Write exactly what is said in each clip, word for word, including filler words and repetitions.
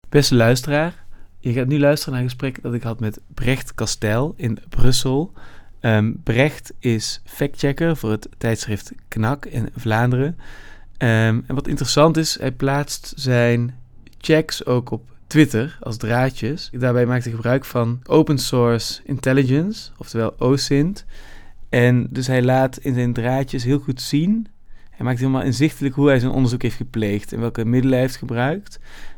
Beste luisteraar, je gaat nu luisteren naar een gesprek dat ik had met Brecht Castel in Brussel. Um, Brecht is factchecker voor het tijdschrift Knak in Vlaanderen. Um, en wat interessant is, hij plaatst zijn checks ook op Twitter als draadjes. Daarbij maakt hij gebruik van open source intelligence, oftewel O S I N T. En dus hij laat in zijn draadjes heel goed zien. Hij maakt helemaal inzichtelijk hoe hij zijn onderzoek heeft gepleegd en welke middelen hij heeft gebruikt.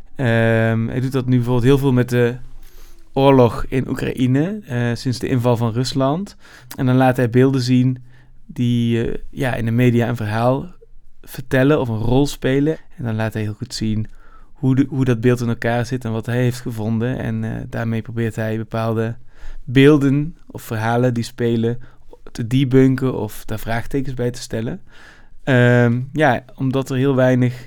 Um, hij doet dat nu bijvoorbeeld heel veel met de oorlog in Oekraïne, uh, sinds de inval van Rusland. En dan laat hij beelden zien die uh, ja, in de media een verhaal vertellen of een rol spelen. En dan laat hij heel goed zien hoe, de, hoe dat beeld in elkaar zit en wat hij heeft gevonden. En uh, daarmee probeert hij bepaalde beelden of verhalen die spelen te debunken of daar vraagtekens bij te stellen. Um, ja, omdat er heel weinig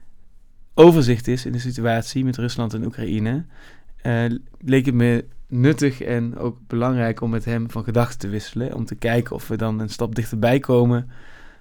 overzicht is in de situatie met Rusland en Oekraïne, uh, leek het me nuttig en ook belangrijk om met hem van gedachten te wisselen, om te kijken of we dan een stap dichterbij komen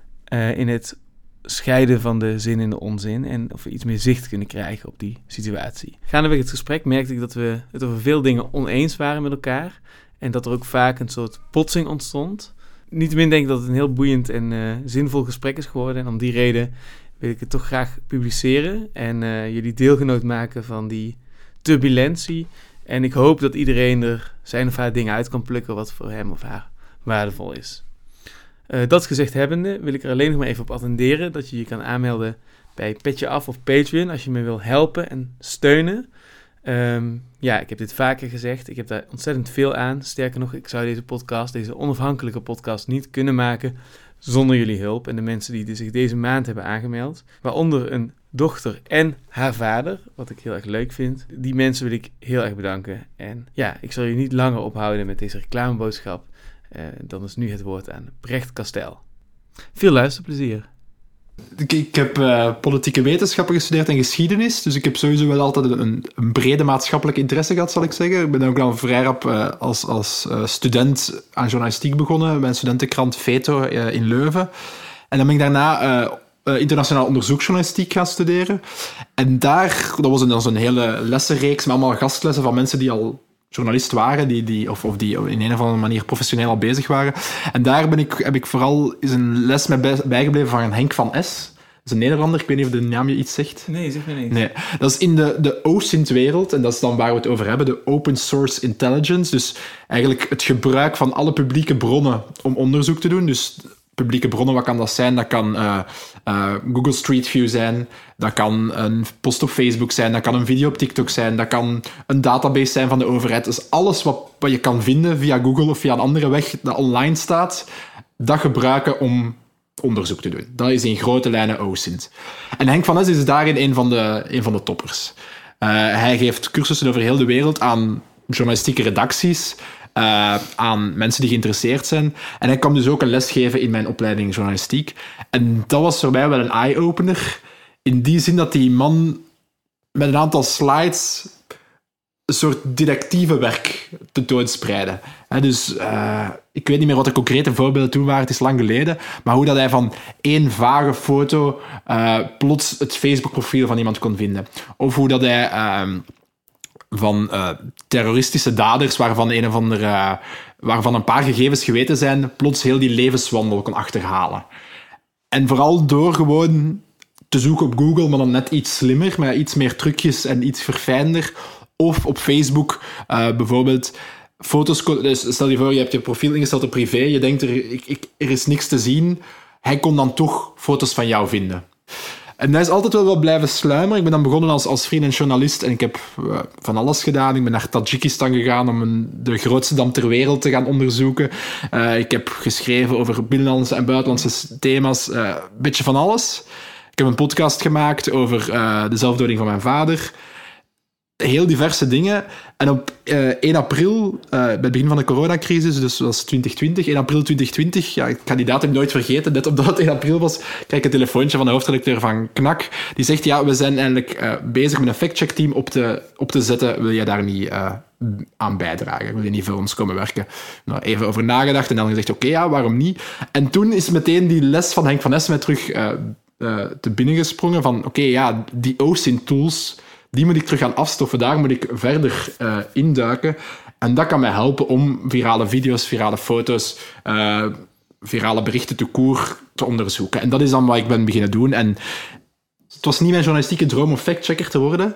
uh, in het scheiden van de zin en de onzin en of we iets meer zicht kunnen krijgen op die situatie. Gaandeweg het gesprek merkte ik dat we het over veel dingen oneens waren met elkaar en dat er ook vaak een soort botsing ontstond. Niettemin denk ik dat het een heel boeiend en uh, zinvol gesprek is geworden en om die reden wil ik het toch graag publiceren en uh, jullie deelgenoot maken van die turbulentie. En ik hoop dat iedereen er zijn of haar dingen uit kan plukken wat voor hem of haar waardevol is. Uh, dat gezegd hebbende wil ik er alleen nog maar even op attenderen dat je je kan aanmelden bij Petje Af of Patreon als je me wil helpen en steunen. Um, ja, ik heb dit vaker gezegd. Ik heb daar ontzettend veel aan. Sterker nog, ik zou deze podcast, deze onafhankelijke podcast niet kunnen maken zonder jullie hulp en de mensen die zich deze maand hebben aangemeld. Waaronder een dochter en haar vader, wat ik heel erg leuk vind. Die mensen wil ik heel erg bedanken. En ja, ik zal je niet langer ophouden met deze reclameboodschap. Uh, dan is nu het woord aan Brecht Castel. Veel luisterplezier. Ik, ik heb uh, politieke wetenschappen gestudeerd en geschiedenis, dus ik heb sowieso wel altijd een, een brede maatschappelijk interesse gehad, zal ik zeggen. Ik ben ook dan vrij rap uh, als, als uh, student aan journalistiek begonnen, bij een studentenkrant Veto uh, in Leuven. En dan ben ik daarna uh, uh, internationaal onderzoeksjournalistiek gaan studeren. En daar, dat was een, dat was een hele lessenreeks met allemaal gastlessen van mensen die al journalist waren, die, die, of, of die in een of andere manier professioneel al bezig waren. En daar ben ik, heb ik vooral is een les mee bij, bijgebleven van Henk van Es. Dat is een Nederlander, ik weet niet of de naam je iets zegt. Nee, zeg me niks. Nee, dat is in de, de O S I N T-wereld, en dat is dan waar we het over hebben, de Open Source Intelligence. Dus eigenlijk het gebruik van alle publieke bronnen om onderzoek te doen. Dus publieke bronnen, wat kan dat zijn? Dat kan uh, uh, Google Street View zijn, dat kan een post op Facebook zijn, dat kan een video op TikTok zijn, dat kan een database zijn van de overheid. Dus alles wat, wat je kan vinden via Google of via een andere weg dat online staat, dat gebruiken om onderzoek te doen. Dat is in grote lijnen O S I N T. En Henk van Es is daarin een van de, een van de toppers. Uh, hij geeft cursussen over heel de wereld aan journalistieke redacties, Uh, aan mensen die geïnteresseerd zijn. En hij kwam dus ook een les geven in mijn opleiding journalistiek. En dat was voor mij wel een eye-opener. In die zin dat die man met een aantal slides een soort didactieve werk tentoonspreidde. He, dus uh, ik weet niet meer wat de concrete voorbeelden toen waren, het is lang geleden, maar hoe dat hij van één vage foto uh, plots het Facebook-profiel van iemand kon vinden. Of hoe dat hij Uh, van uh, terroristische daders, waarvan een of andere, uh, waarvan een paar gegevens geweten zijn, plots heel die levenswandel kon achterhalen. En vooral door gewoon te zoeken op Google, maar dan net iets slimmer, met iets meer trucjes en iets verfijnder. Of op Facebook uh, bijvoorbeeld foto's. Dus stel je voor, je hebt je profiel ingesteld op privé, je denkt er, ik, ik, er is niks te zien. Hij kon dan toch foto's van jou vinden. En dat is altijd wel wat blijven sluimeren. Ik ben dan begonnen als, als freelance journalist en ik heb uh, van alles gedaan. Ik ben naar Tajikistan gegaan om een, de grootste dam ter wereld te gaan onderzoeken. Uh, ik heb geschreven over binnenlandse en buitenlandse thema's. Uh, een beetje van alles. Ik heb een podcast gemaakt over uh, de zelfdoding van mijn vader. Heel diverse dingen. En op uh, één april, uh, bij het begin van de coronacrisis, dus dat was twintig twintig, één april twintig twintig, ja, ik ga die datum nooit vergeten, net omdat het één april was, krijg ik een telefoontje van de hoofdredacteur van Knak, die zegt, ja, we zijn eigenlijk uh, bezig met een factcheck-team op te, op te zetten, wil jij daar niet uh, aan bijdragen? Wil je niet voor ons komen werken? Nou, even over nagedacht en dan gezegd, oké, okay, ja, waarom niet? En toen is meteen die les van Henk van Es mij terug uh, uh, te binnen gesprongen van, oké, okay, ja, die O S I N T-tools, Die moet ik terug gaan afstoffen. Daar moet ik verder uh, induiken. En dat kan mij helpen om virale video's, virale foto's, uh, virale berichten te koer te onderzoeken. En dat is dan wat ik ben beginnen doen. En het was niet mijn journalistieke droom om factchecker te worden.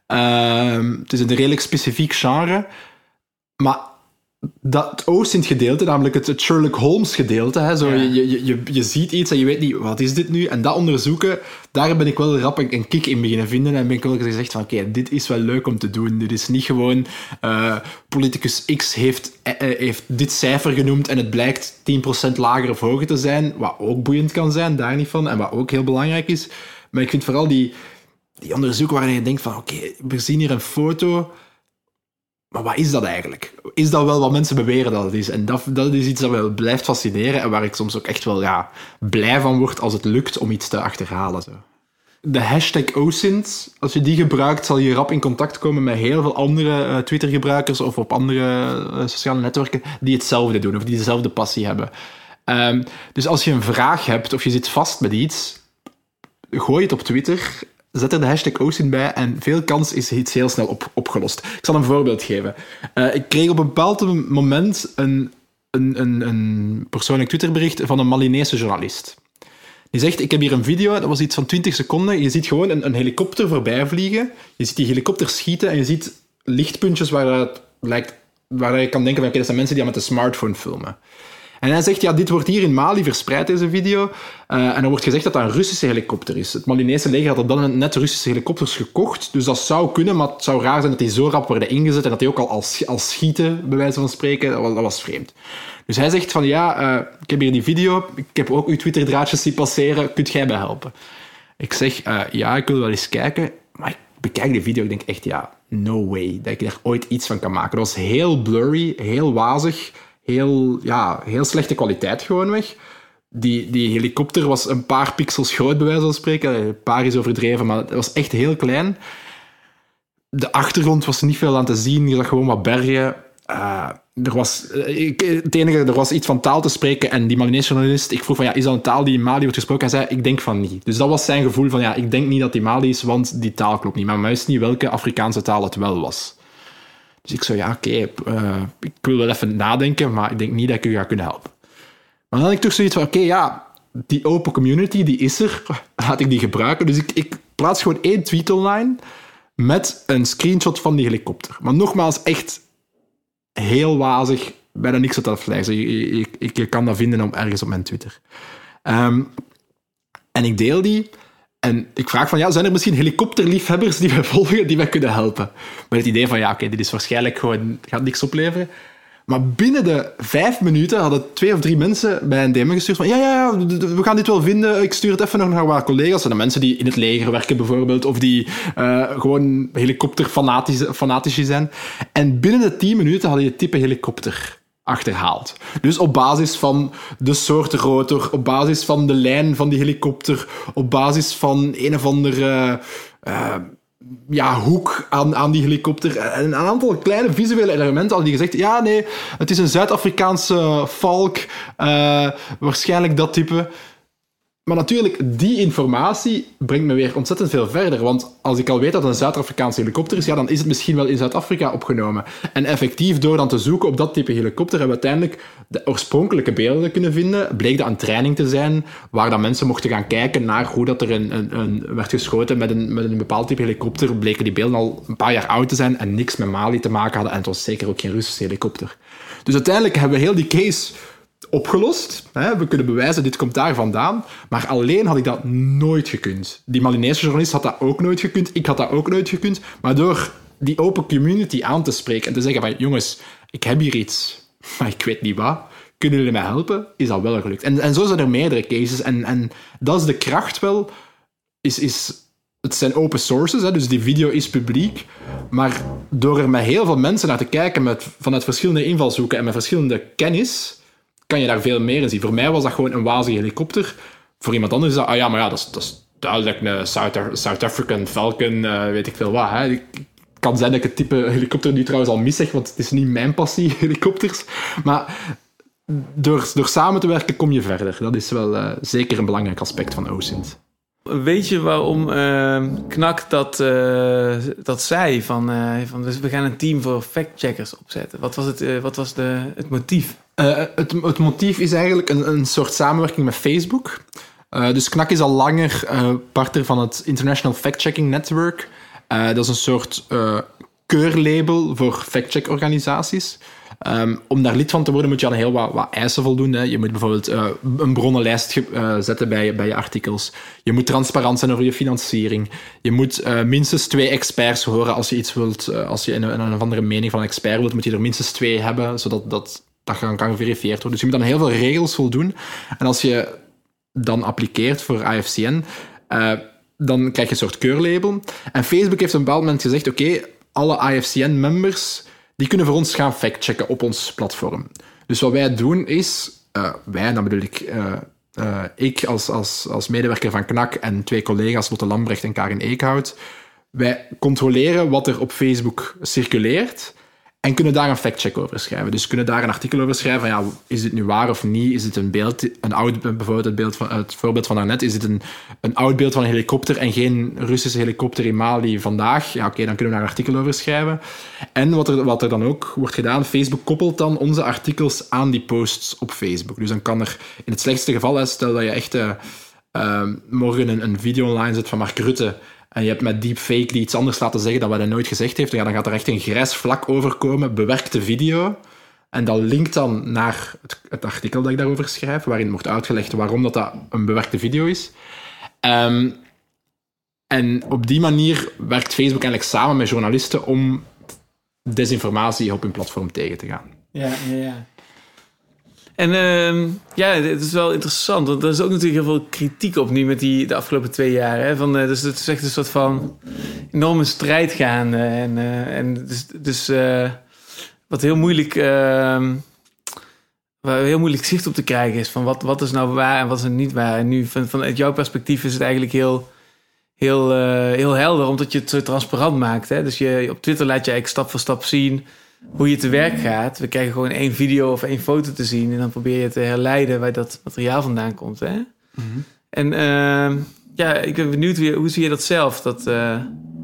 Uh, het is een redelijk specifiek genre. Maar dat, het OSINT-gedeelte, namelijk het, het Sherlock Holmes-gedeelte, hè, zo, ja. je, je, je, je ziet iets en je weet niet, wat is dit nu? En dat onderzoeken, daar ben ik wel rap een, een kick in beginnen vinden. En ben ik wel gezegd van, oké, okay, dit is wel leuk om te doen. Dit is niet gewoon, uh, politicus X heeft, uh, heeft dit cijfer genoemd en het blijkt tien procent lager of hoger te zijn, wat ook boeiend kan zijn, daar niet van, en wat ook heel belangrijk is. Maar ik vind vooral die, die onderzoeken waarin je denkt van, oké, okay, we zien hier een foto, maar wat is dat eigenlijk? Is dat wel wat mensen beweren dat het is? En dat, dat is iets dat me blijft fascineren en waar ik soms ook echt wel ja, blij van word als het lukt om iets te achterhalen. Zo. De hashtag OSINT, als je die gebruikt, zal je rap in contact komen met heel veel andere uh, Twitter-gebruikers of op andere uh, sociale netwerken die hetzelfde doen of die dezelfde passie hebben. Um, dus als je een vraag hebt of je zit vast met iets, gooi het op Twitter, zet er de hashtag OSINT bij en veel kans is iets heel snel op, opgelost. Ik zal een voorbeeld geven. Uh, ik kreeg op een bepaald moment een, een, een, een persoonlijk Twitterbericht van een Malinese journalist. Die zegt, ik heb hier een video, dat was iets van twintig seconden. Je ziet gewoon een, een helikopter voorbij vliegen. Je ziet die helikopter schieten en je ziet lichtpuntjes waar, het lijkt, waar je kan denken van, oké, dat zijn mensen die dat met een smartphone filmen. En hij zegt, ja, dit wordt hier in Mali verspreid, deze video. Uh, en er wordt gezegd dat dat een Russische helikopter is. Het Malinese leger had op dat moment net Russische helikopters gekocht. Dus dat zou kunnen, maar het zou raar zijn dat die zo rap worden ingezet en dat die ook al als, als schieten, bij wijze van spreken. Dat was, dat was vreemd. Dus hij zegt van, ja, uh, ik heb hier die video. Ik heb ook uw Twitter-draadjes zien passeren. Kunt jij mij helpen? Ik zeg, uh, ja, ik wil wel eens kijken. Maar ik bekijk die video. Ik denk echt, ja, no way dat ik daar ooit iets van kan maken. Dat was heel blurry, heel wazig. Heel, ja, heel slechte kwaliteit gewoonweg. Die, die helikopter was een paar pixels groot, bij wijze van spreken. Een paar is overdreven, maar het was echt heel klein. De achtergrond was niet veel aan te zien. Je zag gewoon wat bergen. Uh, er was, ik, het enige, er was iets van taal te spreken. En die Malinese journalist, ik vroeg van, ja, is dat een taal die in Mali wordt gesproken? Hij zei, ik denk van niet. Dus dat was zijn gevoel van, ja, ik denk niet dat die Mali is, want die taal klopt niet. Maar hij wist niet welke Afrikaanse taal het wel was. Dus ik zei, ja, oké, okay, uh, ik wil wel even nadenken, maar ik denk niet dat ik u ga kunnen helpen. Maar dan had ik toch zoiets van, oké, okay, ja, die open community, die is er. Laat ik die gebruiken. Dus ik, ik plaats gewoon één tweet online met een screenshot van die helikopter. Maar nogmaals, echt heel wazig, bijna niks wat afleiding. Ik, ik, ik, ik kan dat vinden op, ergens op mijn Twitter. Um, en ik deel die. En ik vraag van, ja, zijn er misschien helikopterliefhebbers die wij volgen, die wij kunnen helpen? Met het idee van, ja, oké, okay, dit is waarschijnlijk gewoon, gaat niks opleveren. Maar binnen de vijf minuten hadden twee of drie mensen bij een D M gestuurd van, ja, ja, ja, we gaan dit wel vinden. Ik stuur het even nog naar waar collega's. En de mensen die in het leger werken bijvoorbeeld, of die uh, gewoon helikopterfanatici zijn. En binnen de tien minuten hadden je type helikopter achterhaald. Dus op basis van de soort rotor, op basis van de lijn van die helikopter, op basis van een of andere uh, ja, hoek aan, aan die helikopter. En een aantal kleine visuele elementen hadden die gezegd, ja, nee, het is een Zuid-Afrikaanse Falk, uh, waarschijnlijk dat type. Maar natuurlijk, die informatie brengt me weer ontzettend veel verder. Want als ik al weet dat het een Zuid-Afrikaanse helikopter is, ja, dan is het misschien wel in Zuid-Afrika opgenomen. En effectief, door dan te zoeken op dat type helikopter, hebben we uiteindelijk de oorspronkelijke beelden kunnen vinden. Bleek dat een training te zijn, waar dan mensen mochten gaan kijken naar hoe dat er een, een, een werd geschoten met een, met een bepaald type helikopter. Bleken die beelden al een paar jaar oud te zijn en niks met Mali te maken hadden. En het was zeker ook geen Russische helikopter. Dus uiteindelijk hebben we heel die case opgelost. We kunnen bewijzen, dit komt daar vandaan. Maar alleen had ik dat nooit gekund. Die Malinese journalist had dat ook nooit gekund. Ik had dat ook nooit gekund. Maar door die open community aan te spreken en te zeggen van, jongens, ik heb hier iets, maar ik weet niet wat. Kunnen jullie mij helpen? Is dat wel gelukt. En, en zo zijn er meerdere cases. En, en dat is de kracht wel. Is, is, het zijn open sources, hè, dus die video is publiek. Maar door er met heel veel mensen naar te kijken, met, vanuit verschillende invalshoeken en met verschillende kennis, kan je daar veel meer in zien. Voor mij was dat gewoon een wazige helikopter. Voor iemand anders is dat, ah ja, maar ja, dat is, dat is duidelijk een South, South African Falcon, uh, weet ik veel wat. Hè. Het kan zijn dat ik het type helikopter nu trouwens al mis zeg, want het is niet mijn passie, helikopters. Maar door, door samen te werken kom je verder. Dat is wel uh, zeker een belangrijk aspect van OSINT. Weet je waarom uh, Knak dat, uh, dat zei? Van, uh, van, dus we gaan een team voor factcheckers opzetten. Wat was het, uh, wat was de, het motief? Uh, het, het motief is eigenlijk een, een soort samenwerking met Facebook. Uh, dus Knak is al langer uh, partner van het International Fact-Checking Network. Uh, dat is een soort uh, keurlabel voor fact-check-organisaties. Um, om daar lid van te worden moet je aan heel wat, wat eisen voldoen. Hè. Je moet bijvoorbeeld uh, een bronnenlijst ge, uh, zetten bij, bij je artikels. Je moet transparant zijn over je financiering. Je moet uh, minstens twee experts horen als je iets wilt. Uh, als je een, een of andere mening van een expert wilt, moet je er minstens twee hebben, zodat dat, dat kan, kan geverifieerd worden. Dus je moet aan heel veel regels voldoen. En als je dan appliceert voor I F C N, uh, dan krijg je een soort keurlabel. En Facebook heeft op een bepaald moment gezegd, oké, okay, alle I F C N-members die kunnen voor ons gaan factchecken op ons platform. Dus wat wij doen is, uh, wij, dan bedoel ik, uh, uh, ik als, als, als medewerker van Knak en twee collega's, Lotte Lambrecht en Karin Eekhout, wij controleren wat er op Facebook circuleert en kunnen daar een factcheck over schrijven. Dus kunnen daar een artikel over schrijven van, ja, is dit nu waar of niet? Is dit een beeld, een oud, bijvoorbeeld het, beeld van, het voorbeeld van daarnet, is dit een, een oud beeld van een helikopter en geen Russische helikopter in Mali vandaag? Ja, oké, okay, dan kunnen we daar een artikel over schrijven. En wat er, wat er dan ook wordt gedaan, Facebook koppelt dan onze artikels aan die posts op Facebook. Dus dan kan er, in het slechtste geval, stel dat je echt uh, uh, morgen een, een video online zet van Mark Rutte, en je hebt met deepfake die iets anders laten zeggen dan wat hij nooit gezegd heeft, ja, dan gaat er echt een grijs vlak overkomen, bewerkte video. En dat linkt dan naar het, het artikel dat ik daarover schrijf, waarin wordt uitgelegd waarom dat, dat een bewerkte video is. Um, en op die manier werkt Facebook eigenlijk samen met journalisten om desinformatie op hun platform tegen te gaan. Ja, ja, ja. En uh, ja, het is wel interessant, want er is ook natuurlijk heel veel kritiek op nu met die de afgelopen twee jaar. Hè? Van, uh, dus het is echt een soort van enorme strijd gaande. En, uh, en dus, dus uh, wat heel moeilijk, uh, waar heel moeilijk zicht op te krijgen is van wat, wat is nou waar en wat is er niet waar. En nu van, vanuit jouw perspectief is het eigenlijk heel, heel, uh, heel helder, omdat je het zo transparant maakt. Hè? Dus je, op Twitter laat je eigenlijk stap voor stap zien hoe je te werk gaat. We krijgen gewoon één video of één foto te zien en dan probeer je te herleiden waar dat materiaal vandaan komt. Hè? Mm-hmm. En uh, ja, ik ben benieuwd, hoe, hoe zie je dat zelf? Dat, uh...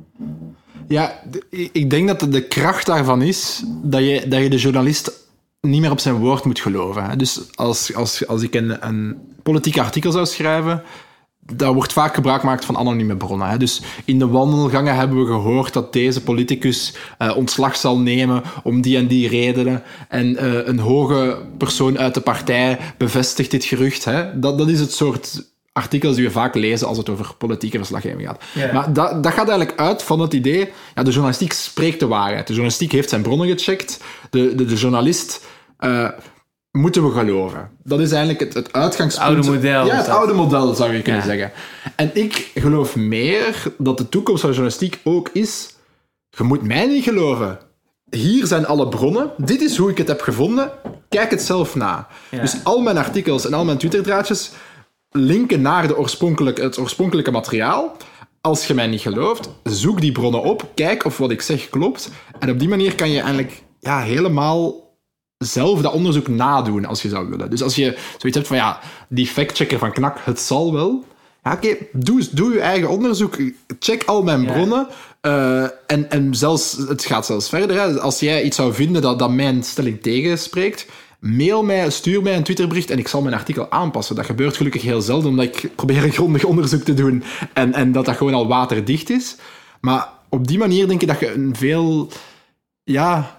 Ja, ik denk dat de kracht daarvan is dat je, dat je de journalist niet meer op zijn woord moet geloven. Hè? Dus als, als, als ik een, een politiek artikel zou schrijven, daar wordt vaak gebruik gemaakt van anonieme bronnen. Hè. Dus in de wandelgangen hebben we gehoord dat deze politicus uh, ontslag zal nemen om die en die redenen. En uh, een hoge persoon uit de partij bevestigt dit gerucht. Hè. Dat, dat is het soort artikels die we vaak lezen als het over politieke verslaggeving gaat. Yeah. Maar dat, dat gaat eigenlijk uit van het idee, ja, de journalistiek spreekt de waarheid. De journalistiek heeft zijn bronnen gecheckt. De, de, de journalist Uh, moeten we geloven. Dat is eigenlijk het, het uitgangspunt. Het oude model. Ja, het oude model, zou je kunnen ja. zeggen. En ik geloof meer dat de toekomst van de journalistiek ook is, je moet mij niet geloven. Hier zijn alle bronnen. Dit is hoe ik het heb gevonden. Kijk het zelf na. Ja. Dus al mijn artikels en al mijn Twitterdraadjes linken naar de oorspronkelijke, het oorspronkelijke materiaal. Als je mij niet gelooft, zoek die bronnen op. Kijk of wat ik zeg klopt. En op die manier kan je eigenlijk ja, helemaal zelf dat onderzoek nadoen, als je zou willen. Dus als je zoiets hebt van, ja, die factchecker van Knak, het zal wel. Ja, oké, okay, doe, doe je eigen onderzoek. Check al mijn bronnen. Uh, en, en zelfs, het gaat zelfs verder. Hè. Als jij iets zou vinden dat, dat mijn stelling tegenspreekt, mail mij, stuur mij een Twitterbericht en ik zal mijn artikel aanpassen. Dat gebeurt gelukkig heel zelden, omdat ik probeer een grondig onderzoek te doen en, en dat dat gewoon al waterdicht is. Maar op die manier denk ik dat je een veel... Ja...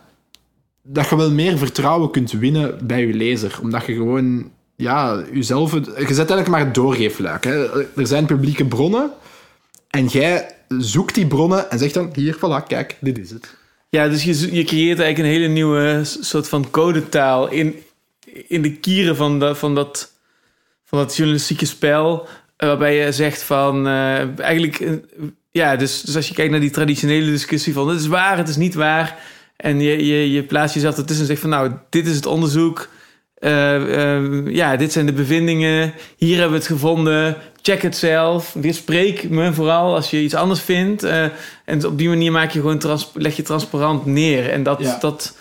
dat je wel meer vertrouwen kunt winnen bij je lezer. Omdat je gewoon... Ja, jezelf... Je zet eigenlijk maar het doorgeefluik. Hè. Er zijn publieke bronnen en jij zoekt die bronnen en zegt dan, hier, voilà, kijk, dit is het. Ja, dus je, je creëert eigenlijk een hele nieuwe soort van codetaal in, in de kieren van, de, van, dat, van dat journalistieke spel, waarbij je zegt van... Uh, eigenlijk... Uh, ja, dus, dus als je kijkt naar die traditionele discussie van, het is waar, het is niet waar... En je, je, je plaatst jezelf ertussen en zegt van, nou, dit is het onderzoek. Uh, uh, ja, dit zijn de bevindingen. Hier hebben we het gevonden. Check het zelf. Weerspreek me vooral als je iets anders vindt. Uh, en op die manier maak je gewoon trans- leg je transparant neer. En dat, ja. dat,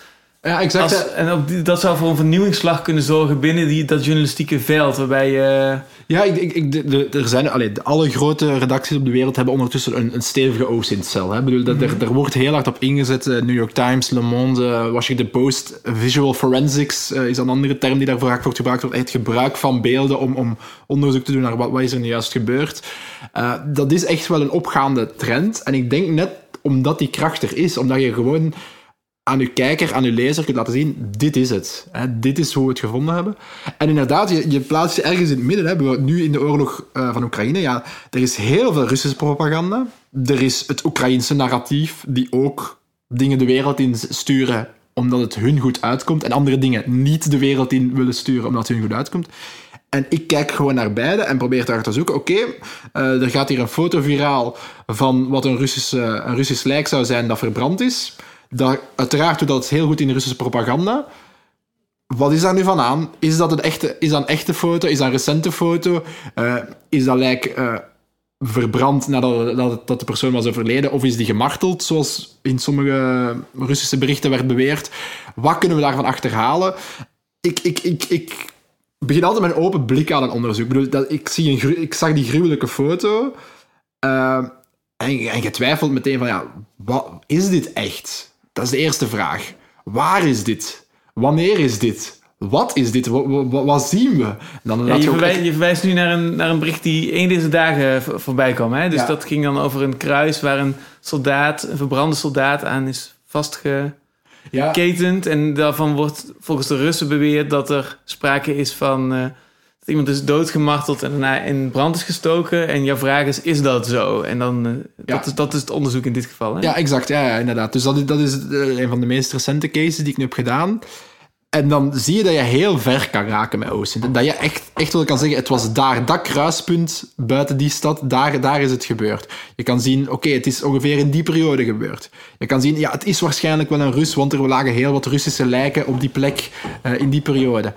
Ja, exact. Als, en ook die, dat zou voor een vernieuwingsslag kunnen zorgen binnen die, dat journalistieke veld, waarbij je... Ja, ik, ik, ik, de, de, er zijn... Allee, de, alle grote redacties op de wereld hebben ondertussen een, een stevige O S I N-cel. Hè. Ik bedoel, dat, mm-hmm. er, er wordt heel hard op ingezet. Uh, New York Times, Le Monde, uh, Washington Post. Visual forensics uh, is een andere term die daarvoor vaak wordt gebruikt. Het gebruik van beelden om, om onderzoek te doen naar wat, wat is er nu juist gebeurd. Uh, dat is echt wel een opgaande trend. En ik denk net omdat die kracht er is, omdat je gewoon... aan uw kijker, aan uw lezer kunt laten zien, dit is het. Hè? Dit is hoe we het gevonden hebben. En inderdaad, je, je plaatst je ergens in het midden. Hè? Nu in de oorlog uh, van Oekraïne, ja, er is heel veel Russische propaganda. Er is het Oekraïense narratief, die ook dingen de wereld in sturen omdat het hun goed uitkomt, en andere dingen niet de wereld in willen sturen omdat het hun goed uitkomt. En ik kijk gewoon naar beide en probeer daar te zoeken. Oké, okay, uh, er gaat hier een foto viraal van wat een, Russische, een Russisch lijk zou zijn dat verbrand is. Dat, uiteraard doet dat heel goed in de Russische propaganda. Wat is daar nu van aan? Is dat een echte, is dat een echte foto? Is dat een recente foto? Uh, is dat lijk uh, verbrand nadat dat, dat de persoon was overleden? Of is die gemarteld, zoals in sommige Russische berichten werd beweerd? Wat kunnen we daarvan achterhalen? Ik, ik, ik, ik begin altijd met een open blik aan een onderzoek. Ik, bedoel, dat, ik, zie een gru- ik zag die gruwelijke foto. Uh, en, en je twijfelt meteen van, ja, wat is dit echt? Dat is de eerste vraag. Waar is dit? Wanneer is dit? Wat is dit? Wat, wat, wat zien we? Dan ja, je, je, verwijst, echt... je verwijst nu naar een, naar een bericht die één deze dagen v- voorbij kwam. Hè? Dus ja. Dat ging dan over een kruis waar een soldaat, een verbrande soldaat aan is vastgeketend. Ja. En daarvan wordt volgens de Russen beweerd dat er sprake is van... Uh, dat iemand is doodgemarteld en daarna in brand is gestoken. En jouw vraag is, is dat zo? En dan, uh, ja. dat, is, dat is het onderzoek in dit geval. Hè? Ja, exact. Ja, ja, inderdaad. Dus dat is, dat is uh, een van de meest recente cases die ik nu heb gedaan. En dan zie je dat je heel ver kan raken met O S I N T. Dat je echt, echt wel kan zeggen, het was daar, dat kruispunt buiten die stad, daar, daar is het gebeurd. Je kan zien, oké, okay, het is ongeveer in die periode gebeurd. Je kan zien, ja, het is waarschijnlijk wel een Rus, want er lagen heel wat Russische lijken op die plek uh, in die periode.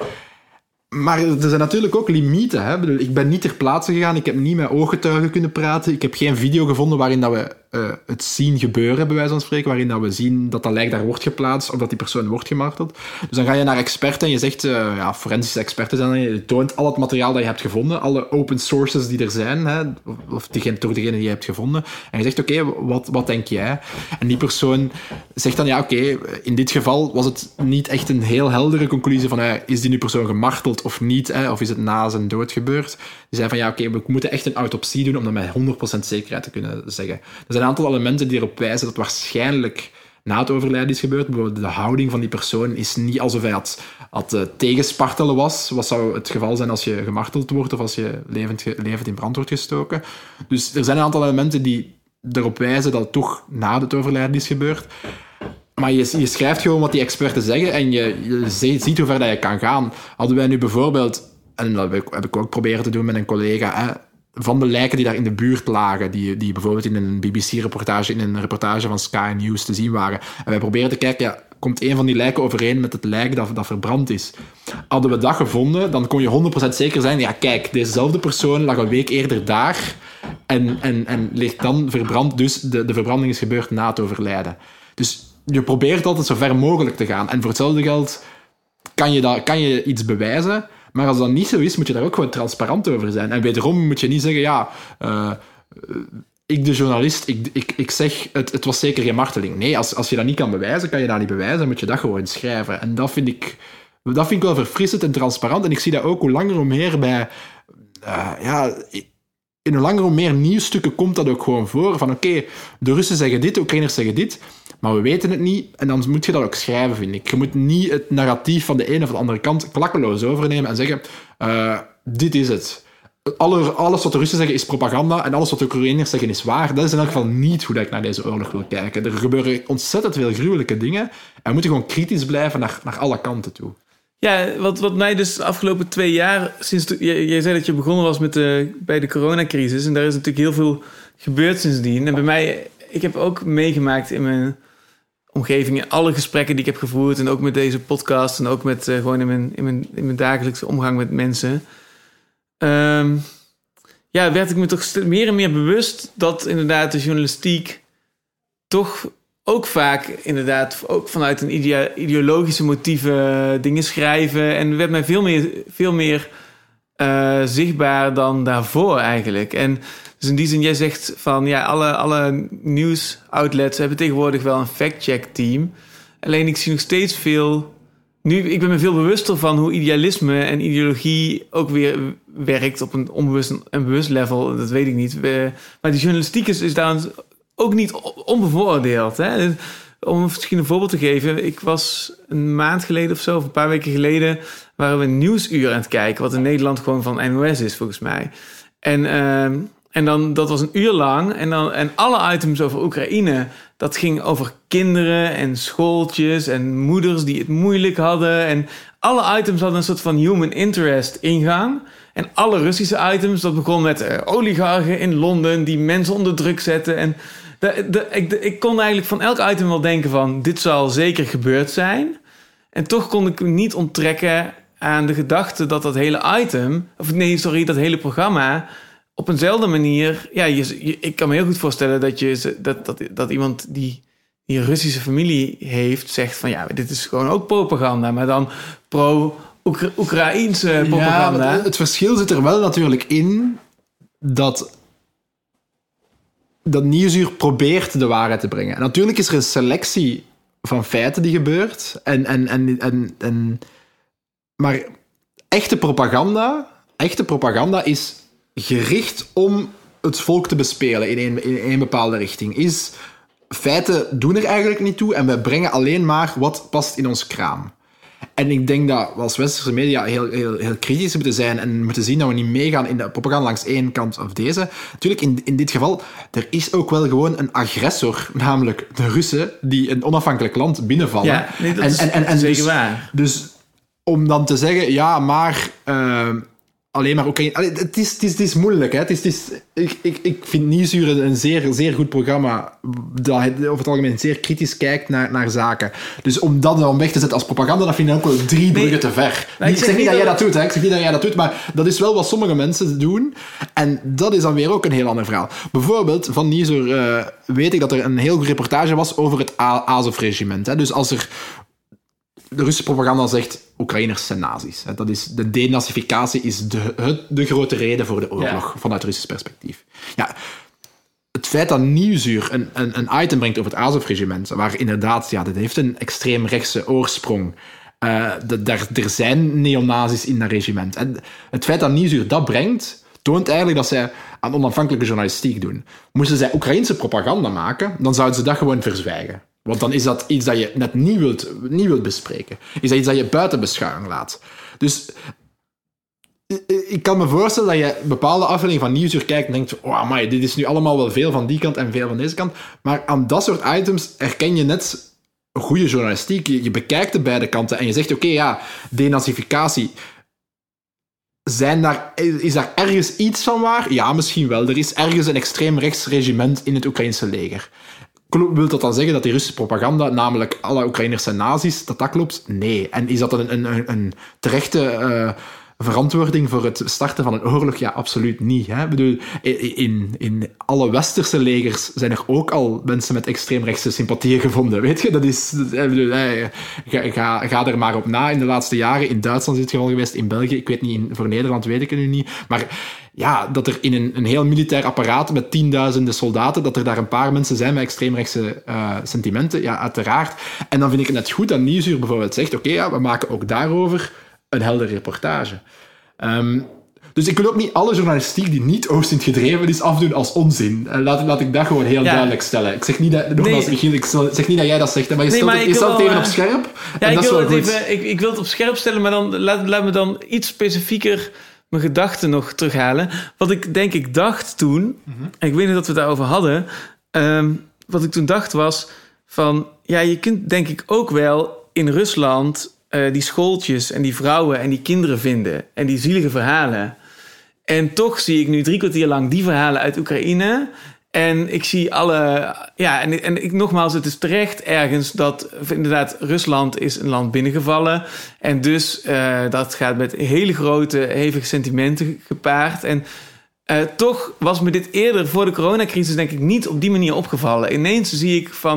Maar er zijn natuurlijk ook limieten. Hè? Ik ben niet ter plaatse gegaan. Ik heb niet met ooggetuigen kunnen praten. Ik heb geen video gevonden waarin dat we uh, het zien gebeuren, bij wijze van spreken. Waarin dat we zien dat dat lijk daar wordt geplaatst of dat die persoon wordt gemarteld. Dus dan ga je naar experten en je zegt... Uh, ja, forensische experten zijn dan. Je toont al het materiaal dat je hebt gevonden. Alle open sources die er zijn. Hè? Of die, door degene die je hebt gevonden. En je zegt, oké, okay, wat, wat denk jij? En die persoon zegt dan, ja, oké, okay, in dit geval was het niet echt een heel heldere conclusie van... Uh, is die nu persoon gemarteld of niet, hè? Of is het na zijn dood gebeurd? Die zei van, ja, oké, okay, we moeten echt een autopsie doen om dat met honderd procent zekerheid te kunnen zeggen. Er zijn een aantal elementen die erop wijzen dat waarschijnlijk na het overlijden is gebeurd. Bijvoorbeeld de houding van die persoon is niet alsof hij had, had uh, tegenspartelen was. Wat zou het geval zijn als je gemarteld wordt of als je levend, ge- levend in brand wordt gestoken? Dus er zijn een aantal elementen die erop wijzen dat het toch na het overlijden is gebeurd. Maar je, je schrijft gewoon wat die experten zeggen en je, je ziet hoe ver dat je kan gaan. Hadden wij nu bijvoorbeeld, en dat heb ik, heb ik ook proberen te doen met een collega, hè, van de lijken die daar in de buurt lagen, die, die bijvoorbeeld in een B B C-reportage, in een reportage van Sky News te zien waren. En wij proberen te kijken, ja, komt een van die lijken overeen met het lijk dat, dat verbrand is? Hadden we dat gevonden, dan kon je honderd procent zeker zijn, ja kijk, dezezelfde persoon lag een week eerder daar en, en, en ligt dan verbrand, dus de, de verbranding is gebeurd na het overlijden. Dus je probeert altijd zo ver mogelijk te gaan. En voor hetzelfde geld kan je, dat, kan je iets bewijzen. Maar als dat niet zo is, moet je daar ook gewoon transparant over zijn. En wederom moet je niet zeggen, ja, uh, ik de journalist, ik, ik, ik zeg, het, het was zeker geen marteling. Nee, als, als je dat niet kan bewijzen, kan je dat niet bewijzen, dan moet je dat gewoon schrijven. En dat vind ik, dat vind ik wel verfrissend en transparant. En ik zie dat ook hoe langer hoe meer bij... Uh, ja... In hoe langer hoe meer nieuwsstukken komt dat ook gewoon voor. Van oké, okay, de Russen zeggen dit, de Oekraïners zeggen dit, maar we weten het niet. En dan moet je dat ook schrijven, vind ik. Je moet niet het narratief van de ene of de andere kant klakkeloos overnemen en zeggen, uh, dit is het. Alle, alles wat de Russen zeggen is propaganda en alles wat de Oekraïners zeggen is waar. Dat is in elk geval niet hoe ik naar deze oorlog wil kijken. Er gebeuren ontzettend veel gruwelijke dingen en we moeten gewoon kritisch blijven naar, naar alle kanten toe. Ja, wat, wat mij dus de afgelopen twee jaar... sinds de, jij, jij zei dat je begonnen was met de, bij de coronacrisis. En daar is natuurlijk heel veel gebeurd sindsdien. En bij mij... Ik heb ook meegemaakt in mijn omgeving... in alle gesprekken die ik heb gevoerd... en ook met deze podcast... en ook met, uh, gewoon in mijn, in, mijn, in mijn dagelijkse omgang met mensen... Um, ja, werd ik me toch meer en meer bewust... dat inderdaad de journalistiek... toch ook vaak inderdaad ook vanuit een idea- ideologische motieven dingen schrijven. En werd mij veel meer, veel meer uh, zichtbaar dan daarvoor eigenlijk. En dus in die zin, jij zegt van ja, alle, alle nieuwsoutlets hebben tegenwoordig wel een fact-check team. Alleen ik zie nog steeds veel. Nu, ik ben me veel bewuster van hoe idealisme en ideologie ook weer werkt op een onbewust en bewust level. Dat weet ik niet. We, maar die journalistiek is, is daar ook niet onbevooroordeeld. Hè? Om misschien een voorbeeld te geven. Ik was een maand geleden of zo, of een paar weken geleden, waren we een nieuwsuur aan het kijken. Wat in Nederland gewoon van N O S is, volgens mij. En, uh, en dan, dat was een uur lang. En, dan, en alle items over Oekraïne, dat ging over kinderen en schooltjes en moeders die het moeilijk hadden. En alle items hadden een soort van human interest ingang. En alle Russische items, dat begon met uh, oligarchen in Londen die mensen onder druk zetten. En de, de, ik, de, ik kon eigenlijk van elk item wel denken van, dit zal zeker gebeurd zijn. En toch kon ik me niet onttrekken aan de gedachte dat dat hele item, of nee, sorry, dat hele programma op eenzelfde manier, ja, je, je, ik kan me heel goed voorstellen dat je dat, dat, dat iemand die, die een Russische familie heeft, zegt van ja, dit is gewoon ook propaganda, maar dan pro Oekra- Oekraïense propaganda. Ja, het verschil zit er wel natuurlijk in dat dat Nieuwsuur probeert de waarheid te brengen. En natuurlijk is er een selectie van feiten die gebeurt. En, en, en, en, en, maar echte propaganda, echte propaganda is gericht om het volk te bespelen in een, in een bepaalde richting. Is, feiten doen er eigenlijk niet toe en we brengen alleen maar wat past in ons kraam. En ik denk dat we als westerse media heel, heel, heel kritisch moeten zijn en moeten zien dat we niet meegaan in de propaganda langs één kant of deze. Natuurlijk, in, in dit geval, er is ook wel gewoon een agressor, namelijk de Russen, die een onafhankelijk land binnenvallen. Ja, nee, dat en, is en, en, en zeker dus, waar. Dus om dan te zeggen, ja, maar uh, alleen maar Oekraïne. Allee, het, is, het, is, het is moeilijk. Hè? Het is, het is, ik, ik, ik vind Nieuwsuur een zeer, zeer goed programma dat over het algemeen zeer kritisch kijkt naar, naar zaken. Dus om dat dan weg te zetten als propaganda, dat vind ik ook wel drie bruggen nee, te ver. Ik, ik zeg niet dat, dat jij dat doet, hè? Ik zeg niet dat jij dat doet, maar dat is wel wat sommige mensen doen. En dat is dan weer ook een heel ander verhaal. Bijvoorbeeld, van Nieuwsuur uh, weet ik dat er een heel goed reportage was over het Azov-regiment. Hè? Dus als er de Russische propaganda zegt, Oekraïners zijn nazi's. Dat is, de denazificatie is de, het, de grote reden voor de oorlog, ja, vanuit Russisch perspectief. Ja, het feit dat Nieuwsuur een, een, een item brengt over het Azov-regiment, waar inderdaad, ja, dat heeft een extreemrechtse oorsprong. Uh, de, daar, er zijn neonazis in dat regiment. En het feit dat Nieuwsuur dat brengt, toont eigenlijk dat zij aan onafhankelijke journalistiek doen. Moesten zij Oekraïnse propaganda maken, dan zouden ze dat gewoon verzwijgen. Want dan is dat iets dat je net niet wilt, niet wilt bespreken. Is dat iets dat je buiten beschouwing laat. Dus ik kan me voorstellen dat je bepaalde afleveringen van Nieuwsuur kijkt en denkt, oh amai, dit is nu allemaal wel veel van die kant en veel van deze kant. Maar aan dat soort items herken je net goede journalistiek. Je, je bekijkt de beide kanten en je zegt, oké, okay, ja, denazificatie. Zijn daar, is daar ergens iets van waar? Ja, misschien wel. Er is ergens een extreem rechts regiment in het Oekraïnse leger. Wil dat dan zeggen dat die Russische propaganda, namelijk alle Oekraïners zijn nazi's, dat dat klopt? Nee. En is dat een, een, een terechte uh, verantwoording voor het starten van een oorlog? Ja, absoluut niet. Hè? Ik bedoel, in, in alle westerse legers zijn er ook al mensen met extreemrechtse sympathieën gevonden. Weet je, dat is... Ik bedoel, ga, ga, ga er maar op na. In de laatste jaren, in Duitsland is het geval geweest, in België, ik weet niet, in, voor Nederland weet ik het nu niet, maar ja, dat er in een, een heel militair apparaat met tienduizenden soldaten, dat er daar een paar mensen zijn met extreemrechtse uh, sentimenten, ja, uiteraard. En dan vind ik het net goed dat Nieuwsuur bijvoorbeeld zegt, oké, okay, ja, we maken ook daarover een heldere reportage. Um, dus ik wil ook niet alle journalistiek die niet Oostend gedreven is afdoen als onzin. Laat, laat ik dat gewoon heel ja. duidelijk stellen. Ik zeg niet dat, nogmaals, nee. Michiel, ik zeg niet dat jij dat zegt, maar je nee, stelt maar het, je stelt het even uh, op scherp. Ja, en ik, dat wil is wel het goed. Even, ik, ik wil het op scherp stellen, maar dan laat, laat me dan iets specifieker mijn gedachten nog terughalen. Wat ik denk ik dacht toen, mm-hmm. en ik weet niet dat we het daarover hadden, um, wat ik toen dacht was van, ja, je kunt denk ik ook wel in Rusland uh, die schooltjes en die vrouwen en die kinderen vinden en die zielige verhalen. En toch zie ik nu drie kwartier lang die verhalen uit Oekraïne. En ik zie alle... Ja, en, en ik, nogmaals, het is terecht ergens dat inderdaad Rusland is een land binnengevallen. En dus uh, dat gaat met hele grote, hevige sentimenten gepaard. En uh, toch was me dit eerder voor de coronacrisis denk ik niet op die manier opgevallen. Ineens zie ik van...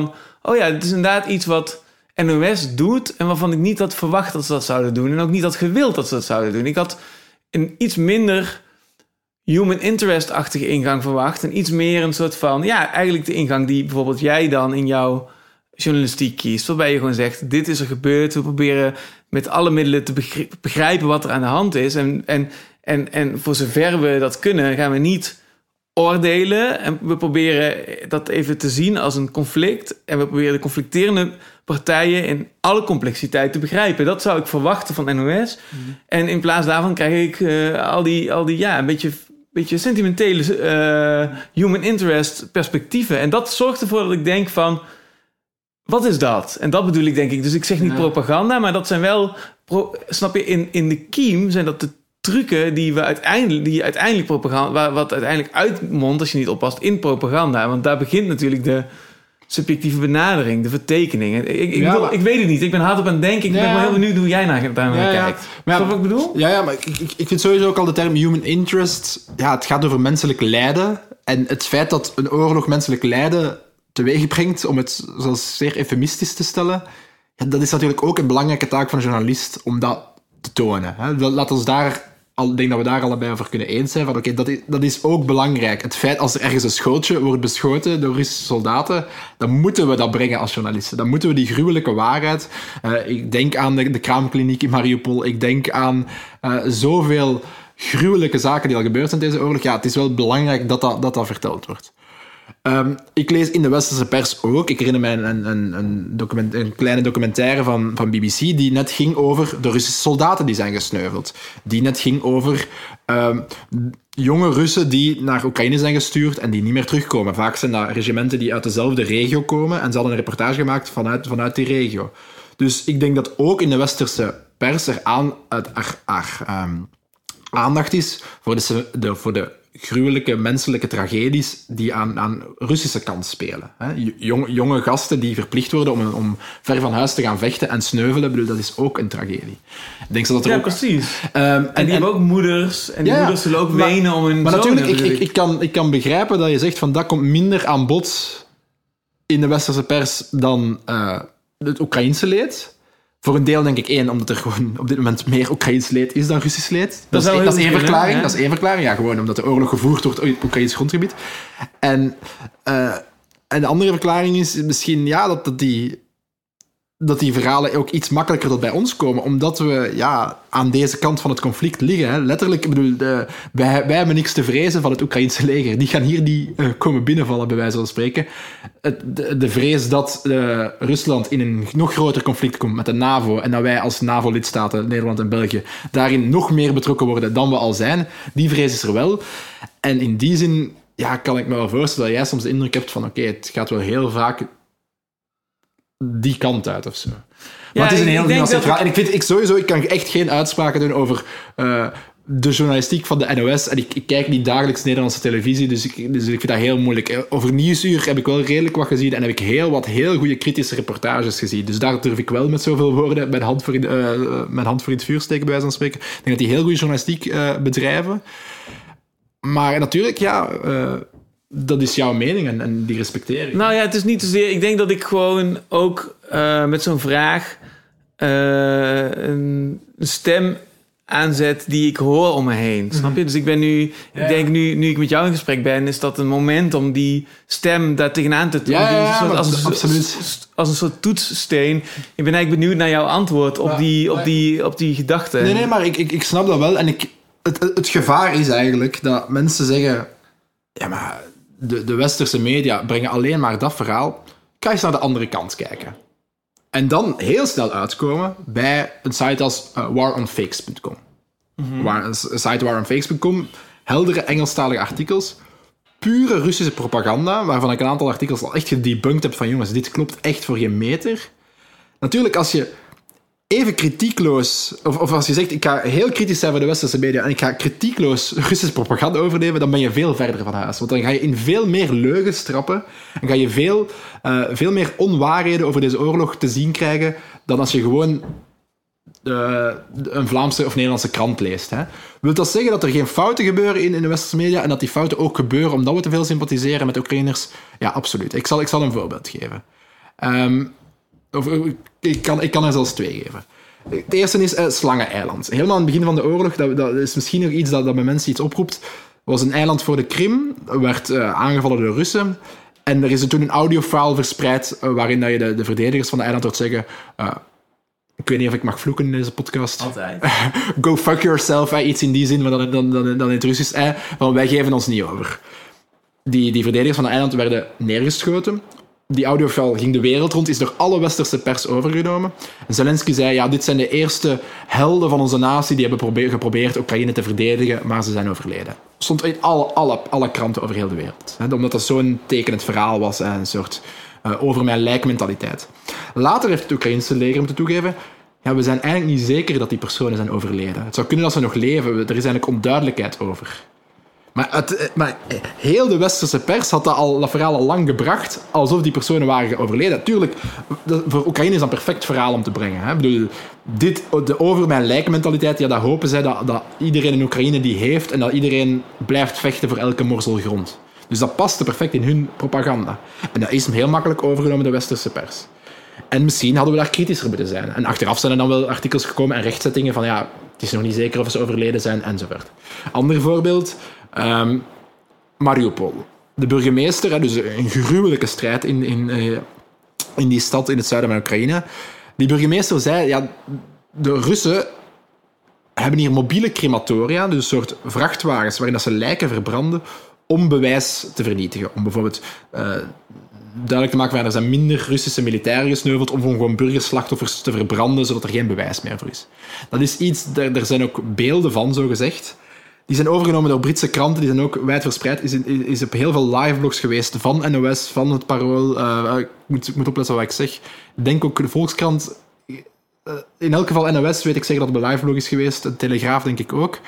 oh ja, het is inderdaad iets wat N O S doet en waarvan ik niet had verwacht dat ze dat zouden doen en ook niet had gewild dat ze dat zouden doen. Ik had een iets minder human interest-achtige ingang verwacht en iets meer een soort van, ja, eigenlijk de ingang die bijvoorbeeld jij dan in jouw journalistiek kiest, waarbij je gewoon zegt, dit is er gebeurd, we proberen met alle middelen te begrijpen wat er aan de hand is en, en, en, en voor zover we dat kunnen, gaan we niet oordelen en we proberen dat even te zien als een conflict en we proberen de conflicterende partijen in alle complexiteit te begrijpen. Dat zou ik verwachten van N O S. Mm. En in plaats daarvan krijg ik uh, al die, al die ja, een beetje, beetje sentimentele uh, human interest perspectieven. En dat zorgt ervoor dat ik denk van, wat is dat? En dat bedoel ik denk ik. Dus ik zeg niet ja. propaganda, maar dat zijn wel, pro, snap je, in, in de kiem zijn dat de trucken die we uiteindelijk, die uiteindelijk propaganda, wat uiteindelijk uitmondt als je niet oppast in propaganda. Want daar begint natuurlijk de subjectieve benadering, de vertekening. Ik, ik, ja, wil, maar, ik weet het niet. Ik ben hard op aan het denken. Ik ja, ben wel heel benieuwd hoe jij naar, daar naar ja, kijkt. Ja. Snap je wat ik bedoel? Ja, ja maar ik, ik, ik vind sowieso ook al de term human interest. Ja, het gaat over menselijk lijden. En het feit dat een oorlog menselijk lijden teweeg brengt, om het zoals zeer eufemistisch te stellen, ja, dat is natuurlijk ook een belangrijke taak van een journalist om dat te tonen. Hè. Laat ons daar, ik denk dat we daar allebei over kunnen eens zijn, van oké, okay, dat, is, dat is ook belangrijk. Het feit als er ergens een schooltje wordt beschoten door Russische soldaten, dan moeten we dat brengen als journalisten. Dan moeten we die gruwelijke waarheid. Uh, ik denk aan de, de kraamkliniek in Mariupol, ik denk aan uh, zoveel gruwelijke zaken die al gebeurd zijn in deze oorlog. Ja, het is wel belangrijk dat dat, dat, dat verteld wordt. Um, ik lees in de westerse pers ook, ik herinner mij een, een, een, document, een kleine documentaire van, van B B C die net ging over de Russische soldaten die zijn gesneuveld. Die net ging over um, jonge Russen die naar Oekraïne zijn gestuurd en die niet meer terugkomen. Vaak zijn dat regimenten die uit dezelfde regio komen en ze hadden een reportage gemaakt vanuit, vanuit die regio. Dus ik denk dat ook in de westerse pers er, aan, er, er um, aandacht is voor de, de, voor de gruwelijke menselijke tragedies die aan, aan Russische kant spelen. Jong, jonge gasten die verplicht worden om, om ver van huis te gaan vechten en sneuvelen, bedoel, dat is ook een tragedie. Ik denk dat er ja, ook, precies. Um, en, en die en, hebben ook moeders en die ja, moeders zullen ook maar, wenen om hun maar zoon. Maar natuurlijk, ik, ik, ik, kan, ik kan begrijpen dat je zegt van dat komt minder aan bod in de westerse pers dan uh, het Oekraïnse leed. Voor een deel denk ik één, omdat er gewoon op dit moment meer Oekraïns leed is dan Russisch leed. Dat, dat, is, dat is één verklaring. Ja. Dat is één verklaring. Ja, gewoon omdat de oorlog gevoerd wordt op Oekraïns grondgebied. En, uh, en de andere verklaring is misschien ja, dat, dat, die, dat die verhalen ook iets makkelijker tot bij ons komen, omdat we ja, aan deze kant van het conflict liggen. Hè. Letterlijk, ik bedoel, de, wij, wij hebben niks te vrezen van het Oekraïnse leger. Die gaan hier niet uh, komen binnenvallen, bij wijze van spreken. Het, de, de vrees dat uh, Rusland in een nog groter conflict komt met de NAVO en dat wij als NAVO-lidstaten, Nederland en België, daarin nog meer betrokken worden dan we al zijn, die vrees is er wel. En in die zin ja, kan ik me wel voorstellen dat jij soms de indruk hebt van oké, okay, het gaat wel heel vaak die kant uit of zo. Maar ja, het is een heel nuanceerd verhaal. En ik vind, ik sowieso, ik kan echt geen uitspraken doen over uh, de journalistiek van de N O S. En ik, ik kijk niet dagelijks Nederlandse televisie, dus ik, dus ik vind dat heel moeilijk. Over Nieuwsuur heb ik wel redelijk wat gezien en heb ik heel wat heel goede kritische reportages gezien. Dus daar durf ik wel met zoveel woorden mijn hand voor in, uh, mijn hand voor in het vuur steken, bij wijze van spreken. Ik denk dat die heel goede journalistiek uh, bedrijven. Maar natuurlijk, ja... Uh, dat is jouw mening en, en die respecteer ik. Nou ja, het is niet zozeer... Ik denk dat ik gewoon ook uh, met zo'n vraag uh, een stem aanzet die ik hoor om me heen. Mm-hmm. Snap je? Dus ik ben nu... Ja. Ik denk nu, nu ik met jou in gesprek ben, is dat een moment om die stem daar tegenaan te doen. Ja, ja, ja, soort, als, absoluut. Als, als een soort toetssteen. Ik ben eigenlijk benieuwd naar jouw antwoord op ja, die, op die, op die gedachte. Nee, nee, maar ik, ik, ik snap dat wel. En ik, het, het gevaar is eigenlijk dat mensen zeggen... Ja, maar... De, de westerse media brengen alleen maar dat verhaal. Ga eens naar de andere kant kijken. En dan heel snel uitkomen bij een site als uh, war on fakes punt com. Mm-hmm. Waar, een site war on fakes punt com, heldere Engelstalige artikels, pure Russische propaganda, waarvan ik een aantal artikels al echt gedebunked heb van jongens, dit klopt echt voor geen meter. Natuurlijk, als je even kritiekloos, of, of als je zegt, ik ga heel kritisch zijn voor de westerse media en ik ga kritiekloos Russische propaganda overnemen, dan ben je veel verder van huis. Want dan ga je in veel meer leugens trappen en ga je veel, uh, veel meer onwaarheden over deze oorlog te zien krijgen dan als je gewoon uh, een Vlaamse of Nederlandse krant leest. Hè. Wil dat zeggen dat er geen fouten gebeuren in, in de westerse media en dat die fouten ook gebeuren omdat we te veel sympathiseren met Oekraïners? Ja, absoluut. Ik zal, ik zal een voorbeeld geven. Um, of, ik, kan, ik kan er zelfs twee geven. Het eerste is uh, Slangeneiland. Helemaal aan het begin van de oorlog, dat, dat is misschien nog iets dat, dat bij mensen iets oproept, was een eiland voor de Krim, werd uh, aangevallen door Russen. En er is er toen een audiofile verspreid uh, waarin dat je de, de verdedigers van de eiland hoort zeggen... Uh, ik weet niet of ik mag vloeken in deze podcast. Altijd. Go fuck yourself, eh, iets in die zin, maar dan, dan, dan, dan in het Russisch. Eh, van wij geven ons niet over. Die, die verdedigers van het eiland werden neergeschoten. Die audiofile ging de wereld rond, is door alle westerse pers overgenomen. En Zelensky zei, ja, dit zijn de eerste helden van onze natie die hebben probeer, geprobeerd Oekraïne te verdedigen, maar ze zijn overleden. Stond in alle, alle, alle kranten over heel de wereld. Hè, omdat dat zo'n tekenend verhaal was, een soort uh, over mijn lijk mentaliteit. Later heeft het Oekraïnse leger moeten toegeven, ja, we zijn eigenlijk niet zeker dat die personen zijn overleden. Het zou kunnen dat ze nog leven, er is eigenlijk onduidelijkheid over. Maar, het, maar heel de westerse pers had dat, al, dat verhaal al lang gebracht, alsof die personen waren overleden. Tuurlijk, voor Oekraïne is dat een perfect verhaal om te brengen. Hè? Ik bedoel, dit, de over mijn lijk mentaliteit, ja, dat hopen zij dat, dat iedereen in Oekraïne die heeft en dat iedereen blijft vechten voor elke morsel grond. Dus dat paste perfect in hun propaganda. En dat is heel makkelijk overgenomen door de westerse pers. En misschien hadden we daar kritischer moeten zijn. En achteraf zijn er dan wel artikels gekomen en rechtzettingen van ja, het is nog niet zeker of ze overleden zijn, enzovoort. Ander voorbeeld, um, Mariupol. De burgemeester, dus een gruwelijke strijd in, in, uh, in die stad in het zuiden van Oekraïne. Die burgemeester zei, ja, de Russen hebben hier mobiele crematoria, dus een soort vrachtwagens waarin dat ze lijken verbranden om bewijs te vernietigen. Om bijvoorbeeld... Uh, duidelijk te maken van er zijn minder Russische militairen gesneuveld om gewoon burgerslachtoffers te verbranden, zodat er geen bewijs meer voor is. Dat is iets, daar, daar zijn ook beelden van, zo gezegd. Die zijn overgenomen door Britse kranten, die zijn ook wijd verspreid. Is, is op heel veel liveblogs geweest van N O S, van het Parool. Uh, ik, moet, ik moet opletten wat ik zeg. Ik denk ook de Volkskrant. Uh, in elk geval N O S weet ik zeker dat het op een liveblog is geweest. De Telegraaf denk ik ook.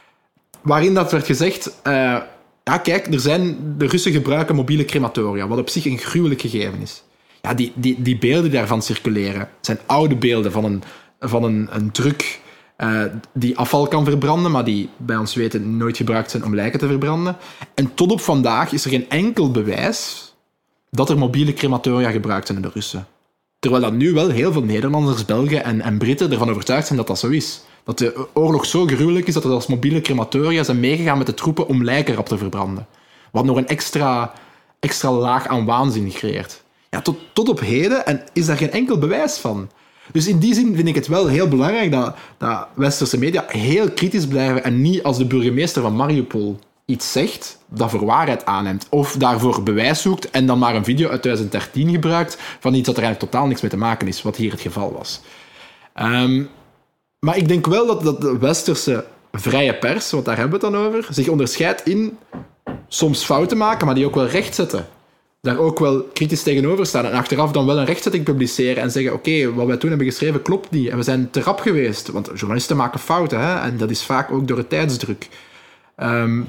Waarin dat werd gezegd... Uh, Ja, kijk, er zijn, de Russen gebruiken mobiele crematoria, wat op zich een gruwelijk gegeven is. Ja, die, die, die beelden die daarvan circuleren, zijn oude beelden van een, van een, een truck uh, die afval kan verbranden, maar die bij ons weten nooit gebruikt zijn om lijken te verbranden. En tot op vandaag is er geen enkel bewijs dat er mobiele crematoria gebruikt zijn door de Russen. Terwijl dat nu wel heel veel Nederlanders, Belgen en, en Britten ervan overtuigd zijn dat dat zo is. Dat de oorlog zo gruwelijk is dat er als mobiele crematoria zijn meegegaan met de troepen om lijken rap te verbranden. Wat nog een extra, extra laag aan waanzin creëert. Ja, tot, tot op heden en is daar geen enkel bewijs van. Dus in die zin vind ik het wel heel belangrijk dat, dat westerse media heel kritisch blijven en niet als de burgemeester van Mariupol iets zegt, dat voor waarheid aanneemt. Of daarvoor bewijs zoekt en dan maar een video uit twintig dertien gebruikt van iets dat er eigenlijk totaal niks mee te maken is, wat hier het geval was. Um, Maar ik denk wel dat, dat de westerse vrije pers, want daar hebben we het dan over, zich onderscheidt in soms fouten maken, maar die ook wel rechtzetten. Daar ook wel kritisch tegenover staan en achteraf dan wel een rechtzetting publiceren en zeggen oké, okay, wat wij toen hebben geschreven klopt niet en we zijn te rap geweest. Want journalisten maken fouten, hè? En dat is vaak ook door de tijdsdruk. Um,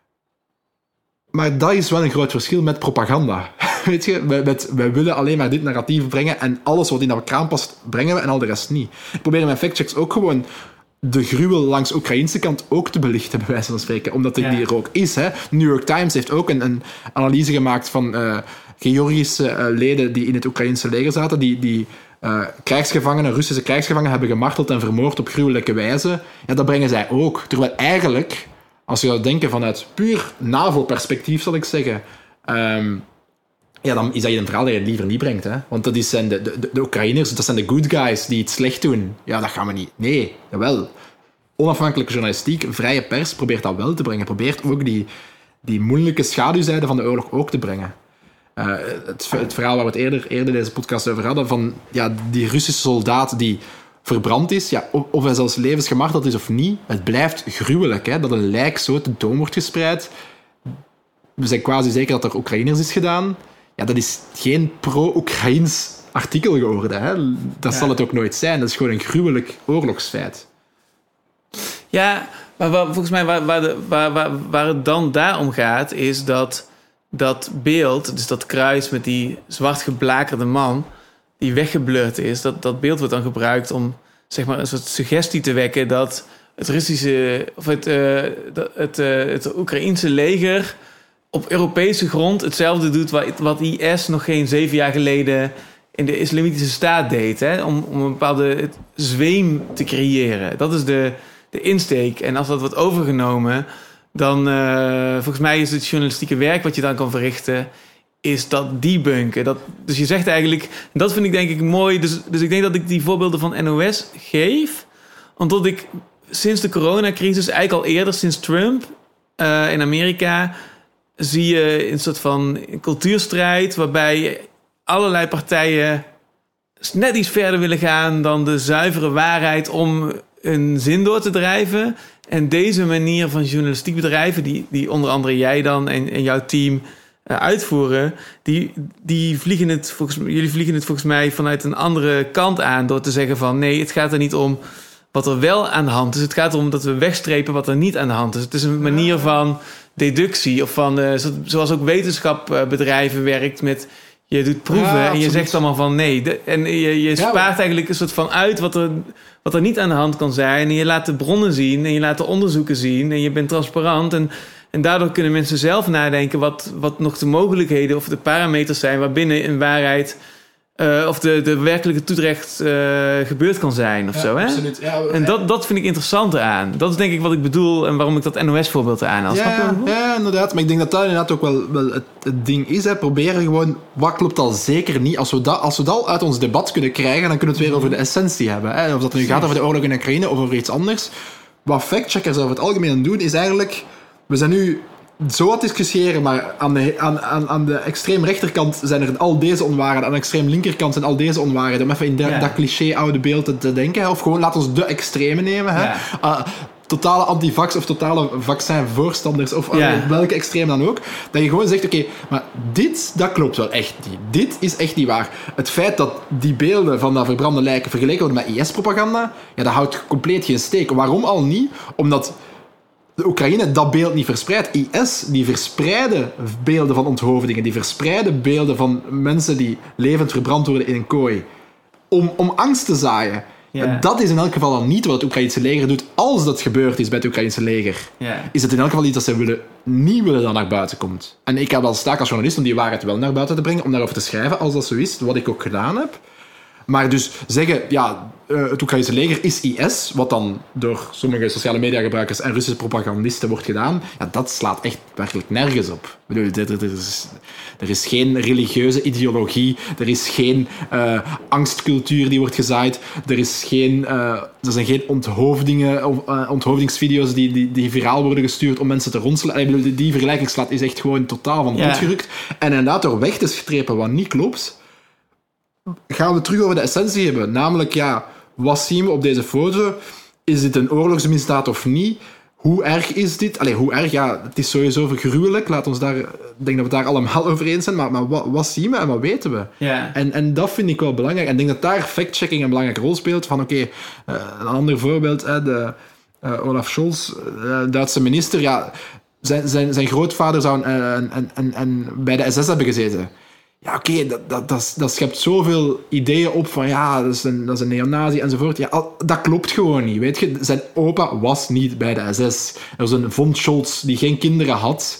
maar dat is wel een groot verschil met propaganda. Weet je, wij, met, wij willen alleen maar dit narratief brengen en alles wat in dat kraan past, brengen we en al de rest niet. Ik probeer in mijn factchecks ook gewoon de gruwel langs de Oekraïnse kant ook te belichten, bij wijze van spreken, omdat die, ja. die er ook is. Hè. New York Times heeft ook een, een analyse gemaakt van uh, Georgische uh, leden die in het Oekraïnse leger zaten, die, die uh, krijgsgevangenen, Russische krijgsgevangenen hebben gemarteld en vermoord op gruwelijke wijze. Ja, dat brengen zij ook. Terwijl eigenlijk, als je zou denken vanuit puur NAVO-perspectief, zal ik zeggen... Um, Ja, dan is dat je een verhaal dat je liever niet brengt. Hè? Want dat zijn de, de, de Oekraïners, dat zijn de good guys die het slecht doen. Ja, dat gaan we niet. Nee, jawel. Onafhankelijke journalistiek, vrije pers, probeert dat wel te brengen. Probeert ook die, die moeilijke schaduwzijde van de oorlog ook te brengen. Uh, het, het verhaal waar we het eerder, eerder deze podcast over hadden, van ja, die Russische soldaat die verbrand is, ja, of, of hij zelfs levensgemarteld is of niet, het blijft gruwelijk, hè, dat een lijk zo tentoon wordt gespreid. We zijn quasi zeker dat er Oekraïners is gedaan. Ja, dat is geen pro-Oekraïns artikel geworden. Hè? Dat ja. zal het ook nooit zijn. Dat is gewoon een gruwelijk oorlogsfeit. Ja, maar waar, volgens mij waar, waar, de, waar, waar, waar het dan daar om gaat, is dat dat beeld, dus dat kruis met die zwart geblakerde man die weggeblurred is, dat, dat beeld wordt dan gebruikt om zeg maar een soort suggestie te wekken dat het Russische of het, uh, het, het, uh, het Oekraïense leger op Europese grond hetzelfde doet wat, wat I S nog geen zeven jaar geleden in de islamitische staat deed. Hè? Om, om een bepaalde zweem te creëren. Dat is de, de insteek. En als dat wordt overgenomen, dan uh, volgens mij is het journalistieke werk wat je dan kan verrichten, is dat debunken. Dat, dus je zegt eigenlijk, en dat vind ik denk ik mooi. Dus, dus ik denk dat ik die voorbeelden van N O S geef, omdat ik sinds de coronacrisis, eigenlijk al eerder, sinds Trump uh, in Amerika, zie je een soort van cultuurstrijd waarbij allerlei partijen net iets verder willen gaan dan de zuivere waarheid om een zin door te drijven. En deze manier van journalistiek bedrijven, die, die onder andere jij dan en, en jouw team uh, uitvoeren, die, die vliegen het volgens, jullie vliegen het volgens mij vanuit een andere kant aan door te zeggen van nee, het gaat er niet om wat er wel aan de hand is. Het gaat erom dat we wegstrepen wat er niet aan de hand is. Het is een manier van deductie of van, uh, zoals ook wetenschapbedrijven werkt met, je doet proeven ja, en je zegt allemaal van nee. De, en je, je spaart ja, eigenlijk een soort van uit wat er, wat er niet aan de hand kan zijn. En je laat de bronnen zien en je laat de onderzoeken zien en je bent transparant. En, en daardoor kunnen mensen zelf nadenken wat, wat nog de mogelijkheden of de parameters zijn waarbinnen in waarheid Uh, of de, de werkelijke toerecht uh, gebeurd kan zijn of ja, zo. Hè? Absoluut. Ja, en dat, dat vind ik interessant aan. Dat is denk ik wat ik bedoel en waarom ik dat N O S-voorbeeld aanhaal. Ja, ja, inderdaad. Maar ik denk dat dat inderdaad ook wel, wel het, het ding is. Hè. Proberen gewoon, wat klopt al zeker niet. Als we, dat, als we dat uit ons debat kunnen krijgen, dan kunnen we het weer over de essentie hebben. Hè. Of dat nu gaat over de oorlog in Oekraïne of over iets anders. Wat factcheckers over het algemeen doen, is eigenlijk, we zijn nu zo wat discussiëren, maar aan de, aan, aan, aan de extreem rechterkant zijn er al deze onwaarheden, aan de extreem linkerkant zijn al deze onwaarheden. Om even in de, ja. dat cliché oude beeld te, te denken. Hè. Of gewoon, laat ons de extreme nemen. Hè. Ja. Uh, totale antivax of totale vaccinvoorstanders of ja. uh, welke extreem dan ook. Dat je gewoon zegt, oké, okay, maar dit, dat klopt wel echt niet. Dit is echt niet waar. Het feit dat die beelden van dat verbrande lijken vergeleken worden met I S-propaganda, ja, dat houdt compleet geen steek. Waarom al niet? Omdat de Oekraïne dat beeld niet verspreidt. I S die verspreiden beelden van onthoofdingen, die verspreiden beelden van mensen die levend verbrand worden in een kooi. Om, om angst te zaaien. Yeah. Dat is in elk geval dan niet wat het Oekraïnse leger doet. Als dat gebeurd is bij het Oekraïnse leger, yeah. is het in elk geval iets dat ze willen, niet willen dat naar buiten komt. En ik heb wel staak als journalist om die waarheid wel naar buiten te brengen, om daarover te schrijven, als dat zo is, wat ik ook gedaan heb. Maar dus zeggen, ja, het Oekraïnse leger is I S, wat dan door sommige sociale mediagebruikers en Russische propagandisten wordt gedaan, ja, dat slaat echt werkelijk nergens op. Ik bedoel, er, er, is, er is geen religieuze ideologie, er is geen uh, angstcultuur die wordt gezaaid, er, is geen, uh, er zijn geen onthoofdingen, uh, onthoofdingsvideo's die, die, die viraal worden gestuurd om mensen te ronselen. Ik bedoel, die, die vergelijking slaat is echt gewoon totaal van de grond gerukt. En inderdaad, door weg te strepen wat niet klopt, gaan we terug over de essentie hebben. Namelijk, ja, wat zien we op deze foto? Is dit een oorlogsmisdaad of niet? Hoe erg is dit? Allee, hoe erg? Ja, het is sowieso gruwelijk. Laat ons daar, ik denk dat we het daar allemaal over eens zijn. Maar, maar wat, wat zien we en wat weten we? Yeah. En, en dat vind ik wel belangrijk. En ik denk dat daar fact-checking een belangrijke rol speelt. Van oké, okay, uh, een ander voorbeeld. Uh, de, uh, Olaf Scholz, uh, Duitse minister. Ja, zijn, zijn, zijn grootvader zou uh, een, een, een, een, bij de S S hebben gezeten. Ja, oké, okay, dat, dat, dat, dat schept zoveel ideeën op van ja, dat is een, dat is een neonazi enzovoort. Ja, dat klopt gewoon niet, weet je. Zijn opa was niet bij de S S. Er was een von Scholz die geen kinderen had,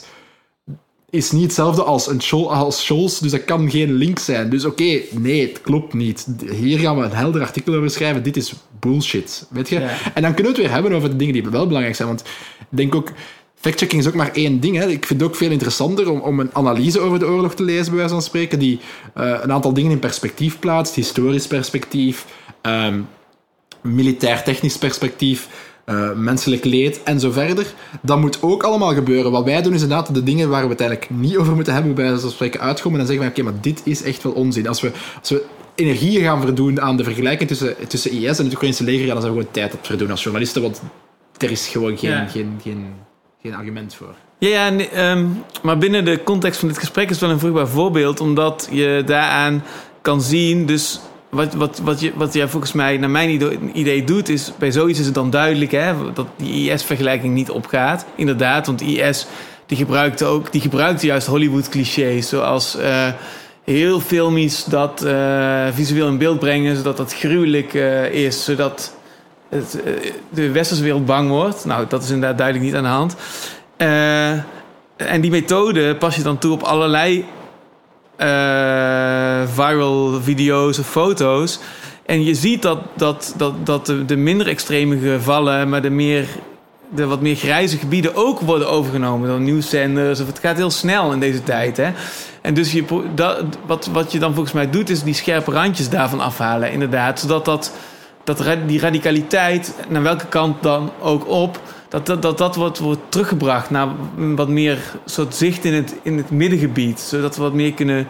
is niet hetzelfde als, een Schol, als Scholz, dus dat kan geen link zijn. Dus oké, okay, nee, het klopt niet. Hier gaan we een helder artikel over schrijven. Dit is bullshit, weet je. Ja. En dan kunnen we het weer hebben over de dingen die wel belangrijk zijn, want ik denk ook, factchecking is ook maar één ding. Hè. Ik vind het ook veel interessanter om, om een analyse over de oorlog te lezen, bij wijze van spreken, die uh, een aantal dingen in perspectief plaatst. Historisch perspectief, um, militair-technisch perspectief, uh, menselijk leed en zo verder. Dat moet ook allemaal gebeuren. Wat wij doen is inderdaad de dingen waar we het eigenlijk niet over moeten hebben, bij wijze van spreken uitkomen en dan zeggen we, oké, okay, maar dit is echt wel onzin. Als we, als we energieën gaan verdoen aan de vergelijking tussen, tussen I S en het Oekraïnse leger, ja, dan zijn we gewoon tijd op het verdoen als journalisten, want er is gewoon geen... Ja. geen, geen geen argument voor. Ja, ja nee, um, maar binnen de context van dit gesprek is het wel een vruchtbaar voorbeeld, omdat je daaraan kan zien, dus wat, wat, wat, je, wat jij volgens mij naar mijn idee doet, is bij zoiets is het dan duidelijk, hè, dat die I S-vergelijking niet opgaat. Inderdaad, want I S die gebruikte ook, die gebruikte juist Hollywood-clichés, zoals uh, heel filmisch dat uh, visueel in beeld brengen, zodat dat gruwelijk uh, is, zodat Het, de westerse wereld bang wordt. Nou, dat is inderdaad duidelijk niet aan de hand. Uh, en die methode pas je dan toe op allerlei uh, viral video's of foto's. En je ziet dat, dat, dat, dat de, de minder extreme gevallen, maar de, meer, de wat meer grijze gebieden ook worden overgenomen door nieuwszenders. Of het gaat heel snel in deze tijd. Hè? En dus je, dat, wat, wat je dan volgens mij doet, is die scherpe randjes daarvan afhalen. Inderdaad, zodat dat, dat, die radicaliteit, naar welke kant dan ook op, dat dat, dat, dat wordt, wordt teruggebracht naar wat meer soort zicht in het, in het middengebied. Zodat we wat meer kunnen...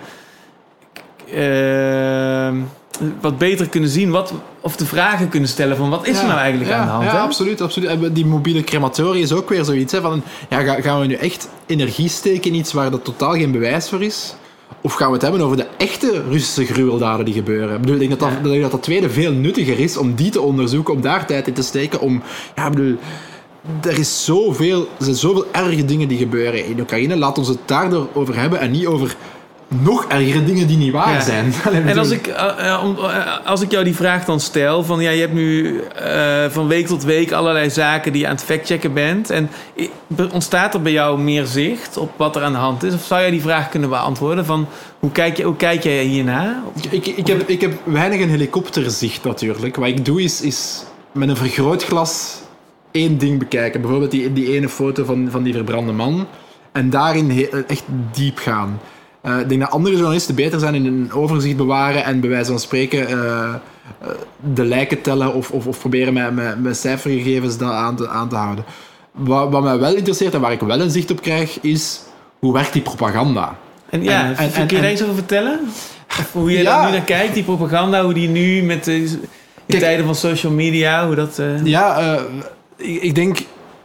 Uh, wat beter kunnen zien, wat, of de vragen kunnen stellen van wat is ja, er nou eigenlijk ja, aan de hand. Ja, hè? absoluut, absoluut. Die mobiele crematoria is ook weer zoiets. Hè, van, ja, gaan we nu echt energie steken in iets waar er totaal geen bewijs voor is? Of gaan we het hebben over de echte Russische gruweldaden die gebeuren? Ik, bedoel, ik denk dat dat, ja. dat dat tweede veel nuttiger is om die te onderzoeken, om daar tijd in te steken. Om, ja, ik bedoel, er, is zoveel, er zijn zoveel erge dingen die gebeuren in Oekraïne. Laat ons het daardoor over hebben en niet over nog ergere dingen die niet waar ja. zijn. En als ik, uh, uh, als ik jou die vraag dan stel, van ja, je hebt nu uh, van week tot week allerlei zaken die je aan het factchecken bent. En ontstaat er bij jou meer zicht op wat er aan de hand is? Of zou jij die vraag kunnen beantwoorden van hoe kijk, je, hoe kijk jij hierna? Ik, ik, ik, heb, ik heb weinig een helikopterzicht natuurlijk. Wat ik doe is, is met een vergrootglas één ding bekijken. Bijvoorbeeld die, die ene foto van, van die verbrande man. En daarin he, echt diep gaan. Uh, ik denk dat andere journalisten beter zijn in een overzicht bewaren en bij wijze van spreken uh, uh, de lijken tellen of, of, of proberen met, met, met cijfergegevens dat aan te, aan te houden. Wat, wat mij wel interesseert en waar ik wel een zicht op krijg, is hoe werkt die propaganda? En ja, en, en, en, kun je daar iets over vertellen? Of hoe je ja, daar nu naar kijkt, die propaganda, hoe die nu met de, in kijk, tijden van social media, hoe dat... Uh... Ja, uh, ik, ik denk...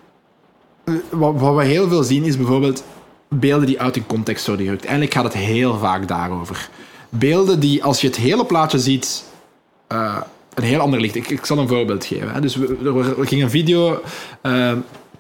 Uh, wat, wat we heel veel zien is bijvoorbeeld beelden die uit hun context worden gerukt. Eigenlijk gaat het heel vaak daarover. Beelden die, als je het hele plaatje ziet, uh, een heel ander licht. Ik, ik zal een voorbeeld geven. Hè. Dus we, er, er ging een video... Uh,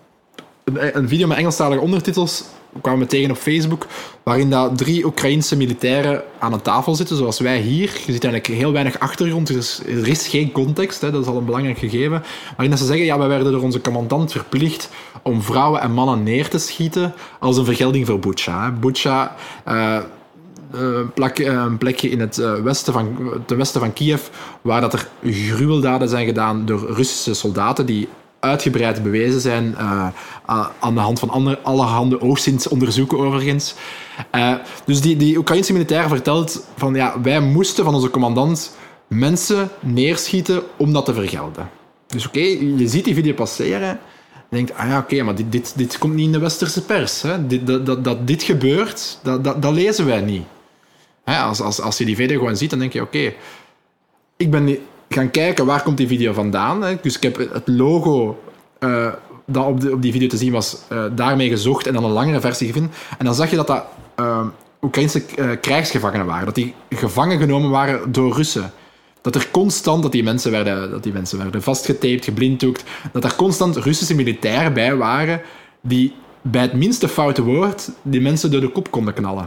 een, een video met Engelstalige ondertitels kwamen we tegen op Facebook, waarin dat drie Oekraïense militairen aan een tafel zitten, zoals wij hier. Je ziet eigenlijk heel weinig achtergrond, dus er is geen context, hè, dat is al een belangrijk gegeven. Waarin dat ze zeggen, ja, wij werden door onze commandant verplicht om vrouwen en mannen neer te schieten als een vergelding voor Bucha. Hè. Bucha, uh, een, plek, een plekje in het westen van, ten westen van Kiev, waar dat er gruweldaden zijn gedaan door Russische soldaten die uitgebreid bewezen zijn, uh, aan de hand van andere, allerhande oogzinsonderzoeken overigens. Uh, dus die, die Oekraïnse militair vertelt van ja, wij moesten van onze commandant mensen neerschieten om dat te vergelden. Dus oké, okay, je ziet die video passeren en je denkt, ah ja, oké, okay, maar dit, dit, dit komt niet in de westerse pers. Hè. Dit, dat, dat, dat dit gebeurt, dat, dat, dat lezen wij niet. Hè, als, als, als je die video gewoon ziet, dan denk je, oké, okay, ik ben niet gaan kijken waar komt die video vandaan. Hè. Dus ik heb het logo uh, dat op, de, op die video te zien was, uh, daarmee gezocht en dan een langere versie gevonden. En dan zag je dat dat uh, Oekraïnse uh, krijgsgevangenen waren. Dat die gevangen genomen waren door Russen. Dat er constant, dat die mensen werden, dat die mensen werden vastgetaped, geblinddoekt. Dat er constant Russische militairen bij waren die bij het minste foute woord die mensen door de kop konden knallen.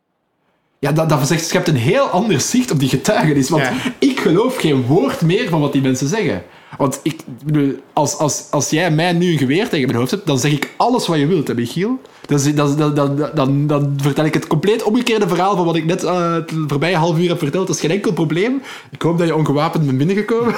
Ja, dat, dat schept een heel ander zicht op die getuigenis. Want ja. ik geloof geen woord meer van wat die mensen zeggen. Want ik bedoel, als, als, als jij mij nu een geweer tegen mijn hoofd hebt, dan zeg ik alles wat je wilt, hè, Michiel. Dan, dan, dan, dan, dan, dan vertel ik het compleet omgekeerde verhaal van wat ik net uh, het voorbije half uur heb verteld. Dat is geen enkel probleem. Ik hoop dat je ongewapend bent binnengekomen.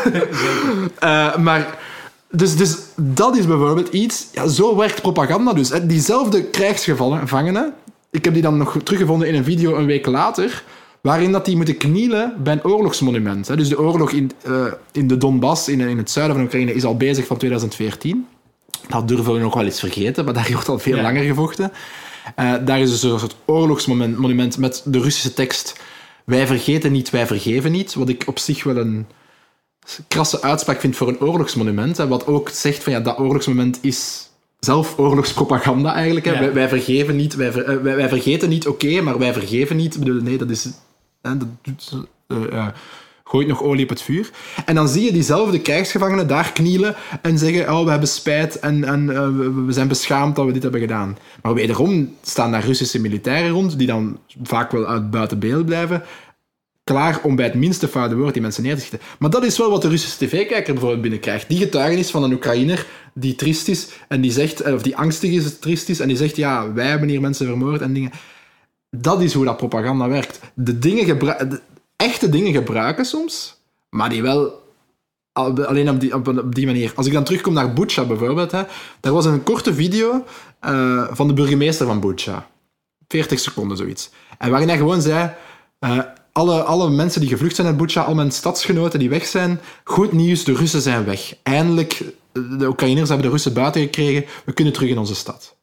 uh, maar... Dus, dus dat is bijvoorbeeld iets... Ja, zo werkt propaganda dus. Hè. Diezelfde krijgsgevangenen... Ik heb die dan nog teruggevonden in een video een week later, waarin dat die moeten knielen bij een oorlogsmonument. Hè. Dus de oorlog in, uh, in de Donbass, in, in het zuiden van Oekraïne, is al bezig van twintig veertien. Dat durven we nog wel eens vergeten, maar daar wordt al veel ja. langer gevochten. Uh, daar is dus een soort oorlogsmonument met de Russische tekst wij vergeten niet, wij vergeven niet. Wat ik op zich wel een krasse uitspraak vind voor een oorlogsmonument. Hè, wat ook zegt van ja, dat oorlogsmonument is zelf oorlogspropaganda eigenlijk. Hè. Ja. Wij, wij vergeven niet, wij, ver, wij, wij vergeten niet, oké, okay, maar wij vergeven niet. Ik bedoel, nee, dat is... Hè, dat uh, uh, gooit nog olie op het vuur. En dan zie je diezelfde krijgsgevangenen daar knielen en zeggen, oh, we hebben spijt en, en uh, we zijn beschaamd dat we dit hebben gedaan. Maar wederom staan daar Russische militairen rond, die dan vaak wel uit buiten beeld blijven, klaar om bij het minste foute woord die mensen neer te schieten. Maar dat is wel wat de Russische tv-kijker bijvoorbeeld binnenkrijgt. Die getuigenis van een Oekraïner die triest is en die zegt, of die angstig is, triest is, en die zegt, ja, wij hebben hier mensen vermoord en dingen. Dat is hoe dat propaganda werkt. De dingen gebru- de echte dingen gebruiken soms, maar die wel alleen op die, op, op die manier. Als ik dan terugkom naar Bucha bijvoorbeeld, hè, daar was een korte video uh, van de burgemeester van Bucha. veertig seconden, zoiets. En waarin hij gewoon zei... Uh, alle, alle mensen die gevlucht zijn uit Bucha, al mijn stadsgenoten die weg zijn, goed nieuws, de Russen zijn weg. Eindelijk, de Oekraïners hebben de Russen buiten gekregen, we kunnen terug in onze stad.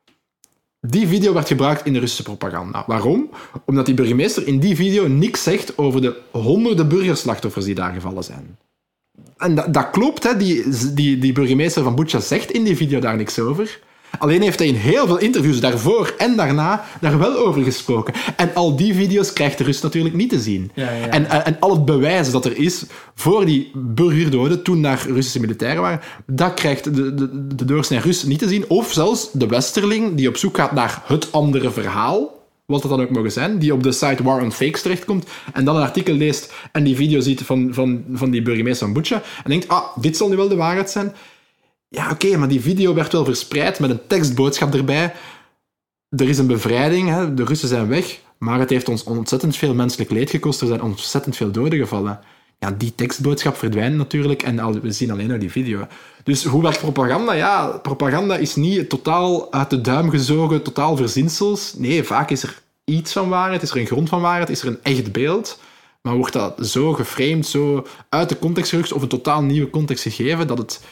Die video werd gebruikt in de Russische propaganda. Waarom? Omdat die burgemeester in die video niks zegt over de honderden burgerslachtoffers die daar gevallen zijn. En dat, dat klopt, hè. Die, die, die burgemeester van Bucha zegt in die video daar niks over. Alleen heeft hij in heel veel interviews daarvoor en daarna daar wel over gesproken. En al die video's krijgt de Rus natuurlijk niet te zien. Ja, ja. En, en al het bewijs dat er is voor die burgerdoden, toen daar Russische militairen waren, dat krijgt de, de, de doorsnee Rus niet te zien. Of zelfs de westerling die op zoek gaat naar het andere verhaal, wat dat dan ook mogen zijn, die op de site War on Fakes terechtkomt en dan een artikel leest en die video ziet van, van, van die burgemeester van Bucha en denkt, ah, dit zal nu wel de waarheid zijn. Ja, oké, okay, maar die video werd wel verspreid met een tekstboodschap erbij. Er is een bevrijding, hè, de Russen zijn weg, maar het heeft ons ontzettend veel menselijk leed gekost. Er zijn ontzettend veel doden gevallen. Ja, die tekstboodschap verdwijnt natuurlijk en al, we zien alleen nog die video. Dus hoe werkt propaganda? Ja, propaganda is niet totaal uit de duim gezogen, totaal verzinsels. Nee, vaak is er iets van waarheid, is er een grond van waarheid, is er een echt beeld. Maar wordt dat zo geframed, zo uit de context gerukt of een totaal nieuwe context gegeven, dat het...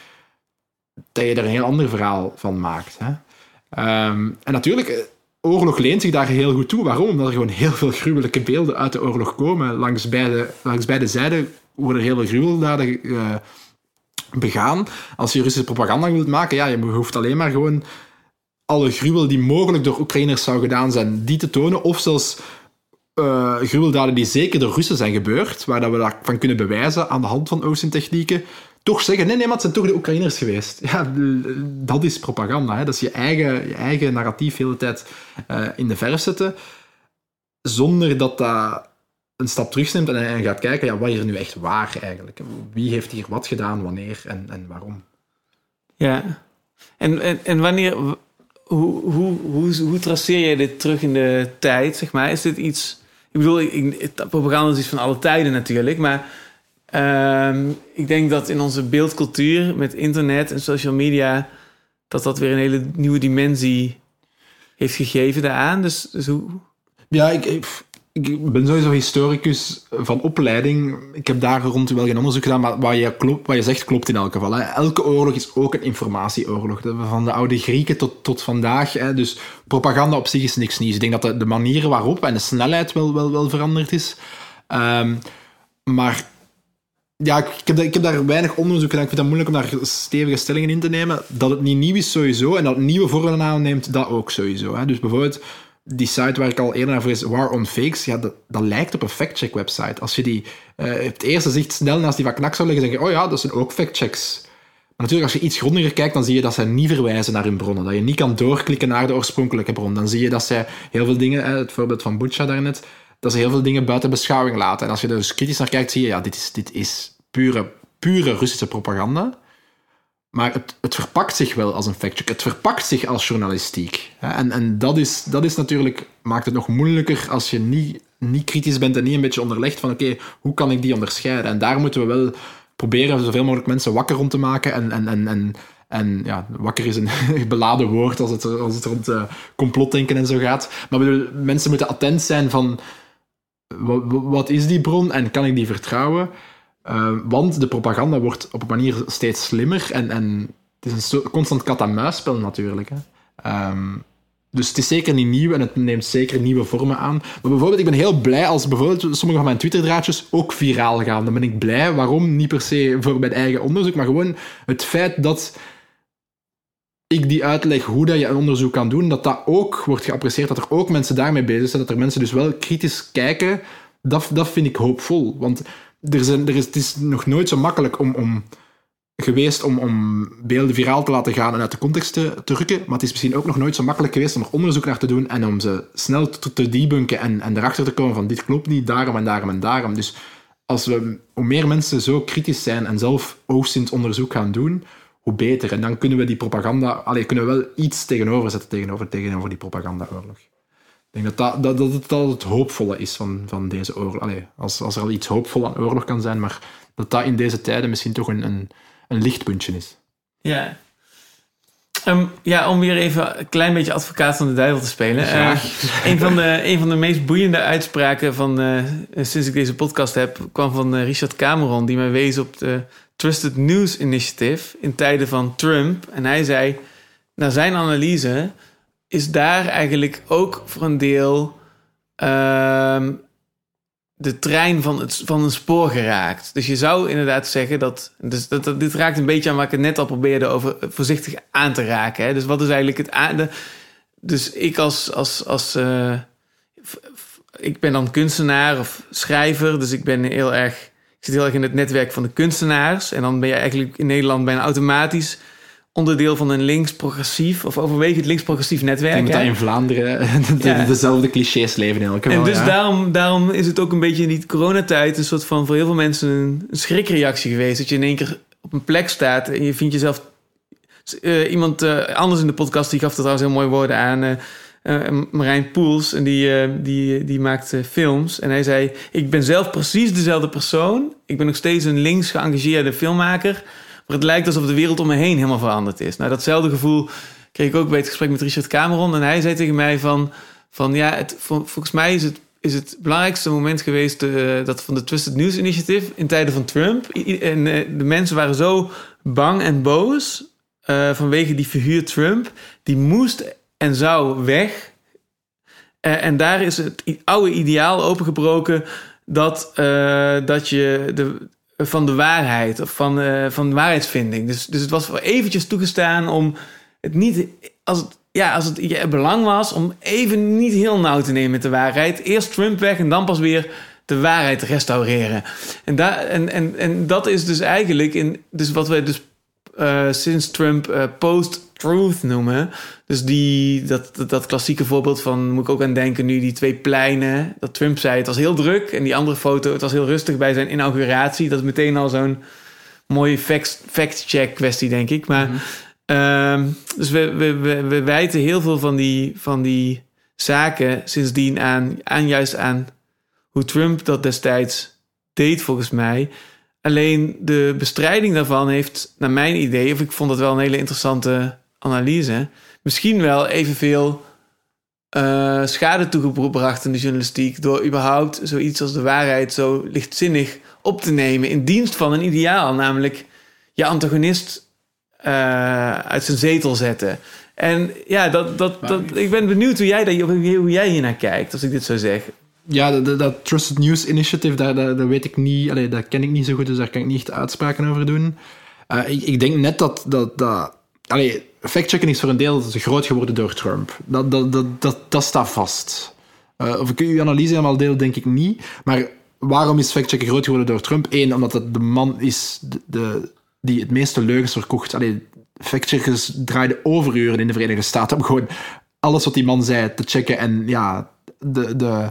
dat je er een heel ander verhaal van maakt. Hè? Um, en natuurlijk, oorlog leent zich daar heel goed toe. Waarom? Omdat er gewoon heel veel gruwelijke beelden uit de oorlog komen. Langs beide, langs beide zijden worden heel veel gruweldaden uh, begaan. Als je Russische propaganda wilt maken, ja, je hoeft alleen maar gewoon alle gruwel die mogelijk door Oekraïners zou gedaan zijn, die te tonen. Of zelfs uh, gruweldaden die zeker door Russen zijn gebeurd, waar dat we daarvan kunnen bewijzen aan de hand van OSINT-technieken. Toch zeggen, nee, nee, maar het zijn toch de Oekraïners geweest. Ja, dat is propaganda. Hè? Dat is je eigen, je eigen narratief de hele tijd uh, in de verf zetten, zonder dat dat een stap terugneemt en, en gaat kijken, ja, wat is er nu echt waar eigenlijk? Wie heeft hier wat gedaan, wanneer en, en waarom? Ja. En, en, en wanneer... Hoe, hoe, hoe, hoe traceer jij dit terug in de tijd, zeg maar? Is dit iets... Ik bedoel, ik, propaganda is iets van alle tijden natuurlijk, maar... Uh, ik denk dat in onze beeldcultuur met internet en social media dat dat weer een hele nieuwe dimensie heeft gegeven daaraan. Dus, dus hoe... Ja, ik, ik, ik ben sowieso historicus van opleiding. Ik heb daar rond wel geen onderzoek gedaan, maar wat je, klopt, wat je zegt klopt in elk geval. Hè. Elke oorlog is ook een informatieoorlog. Van de oude Grieken tot, tot vandaag. Hè. Dus propaganda op zich is niks nieuws. Ik denk dat de, de manier waarop en de snelheid wel, wel, wel veranderd is. Um, maar... Ja, ik heb, ik heb daar weinig onderzoek gedaan. Ik vind het moeilijk om daar stevige stellingen in te nemen. Dat het niet nieuw is, sowieso. En dat het nieuwe vormen aanneemt, dat ook sowieso. Hè. Dus bijvoorbeeld die site waar ik al eerder naar voor is, War on Fakes, ja, dat, dat lijkt op een factcheck website. Als je die uh, op het eerste zicht snel naast die van Knak zou leggen, denk je, oh ja, dat zijn ook factchecks. Maar natuurlijk, als je iets grondiger kijkt, dan zie je dat zij niet verwijzen naar hun bronnen. Dat je niet kan doorklikken naar de oorspronkelijke bron. Dan zie je dat zij heel veel dingen, het voorbeeld van Bucha daarnet, dat ze heel veel dingen buiten beschouwing laten. En als je er dus kritisch naar kijkt, zie je, ja, dit is, dit is pure, pure Russische propaganda. Maar het, het verpakt zich wel als een factcheck. Het verpakt zich als journalistiek. En, en dat, is, dat is natuurlijk, maakt het nog moeilijker als je niet, niet kritisch bent en niet een beetje onderlegt van oké, okay, hoe kan ik die onderscheiden? En daar moeten we wel proberen zoveel mogelijk mensen wakker rond te maken. En, en, en, en, en ja, wakker is een beladen woord als het, als het rond uh, complotdenken en zo gaat. Maar bedoel, mensen moeten attent zijn van wat, wat is die bron en kan ik die vertrouwen? Uh, want de propaganda wordt op een manier steeds slimmer en, en het is een constant kat-en-muisspel natuurlijk. Hè. Um, dus het is zeker niet nieuw en het neemt zeker nieuwe vormen aan. Maar bijvoorbeeld, ik ben heel blij als bijvoorbeeld sommige van mijn Twitter-draadjes ook viraal gaan. Dan ben ik blij. Waarom? Niet per se voor mijn eigen onderzoek, maar gewoon het feit dat ik die uitleg hoe dat je een onderzoek kan doen, dat dat ook wordt geapprecieerd, dat er ook mensen daarmee bezig zijn, dat er mensen dus wel kritisch kijken, dat, dat vind ik hoopvol. Want er zijn, er is, het is nog nooit zo makkelijk om, om, geweest om, om beelden viraal te laten gaan en uit de context te, te rukken, maar het is misschien ook nog nooit zo makkelijk geweest om er onderzoek naar te doen en om ze snel te, te debunken en, en erachter te komen van dit klopt niet, daarom en daarom en daarom. Dus als we, hoe meer mensen zo kritisch zijn en zelf OSINT onderzoek gaan doen, hoe beter. En dan kunnen we die propaganda... Allee, kunnen we wel iets tegenover zetten tegenover, tegenover die propagandaoorlog. Ik denk dat, dat, dat, dat het al het hoopvolle is van, van deze oorlog. Allee, als, als er al iets hoopvol aan oorlog kan zijn, maar dat dat in deze tijden misschien toch een, een, een lichtpuntje is. Ja. Um, ja, om weer even een klein beetje advocaat van de duivel te spelen. Uh, een, van de, een van de meest boeiende uitspraken van, uh, sinds ik deze podcast heb, kwam van uh, Richard Cameron, die mij wees op de Trusted News Initiative in tijden van Trump. En hij zei, naar zijn analyse is daar eigenlijk ook voor een deel uh, de trein van, het, van een spoor geraakt. Dus je zou inderdaad zeggen dat, dus dat, dat... Dit raakt een beetje aan waar ik het net al probeerde over voorzichtig aan te raken. Hè? Dus wat is eigenlijk het... Aan, de, dus ik als... als, als uh, f, f, ik ben dan kunstenaar of schrijver. Dus ik ben heel erg... Ik zit heel erg in het netwerk van de kunstenaars. En dan ben je eigenlijk in Nederland bijna automatisch onderdeel van een links-progressief of overwegend links-progressief netwerk. Ik denk dat in Vlaanderen de, ja. dezelfde clichés leven in elk geval. En dus ja. daarom, daarom is het ook een beetje in die coronatijd een soort van voor heel veel mensen een, een schrikreactie geweest. Dat je in één keer op een plek staat en je vindt jezelf... Uh, iemand uh, anders in de podcast, die gaf er trouwens heel mooi woorden aan... Uh, Uh, Marijn Poels, en die, uh, die, die maakt uh, films. En hij zei, ik ben zelf precies dezelfde persoon. Ik ben nog steeds een links geëngageerde filmmaker. Maar het lijkt alsof de wereld om me heen helemaal veranderd is. Nou, datzelfde gevoel kreeg ik ook bij het gesprek met Richard Cameron. En hij zei tegen mij van... van ja, het, volgens mij is het, is het belangrijkste moment geweest... Uh, dat van de Trusted News Initiative in tijden van Trump. En uh, de mensen waren zo bang en boos... Uh, vanwege die figuur Trump. Die moest... en zou weg. Uh, en daar is het oude ideaal opengebroken... dat, uh, dat je de, van de waarheid... of van, uh, van de waarheidsvinding... Dus, dus het was voor eventjes toegestaan om het niet... als het, ja, als het je belang was... om even niet heel nauw te nemen met de waarheid. Eerst Trump weg en dan pas weer de waarheid te restaureren. En, daar, en, en, en dat is dus eigenlijk... in dus wat wij dus uh, sinds Trump uh, post-truth noemen... Dus die, dat, dat, dat klassieke voorbeeld van, moet ik ook aan denken nu, die twee pleinen. Dat Trump zei, het was heel druk. En die andere foto, het was heel rustig bij zijn inauguratie. Dat is meteen al zo'n mooie fact, fact-check kwestie, denk ik. Maar, mm-hmm. uh, dus we, we, we, we wijten heel veel van die, van die zaken sindsdien aan, aan, juist aan hoe Trump dat destijds deed, volgens mij. Alleen de bestrijding daarvan heeft, naar mijn idee, of ik vond dat wel een hele interessante analyse... misschien wel evenveel uh, schade toegebracht in de journalistiek... door überhaupt zoiets als de waarheid zo lichtzinnig op te nemen... in dienst van een ideaal, namelijk je antagonist uh, uit zijn zetel zetten. En ja, dat, dat, dat, ik ben benieuwd hoe jij, dat, hoe jij hier naar kijkt, als ik dit zo zeg. Ja, dat, dat Trusted News Initiative, daar, daar, dat weet ik niet... Allee, dat ken ik niet zo goed, dus daar kan ik niet echt uitspraken over doen. Uh, ik, ik denk net dat... dat, dat allee, fact-checken is voor een deel groot geworden door Trump. Dat, dat, dat, dat, dat staat vast. Uh, of ik uw analyse helemaal deel, denk ik niet. Maar waarom is fact-checken groot geworden door Trump? Eén, omdat het de man is de, de, die het meeste leugens verkocht. Allee, fact-checkers draaiden overuren in de Verenigde Staten om gewoon alles wat die man zei te checken. En ja, de... de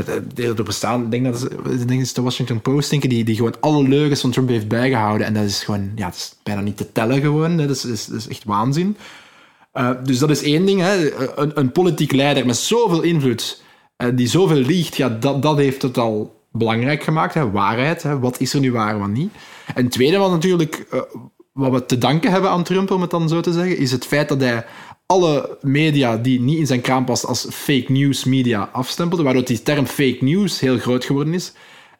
er bestaan, ik denk dat het, ik denk dat de Washington Post, denk ik, die, die gewoon alle leugens van Trump heeft bijgehouden. En dat is gewoon, ja, dat is bijna niet te tellen gewoon. Hè. Dat, is, dat, is, dat is echt waanzin. Uh, dus dat is één ding. Hè. Een, een politiek leider met zoveel invloed, uh, die zoveel liegt, ja, dat, dat heeft het al belangrijk gemaakt. Hè. Waarheid, hè. Wat is er nu waar, wat niet. En het tweede wat natuurlijk, uh, wat we te danken hebben aan Trump, om het dan zo te zeggen, is het feit dat hij alle media die niet in zijn kraam past als fake news media afstempelde, waardoor die term fake news heel groot geworden is.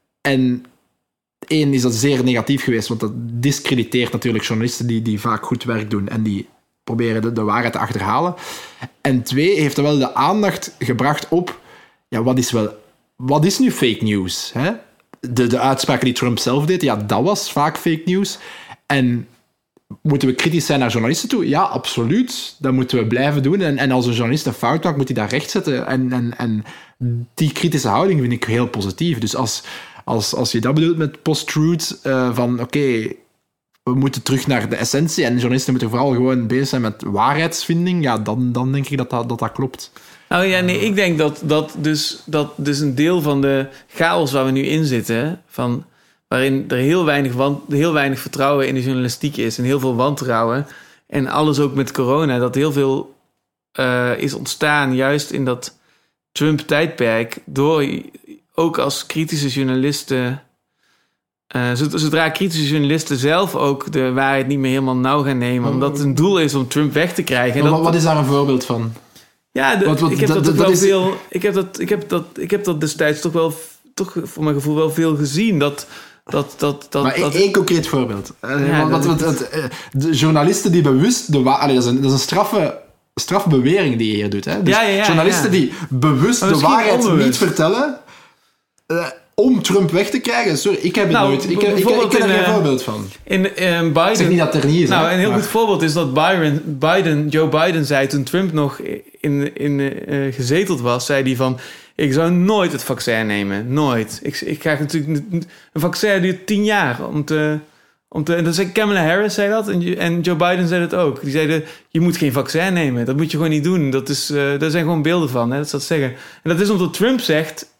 En één, is dat zeer negatief geweest, want dat discrediteert natuurlijk journalisten die, die vaak goed werk doen en die proberen de, de waarheid te achterhalen. En twee, heeft er wel de aandacht gebracht op, ja, wat is wel, wat is nu fake news? Hè? De, de uitspraken die Trump zelf deed, ja, dat was vaak fake news. En moeten we kritisch zijn naar journalisten toe? Ja, absoluut. Dat moeten we blijven doen. En, en als een journalist een fout maakt, moet hij dat rechtzetten. En, en, en die kritische houding vind ik heel positief. Dus als, als, als je dat bedoelt met post-truth, uh, van oké, okay, we moeten terug naar de essentie en journalisten moeten vooral gewoon bezig zijn met waarheidsvinding, ja, dan, dan denk ik dat dat, dat, dat klopt. Nou ja, nee, ik denk dat, dat, dus, dat dus een deel van de chaos waar we nu in zitten, van... waarin er heel weinig, wan- heel weinig vertrouwen in de journalistiek is en heel veel wantrouwen. En alles ook met corona, dat heel veel uh, is ontstaan juist in dat Trump-tijdperk door ook als kritische journalisten... Uh, zodra kritische journalisten zelf ook de waarheid niet meer helemaal nauw gaan nemen... omdat het een doel is om Trump weg te krijgen. Maar dat, wat is daar een voorbeeld van? Ja, de, wat, wat, ik heb dat, dat, dat wel is... veel... Ik heb dat, ik heb dat, ik heb dat destijds toch wel... toch voor mijn gevoel wel veel gezien. Dat... dat, dat, dat maar dat, één concreet voorbeeld. Ja, wat, wat, wat, de journalisten die bewust... de wa- Allee, dat, is een, dat is een straffe, straffe bewering die je hier doet. Hè? Dus ja, ja, ja, journalisten ja. die bewust de waarheid onbewust. niet vertellen... Uh, om Trump weg te krijgen. Sorry, ik heb het nou, nooit. Ik, ik, ik, ik ken er geen uh, voorbeeld van. In uh, Biden... Ik zeg niet dat er niet is. Nou, hè, een heel maar... goed voorbeeld is dat Biden, Biden, Joe Biden zei toen Trump nog in, in, uh, gezeteld was, zei hij van, ik zou nooit het vaccin nemen. Nooit. Ik, ik krijg natuurlijk... Een vaccin duurt tien jaar om te... Om te en dan zei Kamala Harris zei dat en, en Joe Biden zei dat ook. Die zeiden, je moet geen vaccin nemen. Dat moet je gewoon niet doen. Dat is, uh, daar zijn gewoon beelden van. Hè, dat ze dat zeggen. En dat is omdat Trump zegt...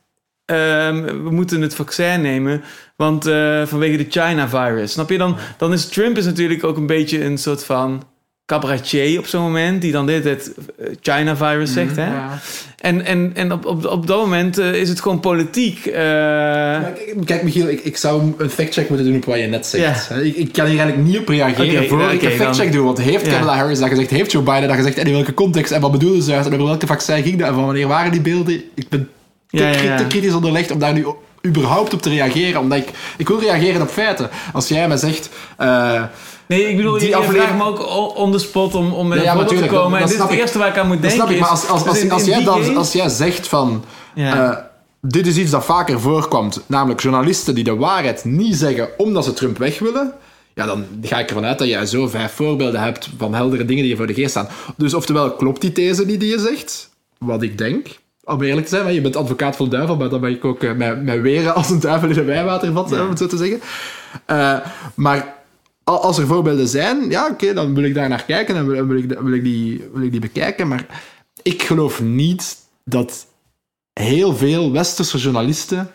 Um, we moeten het vaccin nemen, want uh, vanwege de China-virus. Snap je? Dan, dan is Trump is natuurlijk ook een beetje een soort van cabaretier op zo'n moment, die dan dit het China-virus zegt. Mm, hè? Ja. En, en, en op, op, op dat moment uh, is het gewoon politiek. Uh... Kijk, kijk, Michiel, ik, ik zou een factcheck moeten doen op wat je net zegt. Yeah. Ik, ik kan hier eigenlijk niet op reageren okay, voor okay, ik een factcheck dan... doe. Want heeft yeah. Kamala Harris dat gezegd? Heeft Joe Biden dat gezegd? En in welke context? En wat bedoelen ze? En over welke vaccin ging dat? En van wanneer waren die beelden? Ik ben... Te, ja, ja, ja. te kritisch onderlegd om daar nu überhaupt op te reageren. Omdat ik, ik wil reageren op feiten. Als jij me zegt... Uh, nee, ik bedoel, je aflevering... vraagt me ook on the spot om, om met ja, een voorbeeld te komen. Dat, dat en dit is het eerste waar ik aan moet denken. Snap ik, maar als, als, als, dus in, als, jij dan, als jij zegt van... Ja. Uh, dit is iets dat vaker voorkomt. Namelijk journalisten die de waarheid niet zeggen omdat ze Trump weg willen... Ja, dan ga ik ervan uit dat jij zo vijf voorbeelden hebt van heldere dingen die je voor de geest staan. Dus oftewel, klopt die these niet die je zegt? Wat ik denk... Om eerlijk te zijn, je bent advocaat van de duivel, maar dan ben ik ook uh, met, met weren als een duivel in een wijwatervat, ja. om het zo te zeggen. Uh, maar als er voorbeelden zijn, ja, oké, okay, dan wil ik daar naar kijken en wil, wil, ik, wil, ik die, wil ik die bekijken. Maar ik geloof niet dat heel veel westerse journalisten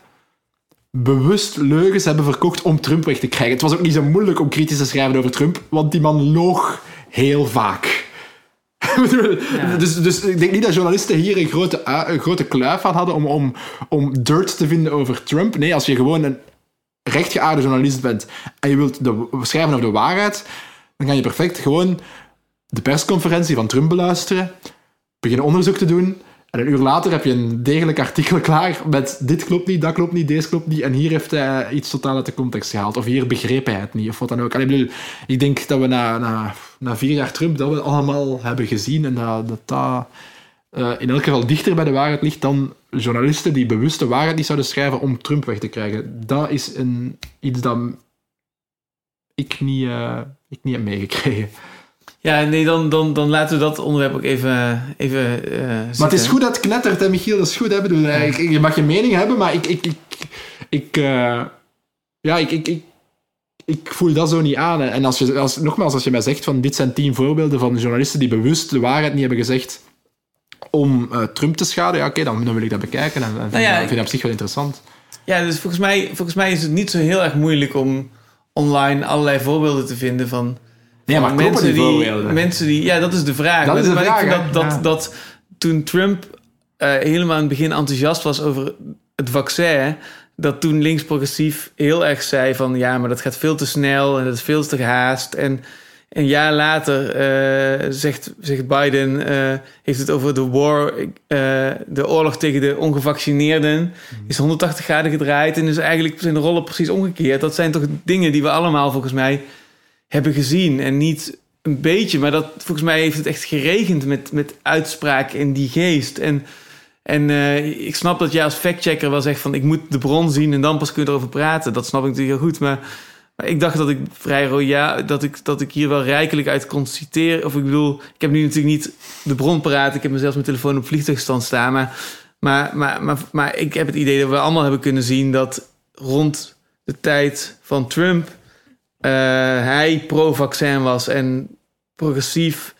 bewust leugens hebben verkocht om Trump weg te krijgen. Het was ook niet zo moeilijk om kritisch te schrijven over Trump, want die man loog heel vaak. Ja. dus, dus ik denk niet dat journalisten hier een grote, een grote kluif van hadden om, om, om dirt te vinden over Trump. Nee, als je gewoon een rechtgeaarde journalist bent en je wilt de, schrijven over de waarheid, dan kan je perfect gewoon de persconferentie van Trump beluisteren, beginnen onderzoek te doen en een uur later heb je een degelijk artikel klaar met dit klopt niet, dat klopt niet, deze klopt niet en hier heeft hij iets totaal uit de context gehaald of hier begreep hij het niet of wat dan ook. Allee, bedoel, ik denk dat we na, na, na vier jaar Trump dat we allemaal hebben gezien en dat dat, dat uh, in elk geval dichter bij de waarheid ligt dan journalisten die bewust de waarheid niet zouden schrijven om Trump weg te krijgen. Dat is een, iets dat ik niet, uh, ik niet heb meegekregen. Ja, nee, dan, dan, dan laten we dat onderwerp ook even, even uh, maar het is goed dat het knettert, hè, Michiel? Dat is goed, hè? Bedoel, ja. ik, je mag je mening hebben, maar ik... ik, ik, ik uh, ja, ik, ik, ik, ik voel dat zo niet aan. Hè. En als je, als, nogmaals, als je mij zegt van dit zijn tien voorbeelden van journalisten die bewust de waarheid niet hebben gezegd om uh, Trump te schaden, ja, oké, okay, dan, dan wil ik dat bekijken en, en nou ja, vind, ik vind dat op zich wel interessant. Ja, dus volgens mij, volgens mij is het niet zo heel erg moeilijk om online allerlei voorbeelden te vinden van... Nee, maar kloppen die voorbeelden? Mensen die, ja, dat is de vraag. Dat is de maar vraag, ik vind dat, ja. dat, dat toen Trump uh, helemaal in het begin enthousiast was over het vaccin, dat toen links-progressief heel erg zei van ja, maar dat gaat veel te snel en dat is veel te gehaast. En een jaar later uh, zegt, zegt Biden, uh, heeft het over de war, uh, de oorlog tegen de ongevaccineerden, mm-hmm. is honderdtachtig graden gedraaid en is eigenlijk zijn de rollen precies omgekeerd. Dat zijn toch dingen die we allemaal volgens mij hebben gezien en niet een beetje, maar dat volgens mij heeft het echt geregend met, met uitspraken in die geest. En, en uh, ik snap dat jij als factchecker wel zegt van ik moet de bron zien en dan pas kun je erover praten. Dat snap ik natuurlijk heel goed, maar, maar ik dacht dat ik vrij royaal, dat ik, dat ik hier wel rijkelijk uit kon citeren. Of ik bedoel, ik heb nu natuurlijk niet de bron paraat, ik heb mezelf mijn telefoon op vliegtuigstand staan, maar, maar, maar, maar, maar ik heb het idee dat we allemaal hebben kunnen zien dat rond de tijd van Trump Uh, hij pro-vaccin was en progressief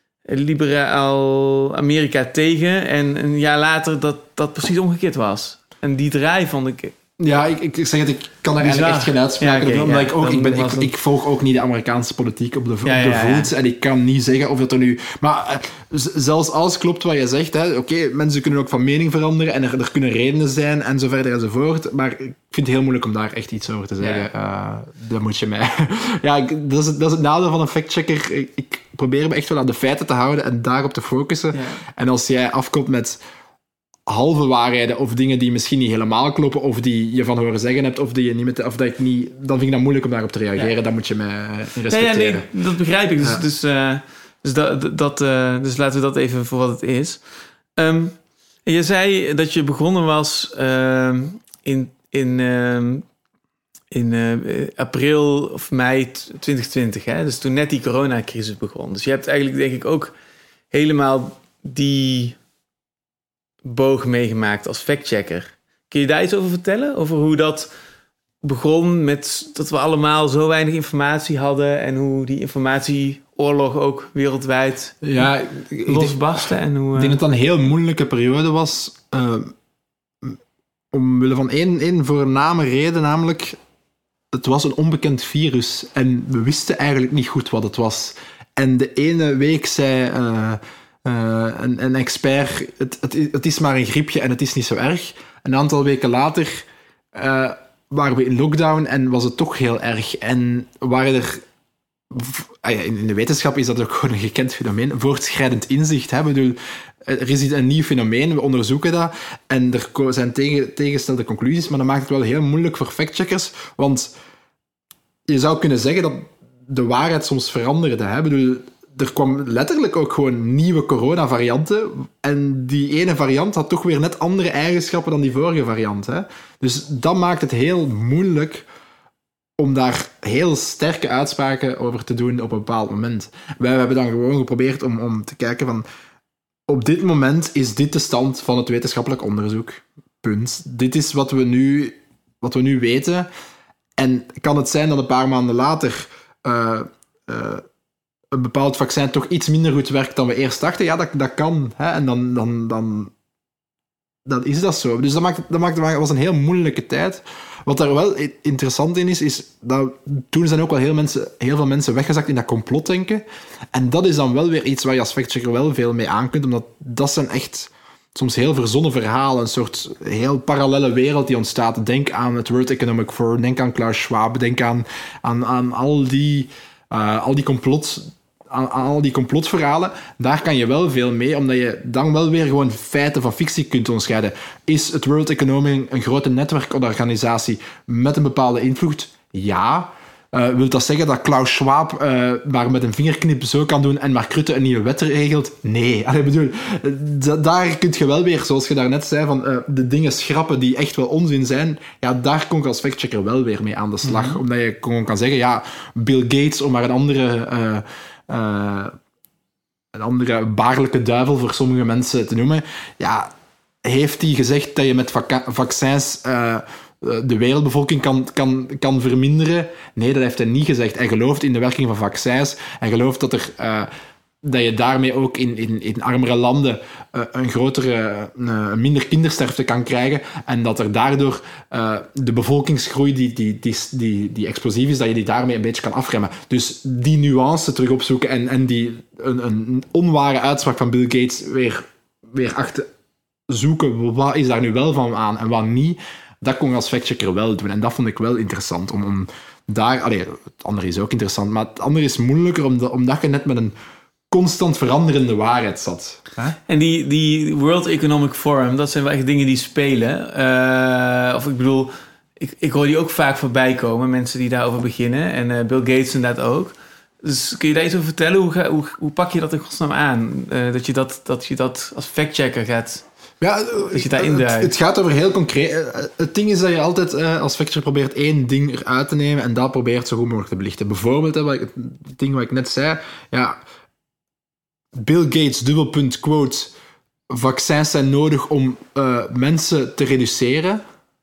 liberaal Amerika tegen. En een jaar later dat dat precies omgekeerd was. En die draai vond ik Ja, ik, ik zeg het, ik kan er eigenlijk echt geen uitspraken ja, okay, doen, omdat ja, ik ook, ik, ben, ik, een... ik volg ook niet de Amerikaanse politiek op de, vo- ja, ja, op de voet, ja. en ik kan niet zeggen of dat er nu... Maar uh, z- zelfs als klopt wat je zegt, oké, okay, mensen kunnen ook van mening veranderen, en er, er kunnen redenen zijn, en zo verder enzovoort, maar ik vind het heel moeilijk om daar echt iets over te zeggen. Ja. Uh, dat moet je mij... ja, ik, dat, is het, dat is het nadeel van een factchecker. Ik, ik probeer me echt wel aan de feiten te houden en daarop te focussen. Ja. En als jij afkomt met halve waarheden of dingen die misschien niet helemaal kloppen of die je van horen zeggen hebt of die je niet met, of dat ik niet, dan vind ik dat moeilijk om daarop te reageren. Ja. Dan moet je mij respecteren. Ja, ja, nee, dat begrijp ik. Dus, ja. dus, uh, dus, dat, dat, uh, dus laten we dat even voor wat het is. Um, je zei dat je begonnen was uh, in, in, uh, in uh, april of mei twintig twintig. Hè? Dus toen net die coronacrisis begon. Dus je hebt eigenlijk denk ik ook helemaal die boog meegemaakt als factchecker. Kun je daar iets over vertellen? Over hoe dat begon met dat we allemaal zo weinig informatie hadden en hoe die informatieoorlog ook wereldwijd ja, losbarstte? En hoe, uh... ik denk dat het een heel moeilijke periode was. Uh, omwille van één, één voorname reden, namelijk het was een onbekend virus en we wisten eigenlijk niet goed wat het was. En de ene week zei... Uh, Uh, een, een expert, het, het, het is maar een griepje en het is niet zo erg. Een aantal weken later uh, waren we in lockdown en was het toch heel erg. En waren er... In de wetenschap is dat ook gewoon een gekend fenomeen. Voortschrijdend inzicht. Hè? Ik bedoel, er is een nieuw fenomeen, we onderzoeken dat. En er zijn tegen, tegenstelde conclusies, maar dat maakt het wel heel moeilijk voor factcheckers. Want je zou kunnen zeggen dat de waarheid soms veranderde. Hè? Ik bedoel, er kwam letterlijk ook gewoon nieuwe coronavarianten. En die ene variant had toch weer net andere eigenschappen dan die vorige variant. Hè? Dus dat maakt het heel moeilijk om daar heel sterke uitspraken over te doen op een bepaald moment. Wij hebben dan gewoon geprobeerd om, om te kijken van... Op dit moment is dit de stand van het wetenschappelijk onderzoek. Punt. Dit is wat we nu, wat we nu weten. En kan het zijn dat een paar maanden later... Uh, uh, een bepaald vaccin toch iets minder goed werkt dan we eerst dachten, ja, dat, dat kan. Hè? En dan, dan, dan, dan is dat zo. Dus dat maakt, dat maakt, dat was een heel moeilijke tijd. Wat daar wel interessant in is, is dat toen zijn ook wel heel, mensen, heel veel mensen weggezakt in dat complotdenken. En dat is dan wel weer iets waar je als factchecker wel veel mee aan kunt, omdat dat zijn echt soms heel verzonnen verhalen, een soort heel parallele wereld die ontstaat. Denk aan het World Economic Forum, denk aan Klaus Schwab, denk aan, aan, aan al die... Uh, al die complot, aan, aan al die complotverhalen, daar kan je wel veel mee, omdat je dan wel weer gewoon feiten van fictie kunt onderscheiden. Is het World Economic een grote netwerkorganisatie met een bepaalde invloed? Ja. Uh, wil dat zeggen dat Klaus Schwab uh, maar met een vingerknip zo kan doen en Mark Rutte een nieuwe wet regelt? Nee. Allee, bedoel, d- daar kun je wel weer, zoals je daarnet zei, van uh, de dingen schrappen die echt wel onzin zijn. Ja, daar kom ik als factchecker wel weer mee aan de slag. Mm-hmm. Omdat je gewoon kan zeggen, ja, Bill Gates, om maar een andere... Uh, uh, een andere baarlijke duivel voor sommige mensen te noemen. Ja, heeft hij gezegd dat je met vac- vaccins... Uh, de wereldbevolking kan, kan, kan verminderen. Nee, dat heeft hij niet gezegd. Hij gelooft in de werking van vaccins. Hij gelooft dat, er, uh, dat je daarmee ook in, in, in armere landen uh, een grotere, uh, minder kindersterfte kan krijgen en dat er daardoor uh, de bevolkingsgroei die, die, die, die, die explosief is, dat je die daarmee een beetje kan afremmen. Dus die nuance terug opzoeken en, en die, een, een onware uitspraak van Bill Gates weer, weer achter zoeken. Wat is daar nu wel van aan en wat niet? Dat kon ik als factchecker wel doen. En dat vond ik wel interessant. Om, om daar, allee, het andere is ook interessant, maar het andere is moeilijker omdat, omdat je net met een constant veranderende waarheid zat. Huh? En die, die World Economic Forum, dat zijn wel echt dingen die spelen. Uh, of ik bedoel, ik, ik hoor die ook vaak voorbij komen, mensen die daarover beginnen. En uh, Bill Gates inderdaad ook. Dus kun je daar iets over vertellen? Hoe, ga, hoe, hoe pak je dat in godsnaam aan? Uh, dat, je dat, dat je dat als factchecker gaat... Ja, dat je daarin het, het gaat over heel concreet. Het ding is dat je altijd uh, als factchecker probeert één ding eruit te nemen en dat probeert zo goed mogelijk te belichten. Bijvoorbeeld, hè, wat ik, het ding wat ik net zei, ja, Bill Gates, dubbelpunt, quote, vaccins zijn nodig om uh, mensen te reduceren.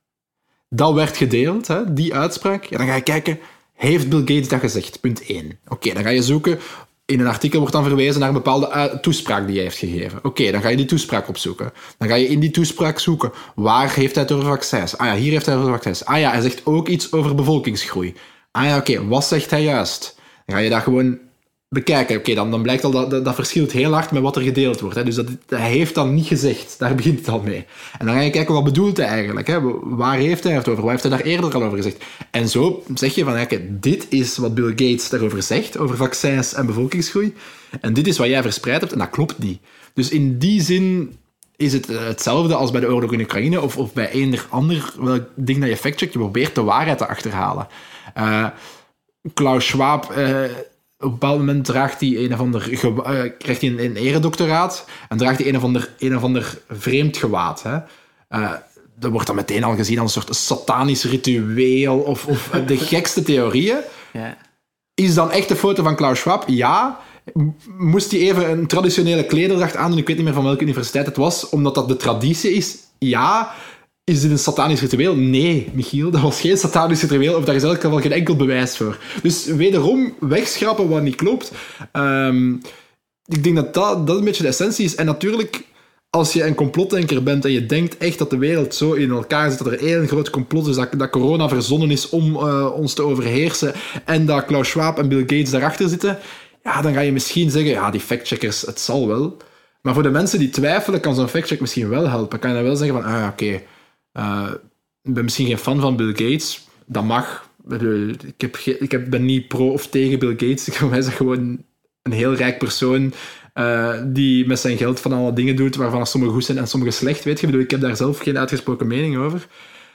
Dat werd gedeeld, hè, die uitspraak. Ja, dan ga je kijken, heeft Bill Gates dat gezegd? Punt één. Oké, okay, dan ga je zoeken... in een artikel wordt dan verwezen naar een bepaalde uh, toespraak die hij heeft gegeven. Oké, okay, dan ga je die toespraak opzoeken. Dan ga je in die toespraak zoeken. Waar heeft hij het over vaccins? Ah ja, hier heeft hij het over vaccins. Ah ja, hij zegt ook iets over bevolkingsgroei. Ah ja, oké, okay, wat zegt hij juist? Dan ga je dat gewoon bekijken. Oké, okay, dan, dan blijkt al dat, dat dat verschilt heel hard met wat er gedeeld wordt. Hè. Dus dat, hij heeft dat niet gezegd. Daar begint het al mee. En dan ga je kijken, wat bedoelt hij eigenlijk? Hè? Waar heeft hij het over? Waar heeft hij daar eerder al over gezegd? En zo zeg je van, ja, okay, dit is wat Bill Gates daarover zegt, over vaccins en bevolkingsgroei. En dit is wat jij verspreid hebt, en dat klopt niet. Dus in die zin is het hetzelfde als bij de oorlog in Oekraïne of, of bij eender ander ding dat je factcheckt. Je probeert de waarheid te achterhalen. Uh, Klaus Schwab... Uh, Op een bepaald moment draagt hij een of ander gewa- uh, krijgt hij een, een eredoctoraat en draagt hij een of ander, een of ander vreemd gewaad. Hè. Uh, dat wordt dan meteen al gezien als een soort satanisch ritueel of, of de gekste theorieën. Ja. Is dan echt de foto van Klaus Schwab? Ja. Moest hij even een traditionele klederdracht aandoen? Ik weet niet meer van welke universiteit het was, omdat dat de traditie is? Ja. Is dit een satanisch ritueel? Nee, Michiel, dat was geen satanisch ritueel, of daar is in elk geval geen enkel bewijs voor. Dus wederom wegschrappen wat niet klopt. Um, ik denk dat, dat dat een beetje de essentie is. En natuurlijk, als je een complotdenker bent en je denkt echt dat de wereld zo in elkaar zit, dat er één groot complot is, dat, dat corona verzonnen is om uh, ons te overheersen en dat Klaus Schwab en Bill Gates daarachter zitten, ja, dan ga je misschien zeggen, ja, die factcheckers, het zal wel. Maar voor de mensen die twijfelen, kan zo'n factcheck misschien wel helpen. Kan je dan wel zeggen van, ah, oké, okay, Uh, ik ben misschien geen fan van Bill Gates. Dat mag. Ik, heb ge- ik heb, ben niet pro of tegen Bill Gates. Voor mij is dat gewoon een heel rijk persoon uh, die met zijn geld van alle dingen doet waarvan sommige goed zijn en sommige slecht. Weet je, ik bedoel, ik heb daar zelf geen uitgesproken mening over.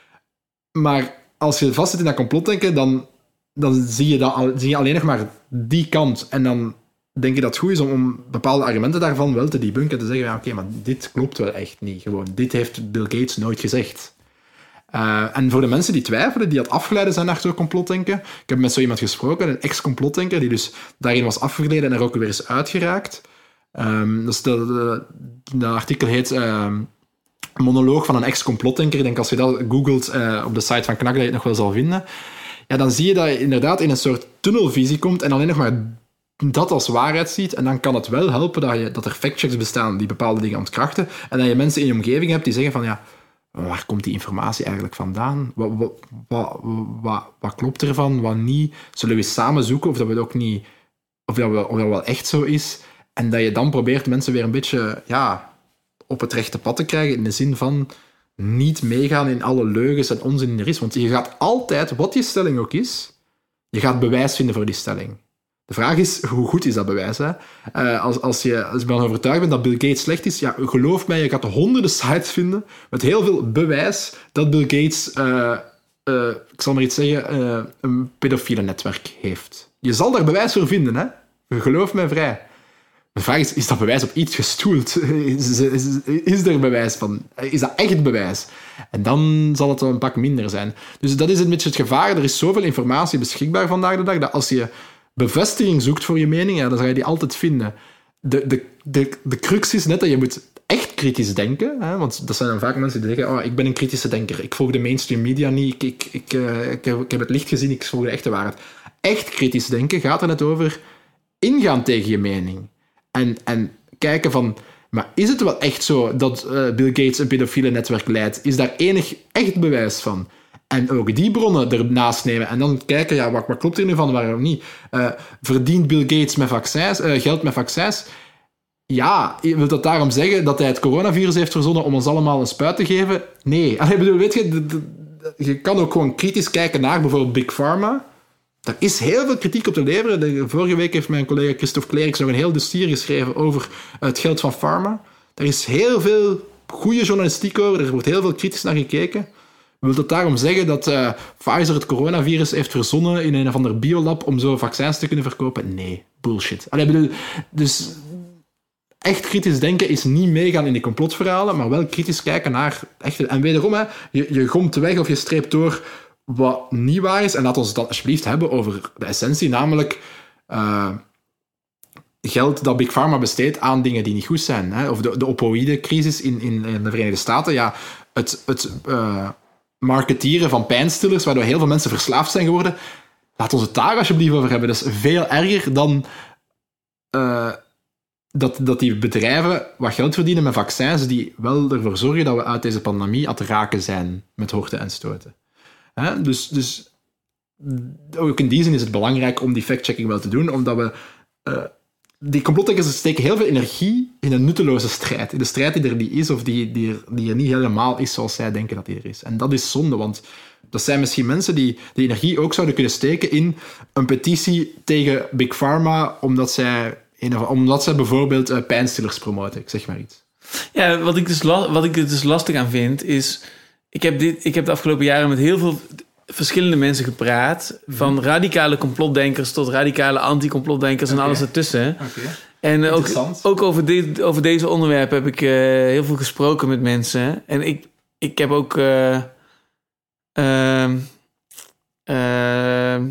Maar als je vastzit in dat complotdenken, dan, dan zie, je dat al, zie je alleen nog maar die kant. En dan denk je dat het goed is om, om bepaalde argumenten daarvan wel te debunken en te zeggen, ja, oké, okay, maar dit klopt wel echt niet. Gewoon, dit heeft Bill Gates nooit gezegd. Uh, en voor de mensen die twijfelen, die dat afgeleid zijn naar zo'n complotdenken, ik heb met zo iemand gesproken, een ex-complotdenker, die dus daarin was afgegleden en er ook weer is uitgeraakt. Um, dus de, de, de artikel heet uh, Monoloog van een ex-complotdenker. Ik denk als je dat googelt uh, op de site van Knak, dat je het nog wel zal vinden. Ja, dan zie je dat je inderdaad in een soort tunnelvisie komt en alleen nog maar dat als waarheid ziet, en dan kan het wel helpen dat, je, dat er factchecks bestaan die bepaalde dingen ontkrachten, en dat je mensen in je omgeving hebt die zeggen van, ja, waar komt die informatie eigenlijk vandaan? Wat, wat, wat, wat, wat klopt ervan, wat niet? Zullen we samen zoeken of dat het ook niet, of dat, wel, of dat wel echt zo is? En dat je dan probeert mensen weer een beetje, ja, op het rechte pad te krijgen, in de zin van niet meegaan in alle leugens en onzin die er is. Want je gaat altijd, wat je stelling ook is, je gaat bewijs vinden voor die stelling. De vraag is, hoe goed is dat bewijs? Hè? Uh, als, als, je, als je ervan overtuigd bent dat Bill Gates slecht is, ja, geloof mij, je gaat honderden sites vinden met heel veel bewijs dat Bill Gates, uh, uh, ik zal maar iets zeggen, uh, een pedofiele netwerk heeft. Je zal daar bewijs voor vinden, hè? Geloof mij vrij. De vraag is, is dat bewijs op iets gestoeld? Is, is, is er bewijs van? Is dat echt bewijs? En dan zal het wel een pak minder zijn. Dus dat is een beetje het gevaar. Er is zoveel informatie beschikbaar vandaag de dag, dat als je bevestiging zoekt voor je mening, ja, dan zal je die altijd vinden. De, de, de, de crux is net dat je moet echt kritisch denken, hè, want dat zijn dan vaak mensen die zeggen, oh, ik ben een kritische denker, ik volg de mainstream media niet, ik, ik, ik, uh, ik, heb, ik heb het licht gezien, ik volg de echte waarheid. Echt kritisch denken gaat er net over ingaan tegen je mening. En, en kijken van, maar is het wel echt zo dat uh, Bill Gates een pedofiele netwerk leidt? Is daar enig echt bewijs van? En ook die bronnen ernaast nemen. En dan kijken, ja, wat, wat klopt er nu van, waarom niet? Uh, verdient Bill Gates met vaccins, uh, geld met vaccins? Ja, wil dat daarom zeggen dat hij het coronavirus heeft verzonnen om ons allemaal een spuit te geven? Nee. Allee, bedoel, weet je, de, de, de, je kan ook gewoon kritisch kijken naar bijvoorbeeld Big Pharma. Daar is heel veel kritiek op te leveren. De, vorige week heeft mijn collega Christophe Clerix nog een heel dossier geschreven over het geld van pharma. Er is heel veel goede journalistiek over. Er wordt heel veel kritisch naar gekeken. Wil dat daarom zeggen dat uh, Pfizer het coronavirus heeft verzonnen in een of ander biolab om zo vaccins te kunnen verkopen? Nee, bullshit. Allee, bedoel, dus echt kritisch denken is niet meegaan in die complotverhalen, maar wel kritisch kijken naar echte... En wederom, hè, je, je gomt weg of je streept door wat niet waar is. En laat ons het dan alsjeblieft hebben over de essentie, namelijk uh, geld dat Big Pharma besteedt aan dingen die niet goed zijn. Hè? Of de, de opioïdencrisis in, in, in de Verenigde Staten. Ja, het... het uh, marketieren van pijnstillers, waardoor heel veel mensen verslaafd zijn geworden. Laat ons het daar alsjeblieft over hebben. Dat is veel erger dan uh, dat, dat die bedrijven wat geld verdienen met vaccins die wel ervoor zorgen dat we uit deze pandemie aan het raken zijn met horten en stoten. Hè? Dus, dus ook in die zin is het belangrijk om die fact-checking wel te doen, omdat we... Uh, die complotdenkers steken heel veel energie in een nutteloze strijd. In de strijd die er niet is, of die, die, er, die er niet helemaal is zoals zij denken dat die er is. En dat is zonde, want dat zijn misschien mensen die die energie ook zouden kunnen steken in een petitie tegen Big Pharma, omdat zij, omdat zij bijvoorbeeld uh, pijnstillers promoten. Ik zeg maar iets. Ja, wat ik dus, la- wat ik er dus lastig aan vind, is... Ik heb, dit, ik heb de afgelopen jaren met heel veel verschillende mensen gepraat. Van mm-hmm. radicale complotdenkers tot radicale anti-complotdenkers okay. en alles ertussen. Okay. En uh, ook, ook over, dit, over deze onderwerpen heb ik uh, heel veel gesproken met mensen. En ik, ik heb ook... Uh, uh, uh,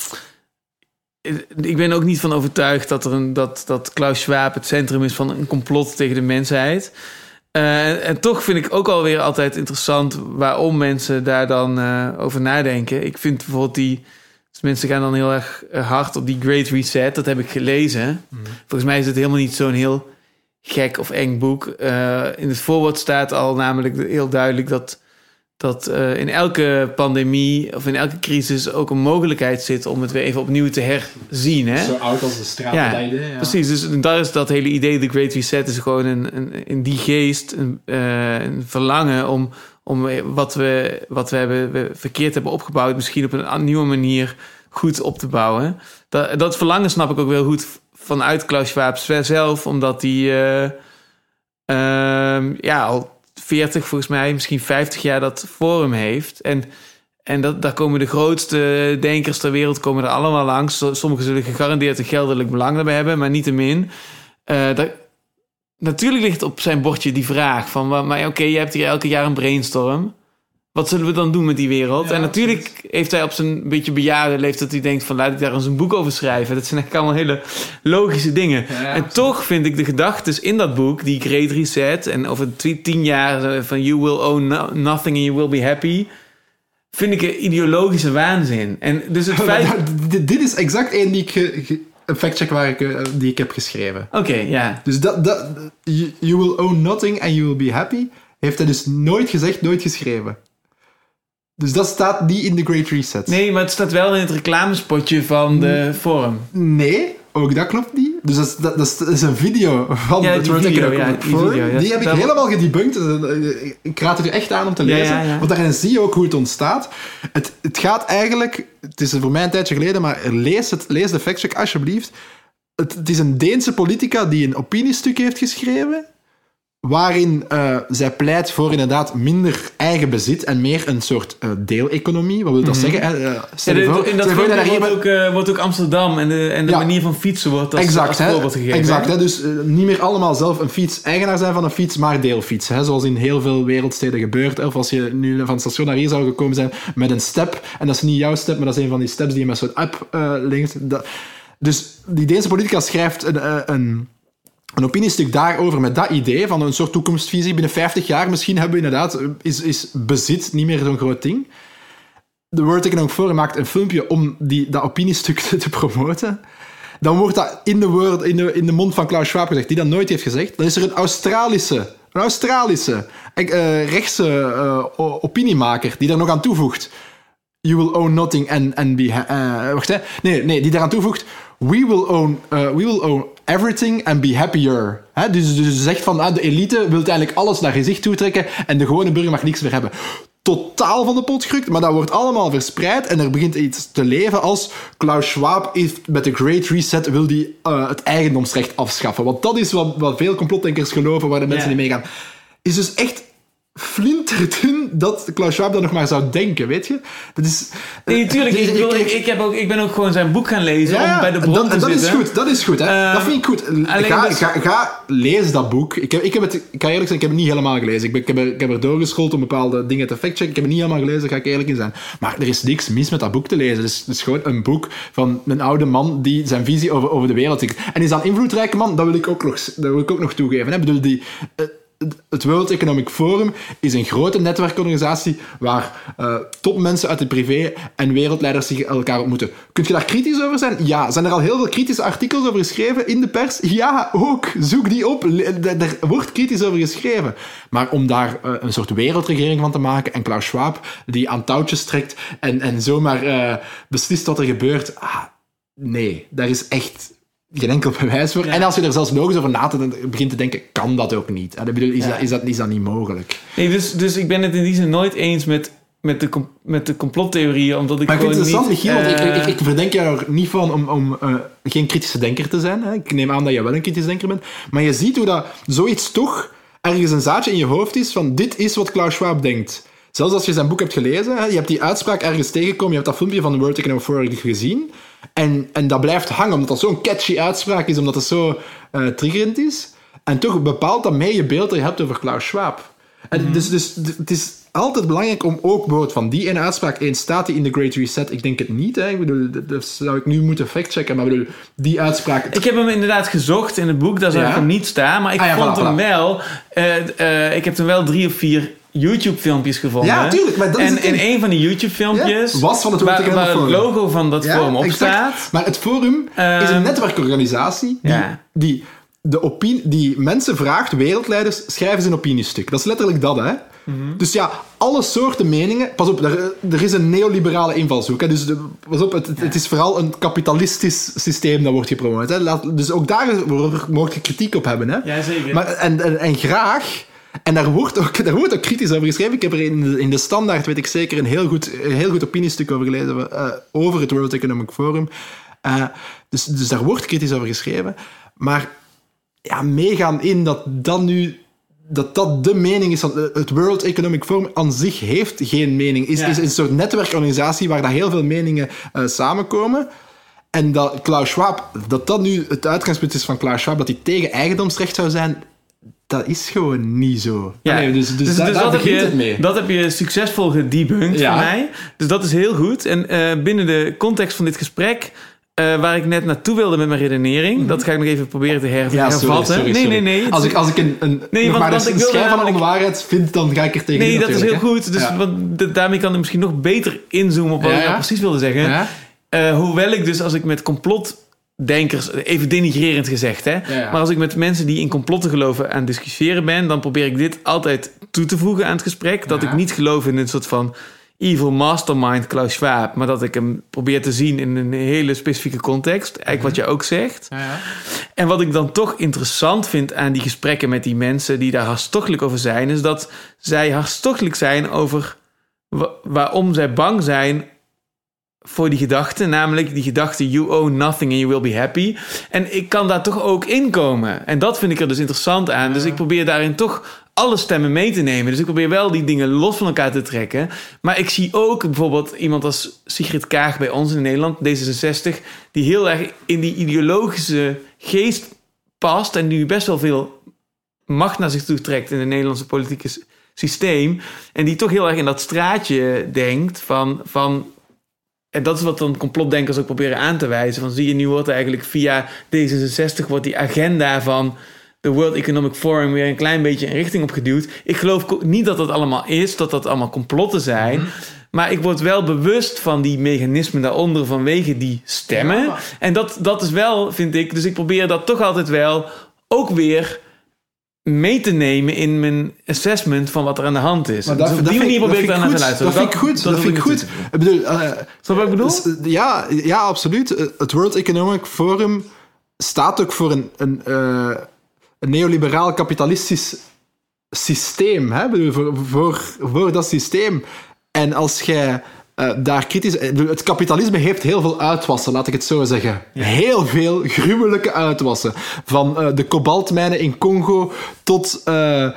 ik ben ook niet van overtuigd dat, er een, dat, dat Klaus Schwab het centrum is van een complot tegen de mensheid. Uh, en toch vind ik ook alweer altijd interessant waarom mensen daar dan uh, over nadenken. Ik vind bijvoorbeeld die... Dus mensen gaan dan heel erg hard op die Great Reset. Dat heb ik gelezen. Mm. Volgens mij is het helemaal niet zo'n heel gek of eng boek. Uh, in het voorwoord staat al namelijk heel duidelijk dat... dat uh, in elke pandemie of in elke crisis ook een mogelijkheid zit om het weer even opnieuw te herzien. Hè? Zo oud als de straat. Ja, idee, ja. Precies. Dus daar is dat hele idee, de Great Reset, is gewoon een, een, in die geest een, uh, een verlangen om, om wat, we, wat we, hebben, we verkeerd hebben opgebouwd misschien op een nieuwe manier goed op te bouwen. Dat, dat verlangen snap ik ook wel goed vanuit Klaus Schwab zelf, omdat hij uh, uh, ja, al veertig, volgens mij, misschien vijftig jaar dat forum heeft. En, en dat, daar komen de grootste denkers ter wereld komen er allemaal langs. Sommigen zullen gegarandeerd een geldelijk belang daarbij hebben, maar niettemin. Uh, dat, natuurlijk ligt op zijn bordje die vraag van, maar oké, okay, je hebt hier elke jaar een brainstorm. Wat zullen we dan doen met die wereld? Ja, en natuurlijk precies. Heeft hij op zijn beetje bejaarde leeftijd dat hij denkt van, laat ik daar eens een boek over schrijven. Dat zijn eigenlijk allemaal hele logische dingen. Ja, ja, en absoluut. Toch vind ik de gedachtes in dat boek, die Great Reset en over tien jaar van you will own no- nothing and you will be happy, vind ik een ideologische waanzin. En dus het feit... dit, dit is exact één die ik... Ge, ge, een factcheck waar ik, die ik heb geschreven. Oké, okay, ja. Dus dat, dat, you, you will own nothing and you will be happy, heeft hij dus nooit gezegd, nooit geschreven. Dus dat staat niet in de Great Reset. Nee, maar het staat wel in het reclamespotje van de forum. Nee, ook dat klopt niet. Dus dat is, dat, dat is een video van ja, het die video, ja, die, video, ja. die heb ik dat helemaal gedebunked. Ik raad het er echt aan om te lezen. Ja, ja, ja. Want daarin zie je ook hoe het ontstaat. Het, het gaat eigenlijk... Het is voor mij een tijdje geleden, maar lees, het, lees de factcheck alsjeblieft. Het, het is een Deense politica die een opiniestuk heeft geschreven, waarin uh, zij pleit voor inderdaad minder eigen bezit en meer een soort uh, deeleconomie. Wat wil dat mm-hmm. zeggen? Uh, ja, de, voor, in dat voor wordt, wordt, ook, uh, wordt ook Amsterdam en de, en de ja, manier van fietsen wordt als, exact, als voorbeeld gegeven. Exact, hè? Dus uh, niet meer allemaal zelf een fiets eigenaar zijn van een fiets, maar deelfiets. Hè? Zoals in heel veel wereldsteden gebeurt. Of als je nu van het station naar hier zou gekomen zijn met een step, en dat is niet jouw step, maar dat is een van die steps die je met zo'n app uh, linkt. Dat, dus die Deense politica schrijft een... Uh, een Een opiniestuk daarover met dat idee van een soort toekomstvisie. Binnen vijftig jaar misschien hebben we inderdaad... Is, is bezit niet meer zo'n groot ding. De World Economic Forum maakt een filmpje om die, dat opiniestuk te, te promoten. Dan wordt dat in de, word, in, de, in de mond van Klaus Schwab gezegd, die dat nooit heeft gezegd. Dan is er een Australische, een Australische uh, rechtse uh, opiniemaker die daar nog aan toevoegt. You will own nothing and, and be... Uh, wacht, hè. Nee, nee, die daaraan toevoegt... We will own, uh, we will own everything and be happier. He? Dus, dus je zegt van ah, de elite wil eigenlijk alles naar gezicht toetrekken en de gewone burger mag niks meer hebben. Totaal van de pot gerukt, maar dat wordt allemaal verspreid en er begint iets te leven als Klaus Schwab heeft met de Great Reset wil die uh, het eigendomsrecht afschaffen. Want dat is wat, wat veel complotdenkers geloven, waar de mensen yeah. niet meegaan. Is dus echt flinterdun dat Klaus Schwab dat nog maar zou denken, weet je? Dat is... Nee, natuurlijk. Ik, ik, ik, ik, heb ook, ik ben ook gewoon zijn boek gaan lezen ja, om bij de bron dat, te dat zitten. Is goed, dat is goed, hè. Uh, dat vind ik goed. Ga, dus... ga, ga lees dat boek. Ik heb, ik heb het, ik kan eerlijk zijn, ik heb het niet helemaal gelezen. Ik, ben, ik, heb, er, ik heb er doorgeschoold om bepaalde dingen te factchecken. Ik heb het niet helemaal gelezen, daar ga ik eerlijk in zijn. Maar er is niks mis met dat boek te lezen. Het is, het is gewoon een boek van een oude man die zijn visie over, over de wereld heeft. En is dat een invloedrijke man? Dat wil ik ook nog, dat wil ik ook nog toegeven. Hè. Ik bedoel, die... Uh, het World Economic Forum is een grote netwerkorganisatie waar uh, topmensen uit het privé en wereldleiders zich elkaar ontmoeten. Kun je daar kritisch over zijn? Ja. Zijn er al heel veel kritische artikels over geschreven in de pers? Ja, ook. Zoek die op. Er wordt kritisch over geschreven. Maar om daar uh, een soort wereldregering van te maken en Klaus Schwab die aan touwtjes trekt en, en zomaar uh, beslist wat er gebeurt... Ah, nee, daar is echt... geen enkel bewijs voor. Ja. En als je er zelfs logisch over na te begint te denken, kan dat ook niet. Ik bedoel, is, ja. dat, is, dat, is dat niet mogelijk? Nee, dus, dus ik ben het in die zin nooit eens met, met, de, met de complottheorieën, omdat ik maar gewoon ik vind het niet... interessant, Michiel, uh... want ik, ik, ik verdenk jou er niet van om, om uh, geen kritische denker te zijn. Hè. Ik neem aan dat je wel een kritische denker bent. Maar je ziet hoe dat zoiets toch ergens een zaadje in je hoofd is van dit is wat Klaus Schwab denkt. Zelfs als je zijn boek hebt gelezen, hè, je hebt die uitspraak ergens tegengekomen, je hebt dat filmpje van de World Economic Forum gezien, en, en dat blijft hangen, omdat dat zo'n catchy uitspraak is, omdat het zo uh, triggerend is. En toch bepaalt dat mee je beeld dat je hebt over Klaus Schwab. En mm-hmm. dus, dus het is altijd belangrijk om ook bijvoorbeeld van die ene uitspraak, één staat die in de Great Reset, ik denk het niet, hè. Ik bedoel, dat zou ik nu moeten factchecken, maar ik bedoel, die uitspraak... Ik heb hem inderdaad gezocht in het boek, daar zou ja? ik hem niet staan, maar ik ah, ja, vond voilà, hem voilà. wel... Uh, uh, ik heb hem wel drie of vier... YouTube-filmpjes gevonden. Ja, tuurlijk. Maar dat en is in een van die YouTube-filmpjes... Ja, was van het World Waar, waar het logo van dat ja, forum op exact. staat. Maar het forum uh, is een netwerkorganisatie die, ja. die, de opinie, die mensen vraagt, wereldleiders, schrijven ze een opiniestuk. Dat is letterlijk dat, hè. Mm-hmm. Dus ja, alle soorten meningen... Pas op, er, er is een neoliberale invalshoek. Hè, dus de, pas op, het, het, het is vooral een kapitalistisch systeem dat wordt gepromoot. Hè. Laat, dus ook daar mocht je kritiek op hebben. Hè. Ja, zeker. Maar, en, en, en graag... En daar wordt, ook, daar wordt ook kritisch over geschreven. Ik heb er in de, in de Standaard, weet ik zeker, een heel goed, een heel goed opiniestuk over gelezen uh, over het World Economic Forum. Uh, dus, dus daar wordt kritisch over geschreven. Maar ja, meegaan in dat dat nu... dat dat de mening is van het World Economic Forum aan zich heeft geen mening. Is, ja. is een soort netwerkorganisatie waar dat heel veel meningen uh, samenkomen. En dat Klaus Schwab, dat dat nu het uitgangspunt is van Klaus Schwab, dat hij tegen eigendomsrecht zou zijn... Dat is gewoon niet zo. Ja, nee, dus, dus, dus, daar, dus daar dat begint heb je, het mee. Dat heb je succesvol gedebunked ja. voor mij. Dus dat is heel goed. En uh, binnen de context van dit gesprek... Uh, waar ik net naartoe wilde met mijn redenering... Mm-hmm. Dat ga ik nog even proberen te her- ja, hervatten. Sorry, sorry, nee, sorry. nee, nee. Als ik, als ik een, een, nee, nog want, maar een, een schijn van namelijk... onwaarheid vind... dan ga ik er tegen Nee, dat is heel hè? goed. Dus, ja. want de, daarmee kan ik misschien nog beter inzoomen... op wat ja, ik nou precies wilde zeggen. Ja. Uh, hoewel ik dus als ik met complot... denkers, even denigrerend gezegd, hè. Ja, ja. Maar als ik met mensen die in complotten geloven aan het discussiëren ben, dan probeer ik dit altijd toe te voegen aan het gesprek. Dat ja. ik niet geloof in een soort van evil mastermind Klaus Schwab, maar dat ik hem probeer te zien in een hele specifieke context. Eigenlijk mm-hmm. wat je ook zegt. Ja, ja. En wat ik dan toch interessant vind aan die gesprekken met die mensen die daar hartstochtelijk over zijn, is dat zij hartstochtelijk zijn over wa- waarom zij bang zijn voor die gedachte, namelijk die gedachte you owe nothing and you will be happy. En ik kan daar toch ook in komen. En dat vind ik er dus interessant aan. Ja. Dus ik probeer daarin toch alle stemmen mee te nemen. Dus ik probeer wel die dingen los van elkaar te trekken. Maar ik zie ook bijvoorbeeld iemand als Sigrid Kaag bij ons in Nederland, D zesenzestig, die heel erg in die ideologische geest past en die best wel veel macht naar zich toe trekt in het Nederlandse politieke systeem. En die toch heel erg in dat straatje denkt van... van en dat is wat dan complotdenkers ook proberen aan te wijzen. Van zie je, nu wordt eigenlijk via D zesenzestig wordt die agenda van de World Economic Forum weer een klein beetje in richting opgeduwd. Ik geloof niet dat dat allemaal is, dat dat allemaal complotten zijn. Mm-hmm. Maar ik word wel bewust van die mechanismen daaronder vanwege die stemmen. Ja. En dat, dat is wel, vind ik, dus ik probeer dat toch altijd wel ook weer mee te nemen in mijn assessment van wat er aan de hand is. Maar dat, dus op die manier probeer ik daar naar te luisteren. Dat vind ik goed. Dat, dat vind ik goed. Ik bedoel, uh, Snap wat ik bedoel? Ja, ja, absoluut. Het World Economic Forum staat ook voor een, een, uh, een neoliberaal kapitalistisch systeem. Hè? Bedoel, voor, voor, voor dat systeem. En als jij uh, daar kritisch... Het kapitalisme heeft heel veel uitwassen, laat ik het zo zeggen. Ja. Heel veel gruwelijke uitwassen. Van uh, de kobaltmijnen in Congo tot uh, uh,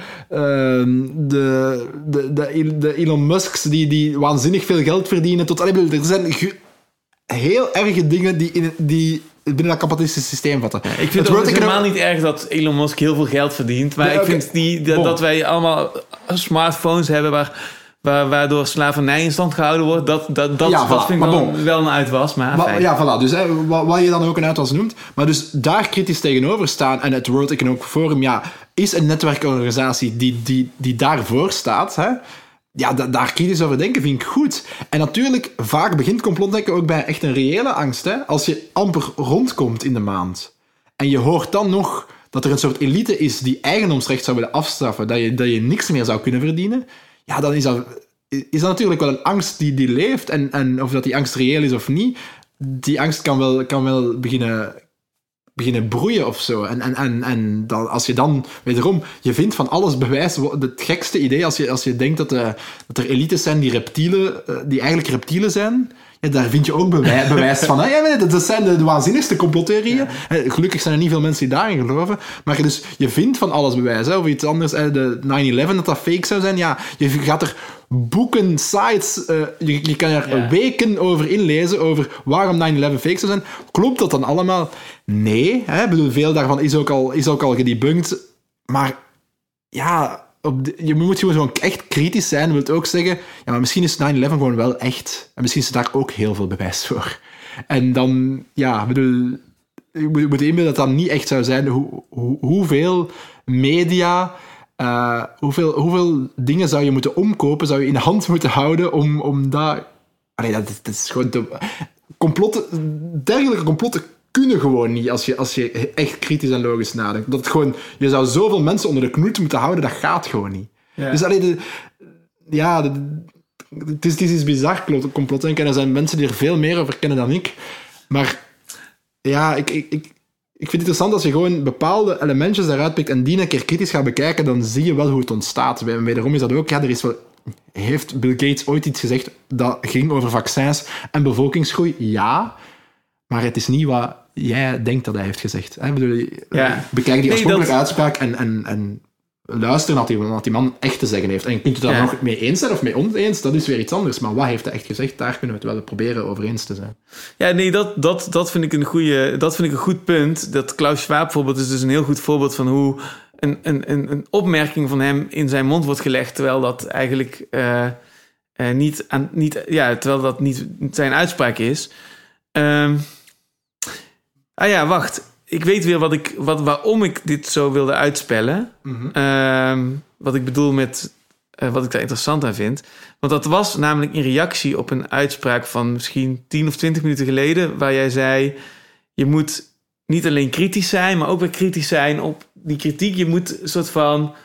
de, de, de, de Elon Musks die, die waanzinnig veel geld verdienen. Tot, er zijn gu- heel erge dingen die, in, die binnen dat kapitalistische systeem vatten. Ja, ik vind het, het helemaal niet erg dat Elon Musk heel veel geld verdient. Maar nee, ik okay. vind die, dat, dat wij allemaal smartphones hebben waar... Wa- waardoor slavernij in stand gehouden wordt. Dat, dat, dat, Ja, dat voilà. vind ik Maar wel, bon. wel een uitwas. Maar Maar, fijn. ja, voilà. Dus hè, wat, wat je dan ook een uitwas noemt. Maar dus daar kritisch tegenover staan. En het World Economic Forum ja, is een netwerkorganisatie die, die, die daarvoor staat. Hè. Ja, da- daar kritisch over denken vind ik goed. En natuurlijk, vaak begint complotdenken ook bij echt een reële angst. Hè. Als je amper rondkomt in de maand. En je hoort dan nog dat er een soort elite is die eigendomsrecht zou willen afstraffen. Dat je, dat je niks meer zou kunnen verdienen. Ja, dan is dat... is dat natuurlijk wel een angst die, die leeft. En, en of dat die angst reëel is of niet, die angst kan wel, kan wel beginnen, beginnen broeien of zo. En, en, en, en dan, als je dan, wederom, je vindt van alles bewijs. Het gekste idee, als je, als je denkt dat, de, dat er elites zijn die reptielen, die eigenlijk reptielen zijn, ja, daar vind je ook bewijs, bewijs van. Hè? Ja, dat zijn de, de waanzinnigste complottheorieën. Ja. Gelukkig zijn er niet veel mensen die daarin geloven. Maar dus, je vindt van alles bewijs. Hè? Of iets anders, de nine eleven, dat dat fake zou zijn. Ja, je gaat er boeken, sites, uh, je, je kan er ja. weken over inlezen, over waarom nine eleven fake zou zijn. Klopt dat dan allemaal? Nee. Hè? Ik bedoel, veel daarvan is ook al, is ook al gedebunked. Maar ja... Op de, je moet gewoon echt kritisch zijn. Dat wil ook zeggen, ja, maar misschien is nine eleven gewoon wel echt. En misschien is er daar ook heel veel bewijs voor. En dan, ja, bedoel, je moet, je moet inbeelden dat dat niet echt zou zijn. Hoe, hoe, hoeveel media, uh, hoeveel, hoeveel dingen zou je moeten omkopen, zou je in de hand moeten houden om, om dat... Allee, dat, dat is gewoon... Te, complotten, dergelijke complotten kunnen gewoon niet als je, als je echt kritisch en logisch nadenkt. Dat gewoon, je zou zoveel mensen onder de knoet moeten houden, dat gaat gewoon niet. Ja. Dus allee, de, ja, de, het, is, het is iets bizar complotdenken. En er zijn mensen die er veel meer over kennen dan ik. Maar ja, ik, ik, ik, ik vind het interessant als je gewoon bepaalde elementjes daaruit pikt en die een keer kritisch gaat bekijken, dan zie je wel hoe het ontstaat. Wederom is dat ook, ja, er is wel... Heeft Bill Gates ooit iets gezegd dat ging over vaccins en bevolkingsgroei? Ja, maar het is niet wat jij denkt dat hij heeft gezegd. Hè? Bedoel, ja. Bekijk die oorspronkelijke nee, dat... uitspraak en, en, en luister naar die, naar die man echt te zeggen heeft. En je kunt het daar ja. nog mee eens zijn of mee oneens, dat is weer iets anders. Maar wat heeft hij echt gezegd, daar kunnen we het wel proberen over eens te zijn. Ja, nee, dat, dat, dat, vind ik een goeie, dat vind ik een goed punt. Dat Klaus Schwab bijvoorbeeld is dus een heel goed voorbeeld van hoe een, een, een, een opmerking van hem in zijn mond wordt gelegd, terwijl dat eigenlijk uh, uh, niet, aan, niet, ja, terwijl dat niet zijn uitspraak is. Um, ah ja, wacht. Ik weet weer wat ik, wat, waarom ik dit zo wilde uitspellen. Mm-hmm. Um, wat ik bedoel met uh, wat ik daar interessant aan vind. Want dat was namelijk in reactie op een uitspraak van misschien tien of twintig minuten geleden, waar jij zei, je moet niet alleen kritisch zijn, maar ook weer kritisch zijn op die kritiek. Je moet een soort van...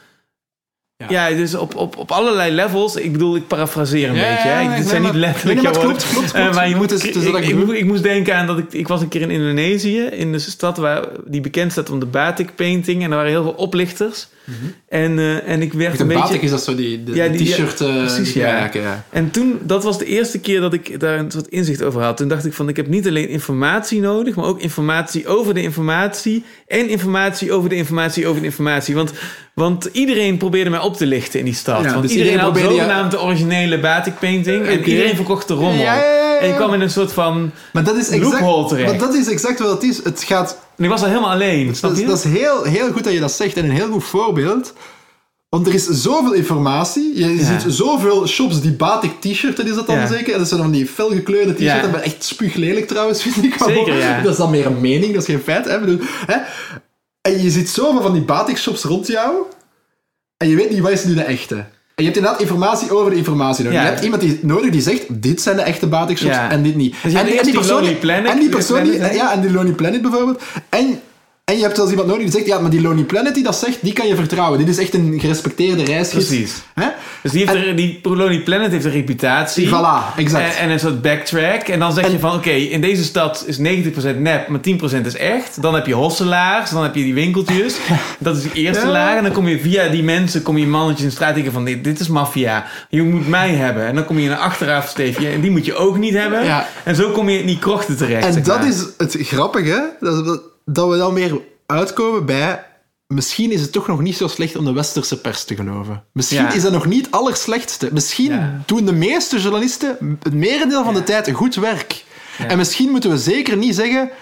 Ja, ja dus op, op, op allerlei levels. Ik bedoel, ik parafraseer een ja, beetje. Hè. Ja, Dit zijn maar, niet letterlijk nee, nee, klopt, klopt, klopt. Uh, maar je moet, het, ik, ik, ik, ik, ik moest denken aan dat ik... Ik was een keer in Indonesië, in de stad waar die bekend staat om de batik painting. En er waren heel veel oplichters. Mm-hmm. En, uh, en ik werd de een beetje... batik is dat zo die de, ja, die, t-shirt... Uh, precies, ja. Ja, ja. En toen, dat was de eerste keer dat ik daar een soort inzicht over had. Toen dacht ik van, ik heb niet alleen informatie nodig, maar ook informatie over de informatie en informatie over de informatie over de informatie. Want, want iedereen probeerde mij op te lichten in die stad. Ja, want dus iedereen, iedereen had zogenaamd de originele batik painting en okay. iedereen verkocht de rommel. Ja, ja, ja, ja. En ik kwam in een soort van maar dat is exact, loophole terecht. Maar dat is exact wat het is. Het gaat... En ik was al helemaal alleen, snap je? Dat is, dat is heel, heel goed dat je dat zegt en een heel goed voorbeeld. Want er is zoveel informatie. Je ja. ziet zoveel shops die batik t-shirten, is dat dan ja. zeker? En dat zijn dan die felgekleurde t-shirts. Ja. Dat echt spuuglelijk trouwens, vind ik. Zeker, ja. Dat is dan meer een mening, dat is geen feit. Hè? Bedoel, hè? En je ziet zoveel van die batik shops rond jou. En je weet niet, wat is nu de echte? En je hebt inderdaad informatie over de informatie nodig. Ja. Je hebt iemand die nodig die zegt, dit zijn de echte batik shops ja. en dit niet. Dus en, en die persoon die Planet, en die persoon die, ja, en die Lonely Planet bijvoorbeeld. En En je hebt zelfs iemand nodig die zegt, ja, maar die Lonely Planet die dat zegt, die kan je vertrouwen. Dit is echt een gerespecteerde reisgids. Precies. Hè? Dus die, heeft en, er, die Lonely Planet heeft een reputatie. Voilà, exact. En, en een soort backtrack. En dan zeg en, je van, oké, okay, in deze stad is negentig procent nep, maar tien procent is echt. Dan heb je hosselaars, dan heb je die winkeltjes. Dat is de eerste ja. laag. En dan kom je via die mensen, kom je mannetjes in de straat tegen van, dit, dit is maffia. Je moet mij hebben. En dan kom je in een achterafsteefje en die moet je ook niet hebben. Ja. En zo kom je in die krochten terecht. En zeg dat maar. is het grappige, dat, dat, dat we dan meer uitkomen bij... Misschien is het toch nog niet zo slecht om de westerse pers te geloven. Misschien ja. is dat nog niet het allerslechtste. Misschien ja. doen de meeste journalisten het merendeel van ja. de tijd goed werk. Ja. En misschien moeten we zeker niet zeggen...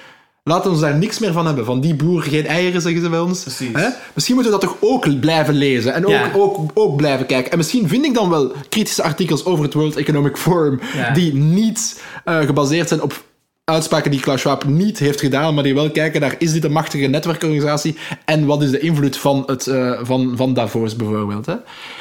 Laten we ons daar niks meer van hebben. Van die boer, geen eieren, zeggen ze bij ons. Hè? Misschien moeten we dat toch ook blijven lezen. En ook, ja. ook, ook blijven kijken. En misschien vind ik dan wel kritische artikels over het World Economic Forum ja. die niet uh, gebaseerd zijn op uitspraken die Klaus Schwab niet heeft gedaan, maar die wel kijken naar, is dit een machtige netwerkorganisatie en wat is de invloed van, het, uh, van, van Davos bijvoorbeeld. Hè?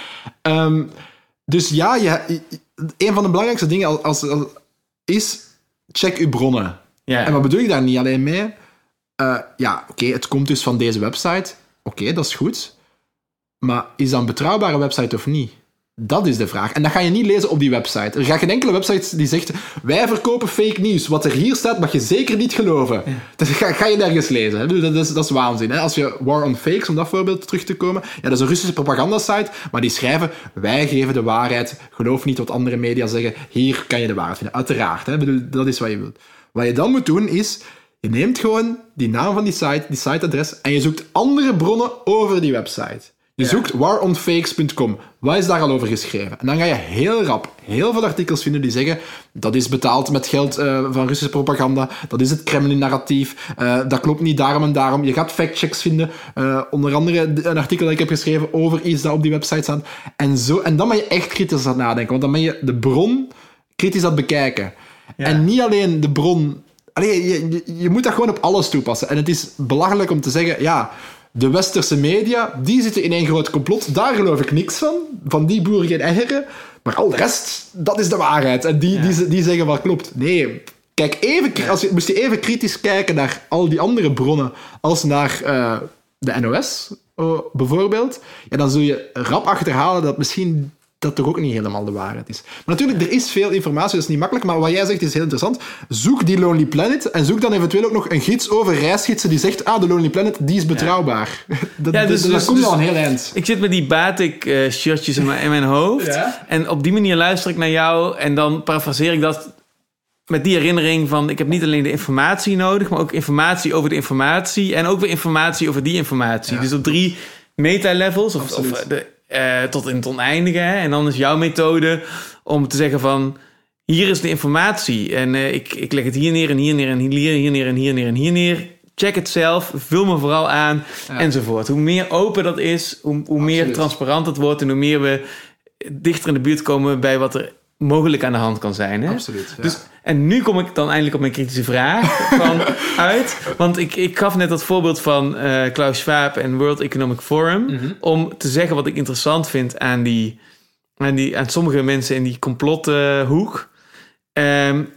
Um, dus ja, je, een van de belangrijkste dingen als, als, als, is, check uw bronnen. Yeah. En wat bedoel ik daar niet alleen mee? Uh, ja, oké, okay, het komt dus van deze website. Oké, okay, dat is goed. Maar is dat een betrouwbare website of niet? Dat is de vraag. En dat ga je niet lezen op die website. Er gaat geen enkele website die zegt, wij verkopen fake nieuws. Wat er hier staat, mag je zeker niet geloven. Ja. Dat ga, ga je nergens lezen. Hè? Dat, is, dat is waanzin. Hè? Als je War on Fakes, om dat voorbeeld terug te komen, ja, dat is een Russische propagandasite, maar die schrijven, wij geven de waarheid, geloof niet wat andere media zeggen, hier kan je de waarheid vinden. Uiteraard, hè? Bedoel, dat is wat je wilt. Wat je dan moet doen, is, je neemt gewoon die naam van die site, die siteadres, en je zoekt andere bronnen over die website. Je ja. zoekt war on fakes punt com. Wat is daar al over geschreven? En dan ga je heel rap heel veel artikels vinden die zeggen dat is betaald met geld uh, van Russische propaganda, dat is het Kremlin-narratief, uh, dat klopt niet daarom en daarom. Je gaat factchecks vinden, uh, onder andere een artikel dat ik heb geschreven over iets dat op die website staat. En, zo, en dan ben je echt kritisch aan het nadenken, want dan ben je de bron kritisch aan het bekijken. Ja. En niet alleen de bron... Allee, je, je, je moet dat gewoon op alles toepassen. En het is belachelijk om te zeggen, ja... De westerse media, die zitten in één groot complot. Daar geloof ik niks van. Van die boeren geen eieren. Maar al de rest, dat is de waarheid. En die, ja. die, die zeggen wat klopt. Nee, kijk even, als je, moest je even kritisch kijken naar al die andere bronnen. Als naar uh, de N O S, uh, bijvoorbeeld. Ja, dan zul je rap achterhalen dat misschien... dat toch ook niet helemaal de waarheid is. Maar natuurlijk, er is veel informatie, dat is niet makkelijk, maar wat jij zegt is heel interessant. Zoek die Lonely Planet en zoek dan eventueel ook nog een gids over reisgidsen die zegt, ah, de Lonely Planet, die is betrouwbaar. Ja. dat, ja, dus, dus, dus, dat komt dus, al een heel eind. Ik zit met die Batik-shirtjes uh, in, in mijn hoofd ja? en op die manier luister ik naar jou en dan parafraseer ik dat met die herinnering van, ik heb niet alleen de informatie nodig, maar ook informatie over de informatie en ook weer informatie over die informatie. Ja. Dus op drie meta-levels, of, of de... Uh, tot in het oneindige. Hè? En dan is jouw methode om te zeggen van... hier is de informatie. En uh, ik, ik leg het hier neer en hier neer en hier, hier neer en hier neer en hier neer. Check het zelf. Vul me vooral aan. Ja. Enzovoort. Hoe meer open dat is, hoe, hoe meer transparant het wordt... en hoe meer we dichter in de buurt komen... bij wat er mogelijk aan de hand kan zijn. Hè? Absoluut, ja. Dus, en nu kom ik dan eindelijk op mijn kritische vraag van uit. Want ik, ik gaf net dat voorbeeld van uh, Klaus Schwab en World Economic Forum... Mm-hmm. om te zeggen wat ik interessant vind aan, die, aan, die, aan sommige mensen in die complothoek. Uh, um,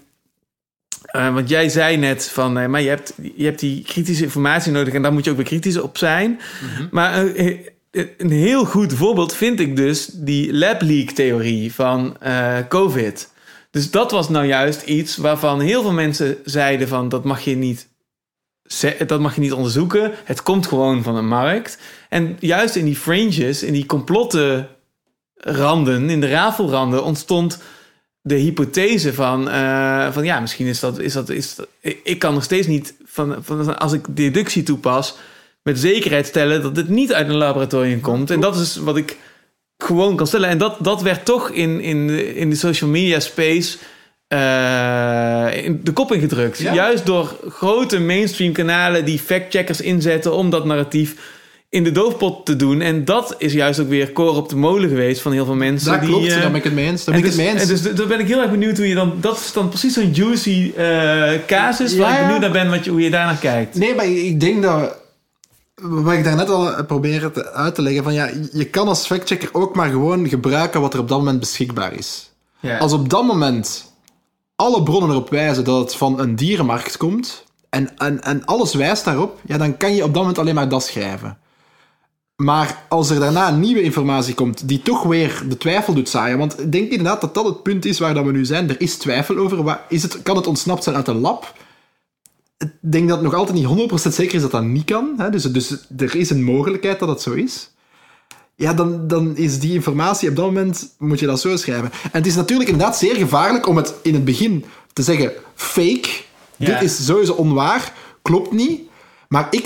uh, want jij zei net van... Uh, maar je hebt, je hebt die kritische informatie nodig... en daar moet je ook weer kritisch op zijn. Mm-hmm. Maar... Uh, een heel goed voorbeeld vind ik dus die lab leak theorie van uh, COVID. Dus dat was nou juist iets waarvan heel veel mensen zeiden van dat mag je niet, dat mag je niet onderzoeken. Het komt gewoon van een markt. En juist in die fringes, in die complottenranden, in de rafelranden ontstond de hypothese van, uh, van ja, misschien is dat, is dat, is dat, ik kan nog steeds niet van, van als ik deductie toepas met zekerheid stellen dat het niet uit een laboratorium komt. En dat is wat ik gewoon kan stellen. En dat, dat werd toch in, in, de, in de social media space uh, in de kop ingedrukt. Ja? Juist door grote mainstream kanalen die factcheckers inzetten om dat narratief in de doofpot te doen. En dat is juist ook weer koren op de molen geweest van heel veel mensen. Dat die, klopt, uh, daar ben ik het mee eens. Daar ben ik dus, het mee eens. En dus daar ben ik heel erg benieuwd hoe je dan... Dat is dan precies zo'n juicy uh, casus ja, waar ik ja. benieuwd naar ben wat je, hoe je daarnaar kijkt. Nee, maar ik denk dat... Wat ik daarnet al probeerde te, uit te leggen, van ja, je kan als factchecker ook maar gewoon gebruiken wat er op dat moment beschikbaar is. Ja. Als op dat moment alle bronnen erop wijzen dat het van een dierenmarkt komt en, en, en alles wijst daarop, ja, dan kan je op dat moment alleen maar dat schrijven. Maar als er daarna nieuwe informatie komt die toch weer de twijfel doet zaaien, want ik denk inderdaad dat dat het punt is waar dat we nu zijn. Er is twijfel over, wat, is het, kan het ontsnapt zijn uit een lab? Ik denk dat het nog altijd niet honderd procent zeker is dat dat niet kan. Hè? Dus, dus er is een mogelijkheid dat het zo is. Ja, dan, dan is die informatie op dat moment, moet je dat zo schrijven. En het is natuurlijk inderdaad zeer gevaarlijk om het in het begin te zeggen, fake, ja. Dit is sowieso onwaar, klopt niet. Maar ik,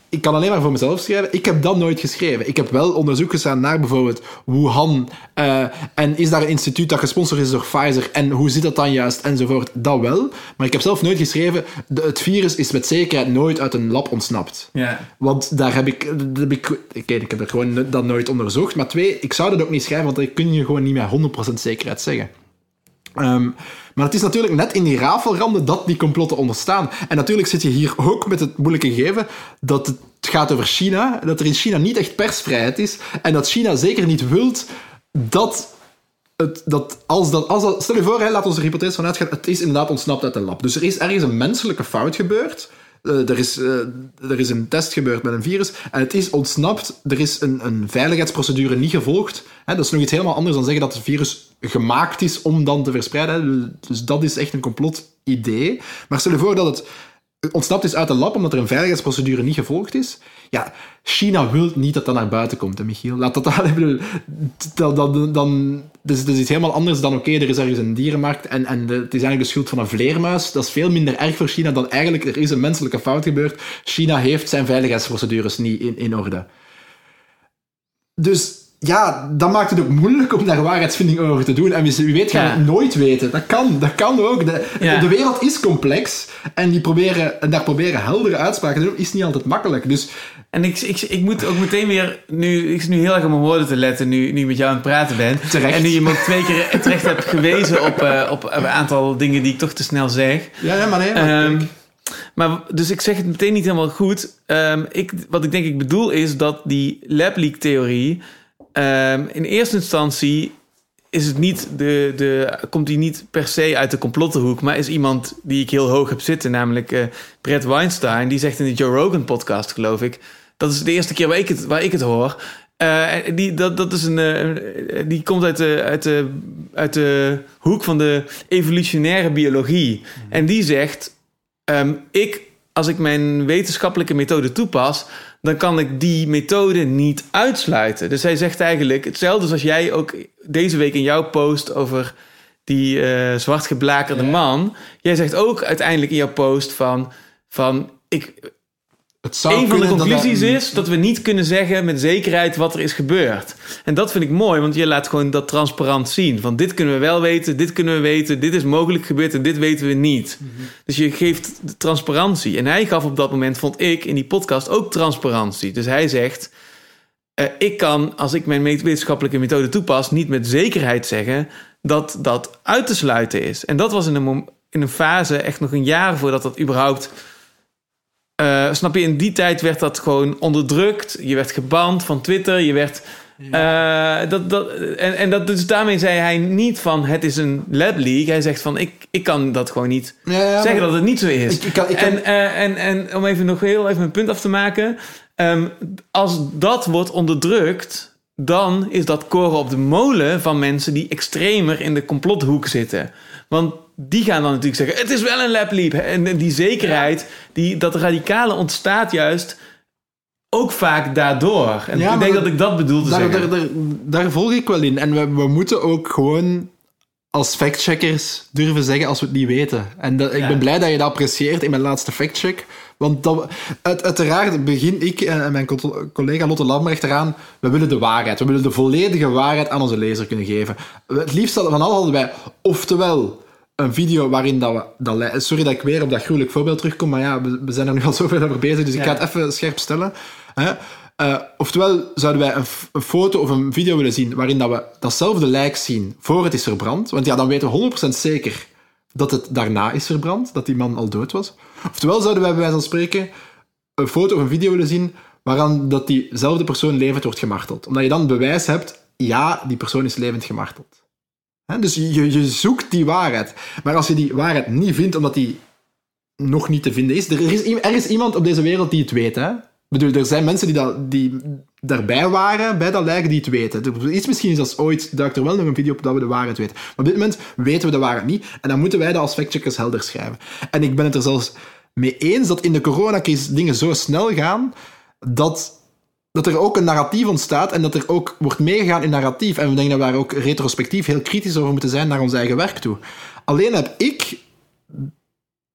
ik kan alleen maar voor mezelf schrijven. Ik heb dat nooit geschreven. Ik heb wel onderzoek gedaan naar bijvoorbeeld Wuhan. Uh, en is daar een instituut dat gesponsord is door Pfizer? En hoe zit dat dan juist? Enzovoort. Dat wel. Maar ik heb zelf nooit geschreven... De, het virus is met zekerheid nooit uit een lab ontsnapt. Ja. Want daar heb ik... Daar heb ik, ik, ik heb er gewoon dat nooit onderzocht. Maar twee, ik zou dat ook niet schrijven, want dat kun je gewoon niet met honderd procent zekerheid zeggen. Um, maar het is natuurlijk net in die rafelranden dat die complotten ontstaan. En natuurlijk zit je hier ook met het moeilijke gegeven dat het gaat over China, dat er in China niet echt persvrijheid is en dat China zeker niet wilt dat... Het, dat als dat, als dat, stel je voor, hè, laat onze hypothese vanuit gaan, het is inderdaad ontsnapt uit een lab. Dus er is ergens een menselijke fout gebeurd. Uh, er, is, uh, er is een test gebeurd met een virus en het is ontsnapt. Er is een, een veiligheidsprocedure niet gevolgd. Hè, dat is nog iets helemaal anders dan zeggen dat het virus gemaakt is om dan te verspreiden. Hè. Dus dat is echt een complot-idee. Maar stel je voor dat het ontsnapt is uit een lab omdat er een veiligheidsprocedure niet gevolgd is. Ja, China wil niet dat dat naar buiten komt, hè, Michiel. Laat dat dan... dan, dan, dan dus het is iets helemaal anders dan, oké, okay, er is ergens een dierenmarkt en, en de, het is eigenlijk de schuld van een vleermuis. Dat is veel minder erg voor China dan eigenlijk er is een menselijke fout gebeurd. China heeft zijn veiligheidsprocedures niet in, in orde. Dus ja, dat maakt het ook moeilijk om daar waarheidsvinding over te doen. En wie weet gaan we het nooit weten. Dat kan, dat kan ook. De, ja. de wereld is complex en, die proberen, en daar proberen heldere uitspraken te doen is niet altijd makkelijk. Dus... En ik, ik, ik moet ook meteen weer... Nu, ik zit nu heel erg op mijn woorden te letten nu, nu ik met jou aan het praten ben. Terecht. En nu je me ook twee keer terecht hebt gewezen op, uh, op een aantal dingen die ik toch te snel zeg. Ja, ja maar nee. Maar, um, maar dus ik zeg het meteen niet helemaal goed. Um, ik, wat ik denk ik bedoel is dat die lab leak theorie... Um, in eerste instantie is het niet de, de, komt die niet per se uit de complottenhoek, maar is iemand die ik heel hoog heb zitten, namelijk uh, Brett Weinstein. Die zegt in de Joe Rogan podcast, geloof ik. Dat is de eerste keer waar ik het, waar ik het hoor. Uh, die, dat, dat is een, uh, die komt uit de, uit, de, uit de hoek van de evolutionaire biologie. Mm. En die zegt, um, ik, als ik mijn wetenschappelijke methode toepas, dan kan ik die methode niet uitsluiten. Dus hij zegt eigenlijk hetzelfde als jij ook deze week in jouw post over die uh, zwartgeblakerde ja. man. Jij zegt ook uiteindelijk in jouw post van... van ik, het zou een van de conclusies dat... is dat we niet kunnen zeggen met zekerheid wat er is gebeurd. En dat vind ik mooi, want je laat gewoon dat transparant zien. Van dit kunnen we wel weten, dit kunnen we weten, dit is mogelijk gebeurd en dit weten we niet. Mm-hmm. Dus je geeft de transparantie. En hij gaf op dat moment, vond ik, in die podcast ook transparantie. Dus hij zegt, uh, ik kan, als ik mijn wetenschappelijke methode toepas, niet met zekerheid zeggen dat dat uit te sluiten is. En dat was in een, mom- in een fase, echt nog een jaar voordat dat überhaupt... Uh, snap je, in die tijd werd dat gewoon onderdrukt. Je werd geband van Twitter. Je werd... Ja. Uh, dat, dat, en en dat, dus daarmee zei hij niet van het is een lab leak. Hij zegt van ik, ik kan dat gewoon niet ja, ja, zeggen dat het niet zo is. Ik, ik kan, ik kan... En, uh, en, en om even nog heel even mijn punt af te maken. Um, als dat wordt onderdrukt, dan is dat koren op de molen van mensen die extremer in de complothoek zitten. Want die gaan dan natuurlijk zeggen, het is wel een lab leak. En die zekerheid, die, dat radicale ontstaat juist ook vaak daardoor. En ja, ik denk dat, dat ik dat bedoel te daar, zeggen. Daar, daar, daar volg ik wel in. En we, we moeten ook gewoon als factcheckers durven zeggen als we het niet weten. En dat, ik ja. ben blij dat je dat apprecieert in mijn laatste factcheck. Want dat, uit, uiteraard begin ik en mijn collega Lotte Lambrecht eraan, we willen de waarheid. We willen de volledige waarheid aan onze lezer kunnen geven. Het liefst van al hadden wij oftewel een video waarin dat we... Dat, sorry dat ik weer op dat gruwelijk voorbeeld terugkom, maar ja, we, we zijn er nu al zoveel over bezig, dus ik ja. ga het even scherp stellen. Hè? Uh, oftewel zouden wij een, f- een foto of een video willen zien waarin dat we datzelfde lijk zien voor het is verbrand. Want ja, dan weten we honderd procent zeker dat het daarna is verbrand, dat die man al dood was. Oftewel zouden wij bij wijze van spreken een foto of een video willen zien waaraan dat diezelfde persoon levend wordt gemarteld. Omdat je dan bewijs hebt, ja, die persoon is levend gemarteld. He, dus je, je zoekt die waarheid. Maar als je die waarheid niet vindt, omdat die nog niet te vinden is... Er is, er is iemand op deze wereld die het weet. Hè? Ik bedoel, er zijn mensen die, dat, die daarbij waren, bij dat lijk, die het weten. Er is misschien zelfs ooit, duikt er wel nog een video op dat we de waarheid weten. Maar op dit moment weten we de waarheid niet. En dan moeten wij dat als factcheckers helder schrijven. En ik ben het er zelfs mee eens dat in de coronacrisis dingen zo snel gaan, dat... dat er ook een narratief ontstaat en dat er ook wordt meegegaan in narratief. En we denken dat we daar ook retrospectief heel kritisch over moeten zijn naar ons eigen werk toe. Alleen heb ik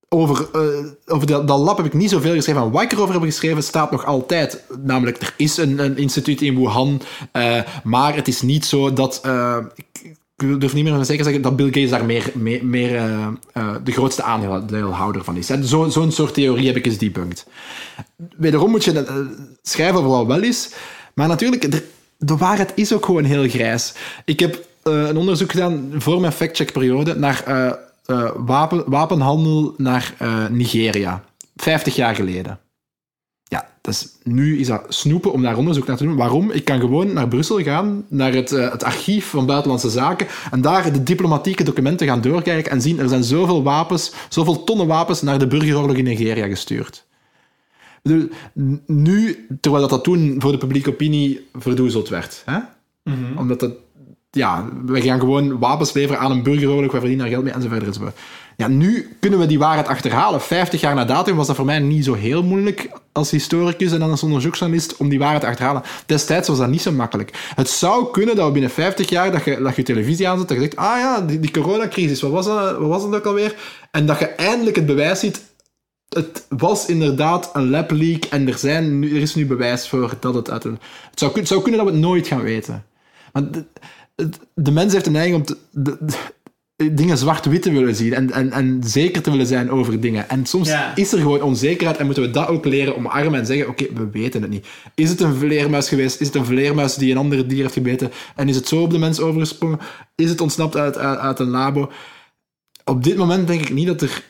over, uh, over dat, dat lab heb ik niet zoveel geschreven. En wat ik erover heb geschreven staat nog altijd. Namelijk, er is een, een instituut in Wuhan, uh, maar het is niet zo dat... Uh, ik, ik durf niet meer zeker zeggen dat Bill Gates daar meer, meer, meer uh, uh, de grootste aandeelhouder van is. Zo, zo'n soort theorie heb ik eens debunked. Wederom moet je uh, schrijven over wat wel is. Maar natuurlijk, de, de waarheid is ook gewoon heel grijs. Ik heb uh, een onderzoek gedaan voor mijn factcheckperiode naar uh, uh, wapen, wapenhandel naar uh, Nigeria. Vijftig jaar geleden. Ja, dus nu is dat snoepen om daar onderzoek naar te doen. Waarom? Ik kan gewoon naar Brussel gaan, naar het, uh, het archief van Buitenlandse Zaken, en daar de diplomatieke documenten gaan doorkijken en zien, er zijn zoveel wapens, zoveel tonnen wapens naar de burgeroorlog in Nigeria gestuurd. Ik bedoel, nu, terwijl dat, dat toen voor de publieke opinie verdoezeld werd. Hè? Mm-hmm. Omdat dat, ja, we gaan gewoon wapens leveren aan een burgeroorlog, we verdienen daar geld mee, enzovoort enzovoort. Ja, nu kunnen we die waarheid achterhalen. Vijftig jaar na datum was dat voor mij niet zo heel moeilijk als historicus en dan als onderzoeksjournalist om die waarheid te achterhalen. Destijds was dat niet zo makkelijk. Het zou kunnen dat we binnen vijftig jaar dat je, dat je televisie aanzet en je zegt, ah ja, die, die coronacrisis, wat was, dat, wat was dat ook alweer? En dat je eindelijk het bewijs ziet, het was inderdaad een lab leak en er, zijn nu, er is nu bewijs voor dat het uit een... Het zou, het zou kunnen dat we het nooit gaan weten. Maar de, de mens heeft een neiging om te... De, de, dingen zwart-wit te willen zien en, en, en zeker te willen zijn over dingen. En soms ja. is er gewoon onzekerheid en moeten we dat ook leren omarmen en zeggen, oké, okay, we weten het niet. Is het een vleermuis geweest? Is het een vleermuis die een ander dier heeft gebeten? En is het zo op de mens overgesprongen? Is het ontsnapt uit, uit, uit een labo? Op dit moment denk ik niet dat er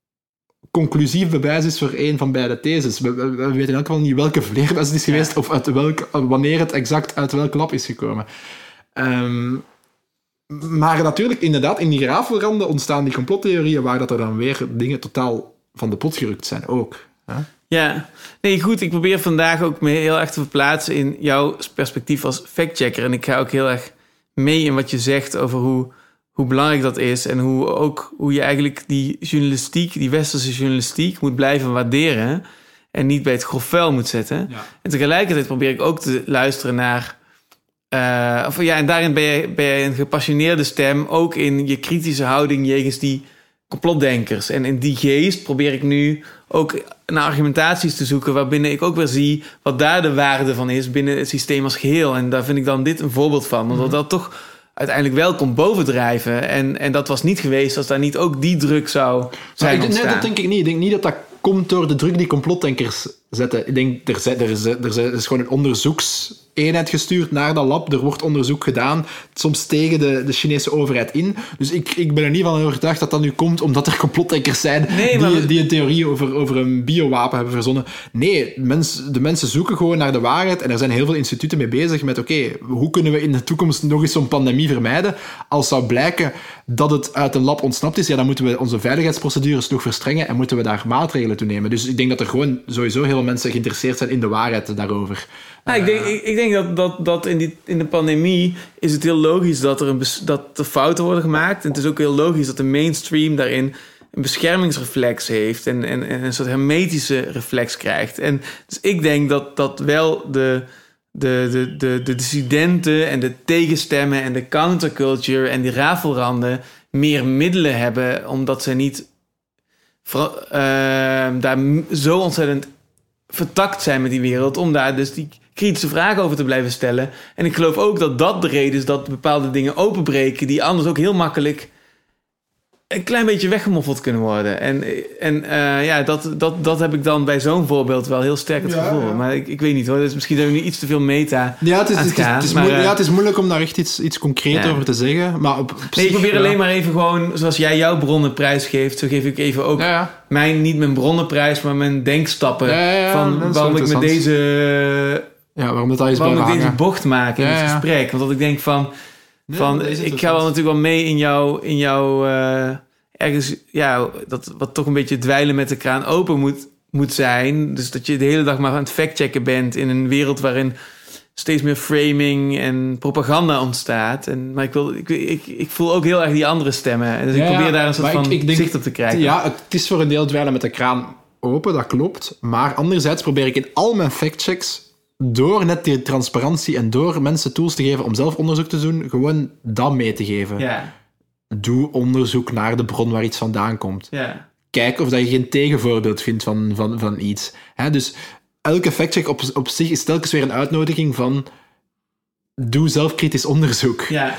conclusief bewijs is voor één van beide theses. We, we, we weten in elk geval niet welke vleermuis het is geweest ja. of uit welk, wanneer het exact uit welk lab is gekomen. Um, Maar natuurlijk, inderdaad, in die rafelranden ontstaan die complottheorieën waar dat er dan weer dingen totaal van de pot gerukt zijn ook. Hè? Ja, nee, goed. Ik probeer vandaag ook me heel erg te verplaatsen in jouw perspectief als factchecker. En ik ga ook heel erg mee in wat je zegt over hoe, hoe belangrijk dat is. En hoe, ook, hoe je eigenlijk die journalistiek, die westerse journalistiek, moet blijven waarderen. En niet bij het grof vuil moet zetten. Ja. En tegelijkertijd probeer ik ook te luisteren naar... Uh, of, ja, en daarin ben je, ben je een gepassioneerde stem, ook in je kritische houding jegens die complotdenkers. En in die geest probeer ik nu ook naar argumentaties te zoeken waarbinnen ik ook weer zie wat daar de waarde van is binnen het systeem als geheel. En daar vind ik dan dit een voorbeeld van. Want mm-hmm. dat toch uiteindelijk wel komt bovendrijven. En, en dat was niet geweest als daar niet ook die druk zou zijn ontstaan. Nee, dat denk ik niet. Ik denk niet dat dat komt door de druk die complotdenkers zetten. Ik denk, er, er, is, er is gewoon een onderzoekseenheid gestuurd naar dat lab. Er wordt onderzoek gedaan, soms tegen de, de Chinese overheid in. Dus ik, ik ben er niet van overtuigd dat dat nu komt omdat er complotdenkers zijn nee, die, maar... die een theorie over, over een biowapen hebben verzonnen. Nee, mens, de mensen zoeken gewoon naar de waarheid en er zijn heel veel instituten mee bezig met oké, okay, hoe kunnen we in de toekomst nog eens zo'n pandemie vermijden? Als zou blijken dat het uit een lab ontsnapt is, ja, dan moeten we onze veiligheidsprocedures nog verstrengen en moeten we daar maatregelen toe nemen. Dus ik denk dat er gewoon sowieso heel veel mensen geïnteresseerd zijn in de waarheid daarover. Nou, ik denk, ik, ik denk dat, dat, dat in, die, in de pandemie is het heel logisch dat er, een bes, dat er fouten worden gemaakt. En het is ook heel logisch dat de mainstream daarin een beschermingsreflex heeft en, en, en een soort hermetische reflex krijgt. En dus ik denk dat, dat wel de, de, de, de, de dissidenten en de tegenstemmen en de counterculture en die rafelranden meer middelen hebben, omdat ze niet uh, daar zo ontzettend vertakt zijn met die wereld, om daar dus die kritische vragen over te blijven stellen. En ik geloof ook dat dat de reden is dat bepaalde dingen openbreken die anders ook heel makkelijk een klein beetje weggemoffeld kunnen worden. En, en uh, ja, dat, dat, dat heb ik dan bij zo'n voorbeeld wel heel sterk het ja, gevoel. Ja. Maar ik, ik weet niet hoor, dus misschien zijn we nu iets te veel meta ja, het is, aan het het is, gaan. Het is, maar, moeilijk, ja, het is moeilijk om daar echt iets, iets concreet ja. over te zeggen. Maar op, op nee, ik probeer ja. alleen maar even gewoon, zoals jij jouw bronnenprijs geeft, zo geef ik even ook ja, ja. mijn, niet mijn bronnenprijs, maar mijn denkstappen. Ja, ja, ja, van waarom ik met deze... Ja, waarom dat al is waarom ik deze bocht maak in ja, het gesprek. Ja. Want dat ik denk van... van nee, ik ga wel natuurlijk wel mee in jouw... In jouw uh, ergens, ja, dat wat toch een beetje dweilen met de kraan open moet, moet zijn. Dus dat je de hele dag maar aan het factchecken bent in een wereld waarin steeds meer framing en propaganda ontstaat. En, maar ik, wil, ik, ik, ik voel ook heel erg die andere stemmen. En dus ja, ik probeer daar een soort van ik, ik denk, zicht op te krijgen. Ja, het is voor een deel dweilen met de kraan open, dat klopt. Maar anderzijds probeer ik in al mijn factchecks, door net die transparantie en door mensen tools te geven om zelf onderzoek te doen, gewoon dat mee te geven. Ja. Doe onderzoek naar de bron waar iets vandaan komt. Ja. kijken of dat je geen tegenvoorbeeld vindt van, van, van iets. Hè? Dus elke factcheck op, op zich is telkens weer een uitnodiging van doe zelfkritisch onderzoek. Ja.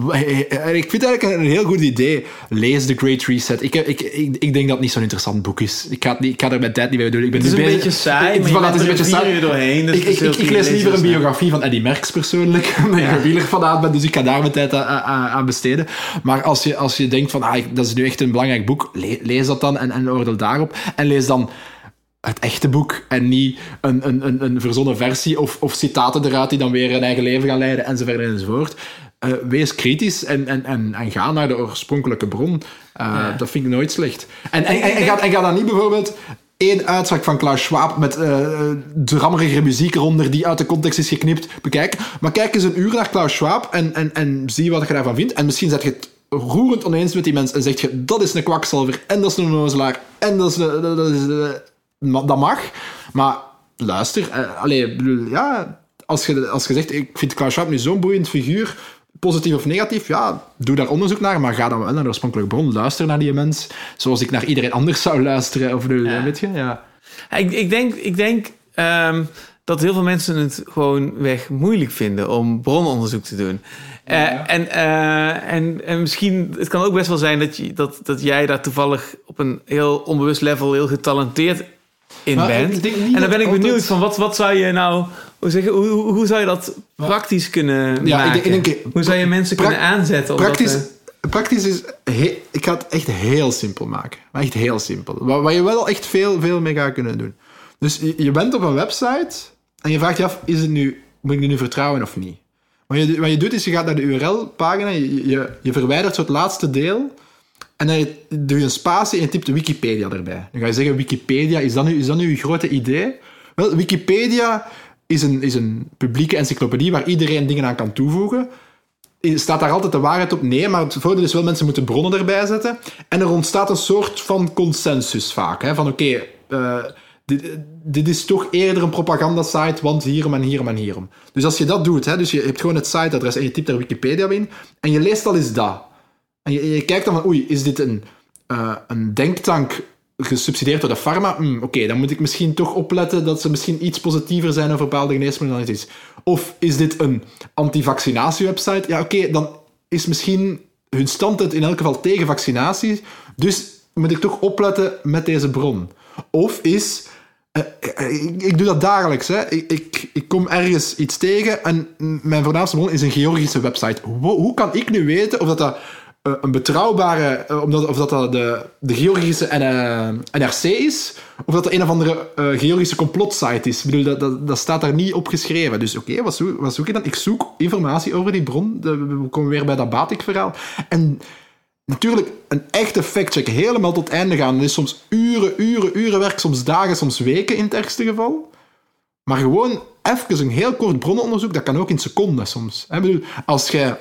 Ik vind het eigenlijk een heel goed idee. Lees The Great Reset. Ik, ik, ik, ik denk dat het niet zo'n interessant boek is. Ik ga, het niet, ik ga er mijn tijd niet mee doen. Ik ben het is nu een bezig. beetje saai, ik, maar het is een beetje saai. doorheen. Dus ik ik, ik, ik lees liever een biografie van Eddy Merckx persoonlijk, omdat ik er wielerfanaat ben, dus ik ga daar mijn tijd aan, aan, aan besteden. Maar als je, als je denkt van, ah, dat is nu echt een belangrijk boek, le, lees dat dan en, en oordeel daarop. En lees dan het echte boek en niet een, een, een, een verzonnen versie of, of citaten eruit die dan weer een eigen leven gaan leiden enzovoort enzovoort. Uh, wees kritisch en, en, en, en ga naar de oorspronkelijke bron. Uh, ja. Dat vind ik nooit slecht. En, en, en, en, ga, en ga dan niet bijvoorbeeld één uitspraak van Klaus Schwab met uh, drammerige muziek eronder die uit de context is geknipt bekijken. Maar kijk eens een uur naar Klaus Schwab en, en, en zie wat je daarvan vindt. En misschien zet je het roerend oneens met die mens en zeg je dat is een kwakzalver en dat is een onnozelaar en dat is... een, dat is een, dat mag, maar luister, uh, allee, ja, als je, als je zegt, ik vind Klaus Schwab nu zo'n boeiend figuur, positief of negatief, ja, doe daar onderzoek naar, maar ga dan wel naar de oorspronkelijke bron, luister naar die mens, zoals ik naar iedereen anders zou luisteren, of de, ja. weet je, ja. Ik, ik denk, ik denk um, dat heel veel mensen het gewoon weg moeilijk vinden om brononderzoek te doen. Uh, ja. en, uh, en, en misschien, het kan ook best wel zijn dat, je, dat, dat jij daar toevallig op een heel onbewust level heel getalenteerd in maar bent. En dan ben ik benieuwd altijd... van wat, wat zou je nou... Hoe, zeg, hoe, hoe, hoe zou je dat praktisch kunnen ja, maken? Ik denk, ik denk, hoe zou je mensen pra- kunnen aanzetten? Praktisch, dat, uh... praktisch is... He, ik ga het echt heel simpel maken. Maar echt heel simpel. Waar, waar je wel echt veel, veel mee gaat kunnen doen. Dus je, je bent op een website en je vraagt je af, is het nu, moet ik die nu vertrouwen of niet? Wat je, wat je doet is, je gaat naar de U R L-pagina, je, je, je verwijdert zo het laatste deel... En dan doe je een spatie en je typt Wikipedia erbij. Dan ga je zeggen, Wikipedia, is dat nu, is dat nu je grote idee? Wel, Wikipedia is een, is een publieke encyclopedie waar iedereen dingen aan kan toevoegen. Staat daar altijd de waarheid op? Nee, maar het voordeel is wel, mensen moeten bronnen erbij zetten. En er ontstaat een soort van consensus vaak. Hè? Van oké, okay, uh, dit, dit is toch eerder een propagandasite, want hierom en hierom en hierom. Dus als je dat doet, hè, dus je hebt gewoon het siteadres en je typt er Wikipedia in, en je leest al eens dat. En je, je kijkt dan van, oei, is dit een, uh, een denktank gesubsidieerd door de pharma? Mm, Oké, okay, dan moet ik misschien toch opletten dat ze misschien iets positiever zijn over bepaalde geneesmiddelen dan het is. Of is dit een anti-vaccinatie-website? Ja, oké, okay, dan is misschien hun standpunt in elk geval tegen vaccinaties. Dus moet ik toch opletten met deze bron. Of is... Uh, ik, ik doe dat dagelijks. Hè. Ik, ik, ik kom ergens iets tegen en mijn voornaamste bron is een Georgische website. Hoe, hoe kan ik nu weten of dat... dat een betrouwbare, omdat, of dat dat de, de Georgische N R C is, of dat dat een of andere uh, Georgische complotsite is. Ik bedoel, dat, dat, dat staat daar niet op geschreven. Dus oké, okay, wat, zoek, wat zoek je dan? Ik zoek informatie over die bron. De, we komen weer bij dat Batik-verhaal. En natuurlijk, een echte factcheck, helemaal tot het einde gaan. Dat is soms uren, uren, uren werk, soms dagen, soms weken in het ergste geval. Maar gewoon even een heel kort bronnenonderzoek, dat kan ook in seconden soms. Ik bedoel, als jij...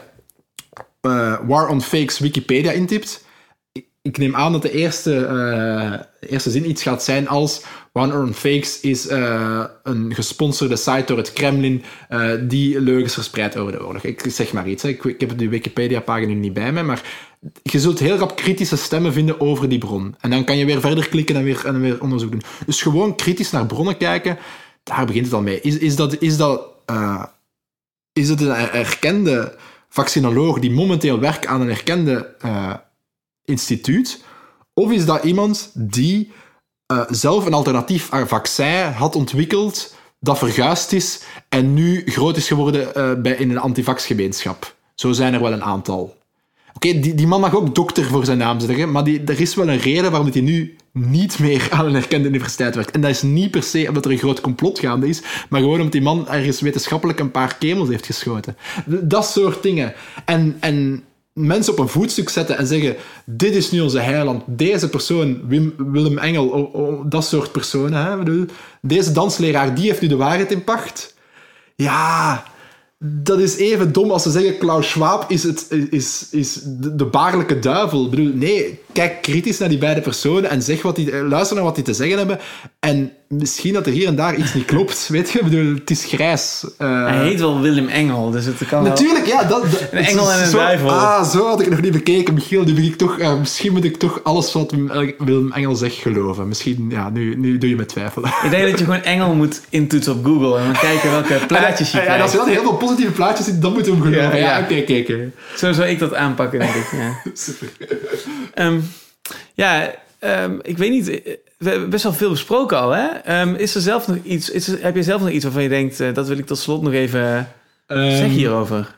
Uh, War on Fakes Wikipedia intypt, ik, ik neem aan dat de eerste, uh, eerste zin iets gaat zijn als War on Fakes is uh, een gesponsorde site door het Kremlin uh, die leugens verspreidt over de oorlog. Ik zeg maar iets, hè. Ik, ik heb de Wikipedia-pagina niet bij me, maar je zult heel rap kritische stemmen vinden over die bron. En dan kan je weer verder klikken en weer, en weer onderzoek doen. Dus gewoon kritisch naar bronnen kijken, daar begint het al mee. Is, is dat, is dat, uh, is het een erkende... vaccinoloog die momenteel werkt aan een erkende uh, instituut? Of is dat iemand die uh, zelf een alternatief vaccin had ontwikkeld dat verguisd is en nu groot is geworden uh, bij, in een antivaxgemeenschap? Zo zijn er wel een aantal. Oké, okay, die, die man mag ook dokter voor zijn naam zeggen, maar die, er is wel een reden waarom hij nu niet meer aan een erkende universiteit werkt. En dat is niet per se omdat er een groot complot gaande is, maar gewoon omdat die man ergens wetenschappelijk een paar kemels heeft geschoten. Dat soort dingen. En, en mensen op een voetstuk zetten en zeggen, dit is nu onze heiland, deze persoon, Wim, Willem Engel, oh, oh, dat soort personen, hè, bedoel, deze dansleraar, die heeft nu de waarheid in pacht. Ja... Dat is even dom als ze zeggen Klaus Schwab is, het, is, is de, de baarlijke duivel. Ik bedoel, nee, kijk kritisch naar die beide personen en zeg wat die, luister naar wat die te zeggen hebben. En misschien dat er hier en daar iets niet klopt. Weet je, ik bedoel, het is grijs. Uh, Hij heet wel Willem Engel, dus het kan natuurlijk, wel... ja. Dat, dat, een engel en een zo, duivel. Ah, zo had ik nog niet bekeken. Michiel, nu ben ik toch, uh, misschien moet ik toch alles wat Willem Engel zegt geloven. Misschien, ja, nu, nu doe je me twijfelen. Ik denk dat je gewoon Engel moet intoetsen op Google en dan kijken welke plaatjes je ja, krijgt. ja, als je dan heel veel positieve plaatjes ziet, dan moeten we hem geloven. Ja, ja. ja. Oké, okay, kijken. Zo zou ik dat aanpakken, denk ik. Ja. Super. Um, ja, um, ik weet niet... We hebben best wel veel besproken al, hè? Um, is er zelf nog iets... Is er, heb je zelf nog iets waarvan je denkt... Uh, dat wil ik tot slot nog even um, zeggen hierover?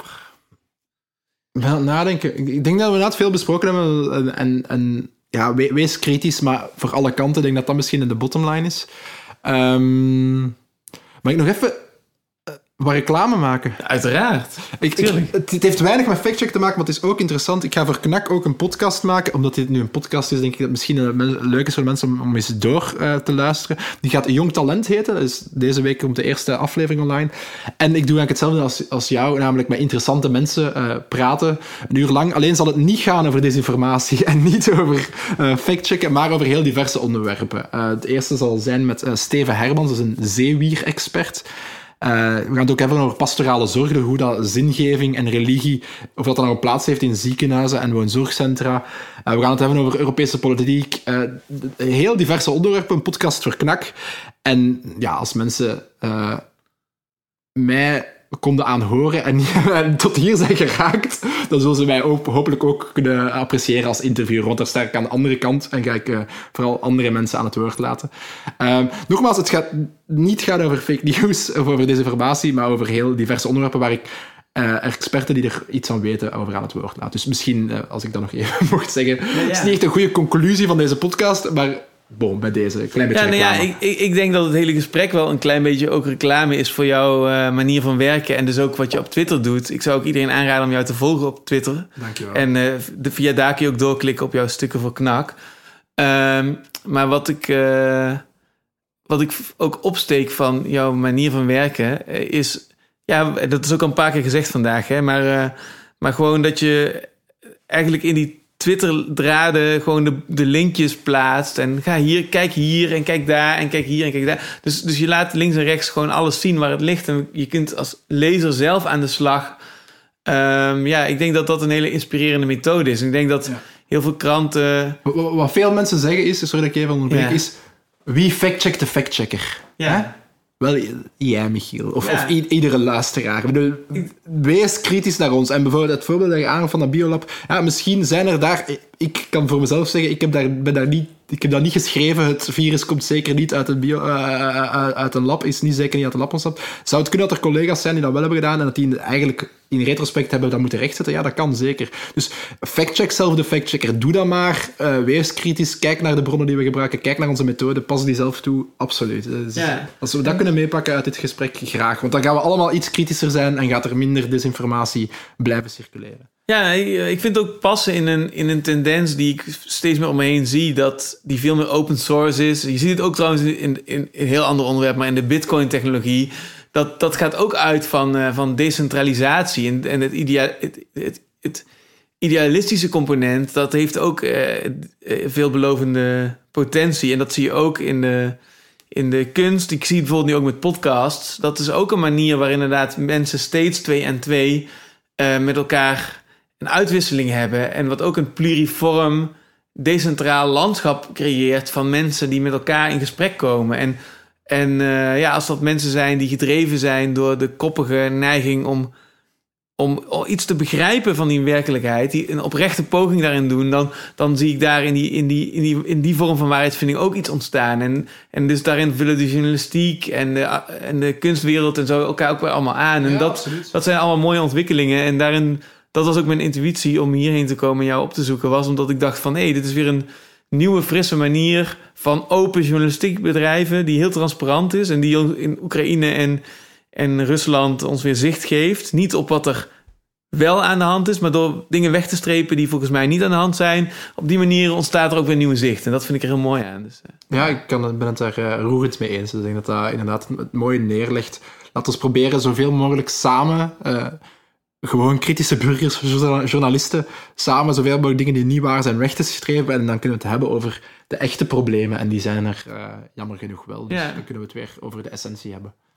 Wel nadenken. Ik denk dat we inderdaad veel besproken hebben. En, en, en ja, we, wees kritisch, maar voor alle kanten. Ik denk dat dat misschien in de bottomline is. Um, mag ik nog even... wat reclame maken. Ja, uiteraard. Ik, ik, het, het heeft weinig met factcheck te maken, maar het is ook interessant. Ik ga voor Knak ook een podcast maken. Omdat dit nu een podcast is, denk ik dat het misschien leuk is voor mensen om, om eens door uh, te luisteren. Die gaat Jong Talent heten. Dus deze week komt de eerste aflevering online. En ik doe eigenlijk hetzelfde als, als jou, namelijk met interessante mensen uh, praten. Een uur lang. Alleen zal het niet gaan over desinformatie en niet over uh, factchecken, maar over heel diverse onderwerpen. Uh, het eerste zal zijn met uh, Steven Hermans, dat is een zeewier-expert. Uh, we gaan het ook hebben over pastorale zorg, hoe dat zingeving en religie, of dat dan nog een plaats heeft in ziekenhuizen en woonzorgcentra. Uh, we gaan het hebben over Europese politiek. Uh, heel diverse onderwerpen, een podcast voor Knak. En ja, als mensen uh, mij konden aanhoren en, en tot hier zijn geraakt, dan zullen ze mij ook, hopelijk ook kunnen appreciëren als interviewer, want daar sta ik aan de andere kant en ga ik uh, vooral andere mensen aan het woord laten. Uh, nogmaals, het gaat niet gaan over fake news of over desinformatie, maar over heel diverse onderwerpen waar ik uh, experten die er iets van weten over aan het woord laat. Dus misschien, uh, als ik dat nog even mocht zeggen, ja, ja. Het is niet echt een goede conclusie van deze podcast, maar bon, bij deze een klein beetje ja, reclame. Nou ja, ik, ik denk dat het hele gesprek wel een klein beetje ook reclame is voor jouw uh, manier van werken en dus ook wat je op Twitter doet. Ik zou ook iedereen aanraden om jou te volgen op Twitter. Dankjewel. En uh, de, via daar kun je ook doorklikken op jouw stukken voor Knak. Um, maar wat ik, uh, wat ik ook opsteek van jouw manier van werken uh, is... Ja, dat is ook al een paar keer gezegd vandaag, hè, maar, uh, maar gewoon dat je eigenlijk in die Twitter-draden gewoon de, de linkjes plaatst. En ga hier, kijk hier en kijk daar en kijk hier en kijk daar. Dus, dus je laat links en rechts gewoon alles zien waar het ligt. En je kunt als lezer zelf aan de slag. Um, ja, ik denk dat dat een hele inspirerende methode is. En ik denk dat ja. heel veel kranten... Wat, wat veel mensen zeggen is, sorry dat ik even onderbreek, ja. is wie factcheckt de factchecker? Ja. Hè? Wel, jij, Michiel. Of, ja. of i- iedere luisteraar. Ik bedoel, wees kritisch naar ons. En bijvoorbeeld het voorbeeld dat je aan van dat Biolab. Ja, misschien zijn er daar... Ik kan voor mezelf zeggen, ik heb, daar, ben daar niet, ik heb dat niet geschreven. Het virus komt zeker niet uit een, bio, uh, uit een lab. Is niet, zeker niet uit een lab ontsnapt. Zou het kunnen dat er collega's zijn die dat wel hebben gedaan en dat die eigenlijk in retrospect hebben dat moeten rechtzetten? Ja, dat kan zeker. Dus factcheck zelf de factchecker. Doe dat maar. Uh, wees kritisch. Kijk naar de bronnen die we gebruiken. Kijk naar onze methode. Pas die zelf toe. Absoluut. Dus ja. Als we dat kunnen meepakken uit dit gesprek, graag. Want dan gaan we allemaal iets kritischer zijn en gaat er minder desinformatie blijven circuleren. Ja, ik vind het ook passen in een, in een tendens die ik steeds meer om me heen zie, dat die veel meer open source is. Je ziet het ook trouwens in, in, in een heel ander onderwerp, maar in de Bitcoin-technologie. Dat, dat gaat ook uit van, uh, van decentralisatie. En, en het, idea, het, het, het idealistische component, dat heeft ook uh, veelbelovende potentie. En dat zie je ook in de, in de kunst. Ik zie het bijvoorbeeld nu ook met podcasts. Dat is ook een manier waar inderdaad mensen steeds twee en twee uh, met elkaar een uitwisseling hebben en wat ook een pluriform, decentraal landschap creëert van mensen die met elkaar in gesprek komen. En, en uh, ja, als dat mensen zijn die gedreven zijn door de koppige neiging om, om, om iets te begrijpen van die werkelijkheid, die een oprechte poging daarin doen, dan, dan zie ik daar in die, in, die, in, die, in die vorm van waarheidsvinding ook iets ontstaan. En, en dus daarin vullen de journalistiek en de, en de kunstwereld en zo elkaar ook weer allemaal aan. En ja, dat, dat zijn allemaal mooie ontwikkelingen. En daarin... Dat was ook mijn intuïtie om hierheen te komen en jou op te zoeken. Was omdat ik dacht van, hé, hey, dit is weer een nieuwe, frisse manier van open journalistiek bedrijven die heel transparant is en die in Oekraïne en, en Rusland ons weer zicht geeft. Niet op wat er wel aan de hand is, maar door dingen weg te strepen die volgens mij niet aan de hand zijn. Op die manier ontstaat er ook weer nieuwe zicht. En dat vind ik er heel mooi aan. Dus, uh. Ja, ik kan, ben het daar uh, roerend mee eens. Dus ik denk dat dat inderdaad het mooie neerlegt. Laten we proberen zoveel mogelijk samen... Uh, gewoon kritische burgers, journalisten, samen zoveel mogelijk dingen die niet waar zijn weg te streven. En dan kunnen we het hebben over de echte problemen. En die zijn er uh, jammer genoeg wel. Dus ja. dan kunnen we het weer over de essentie hebben.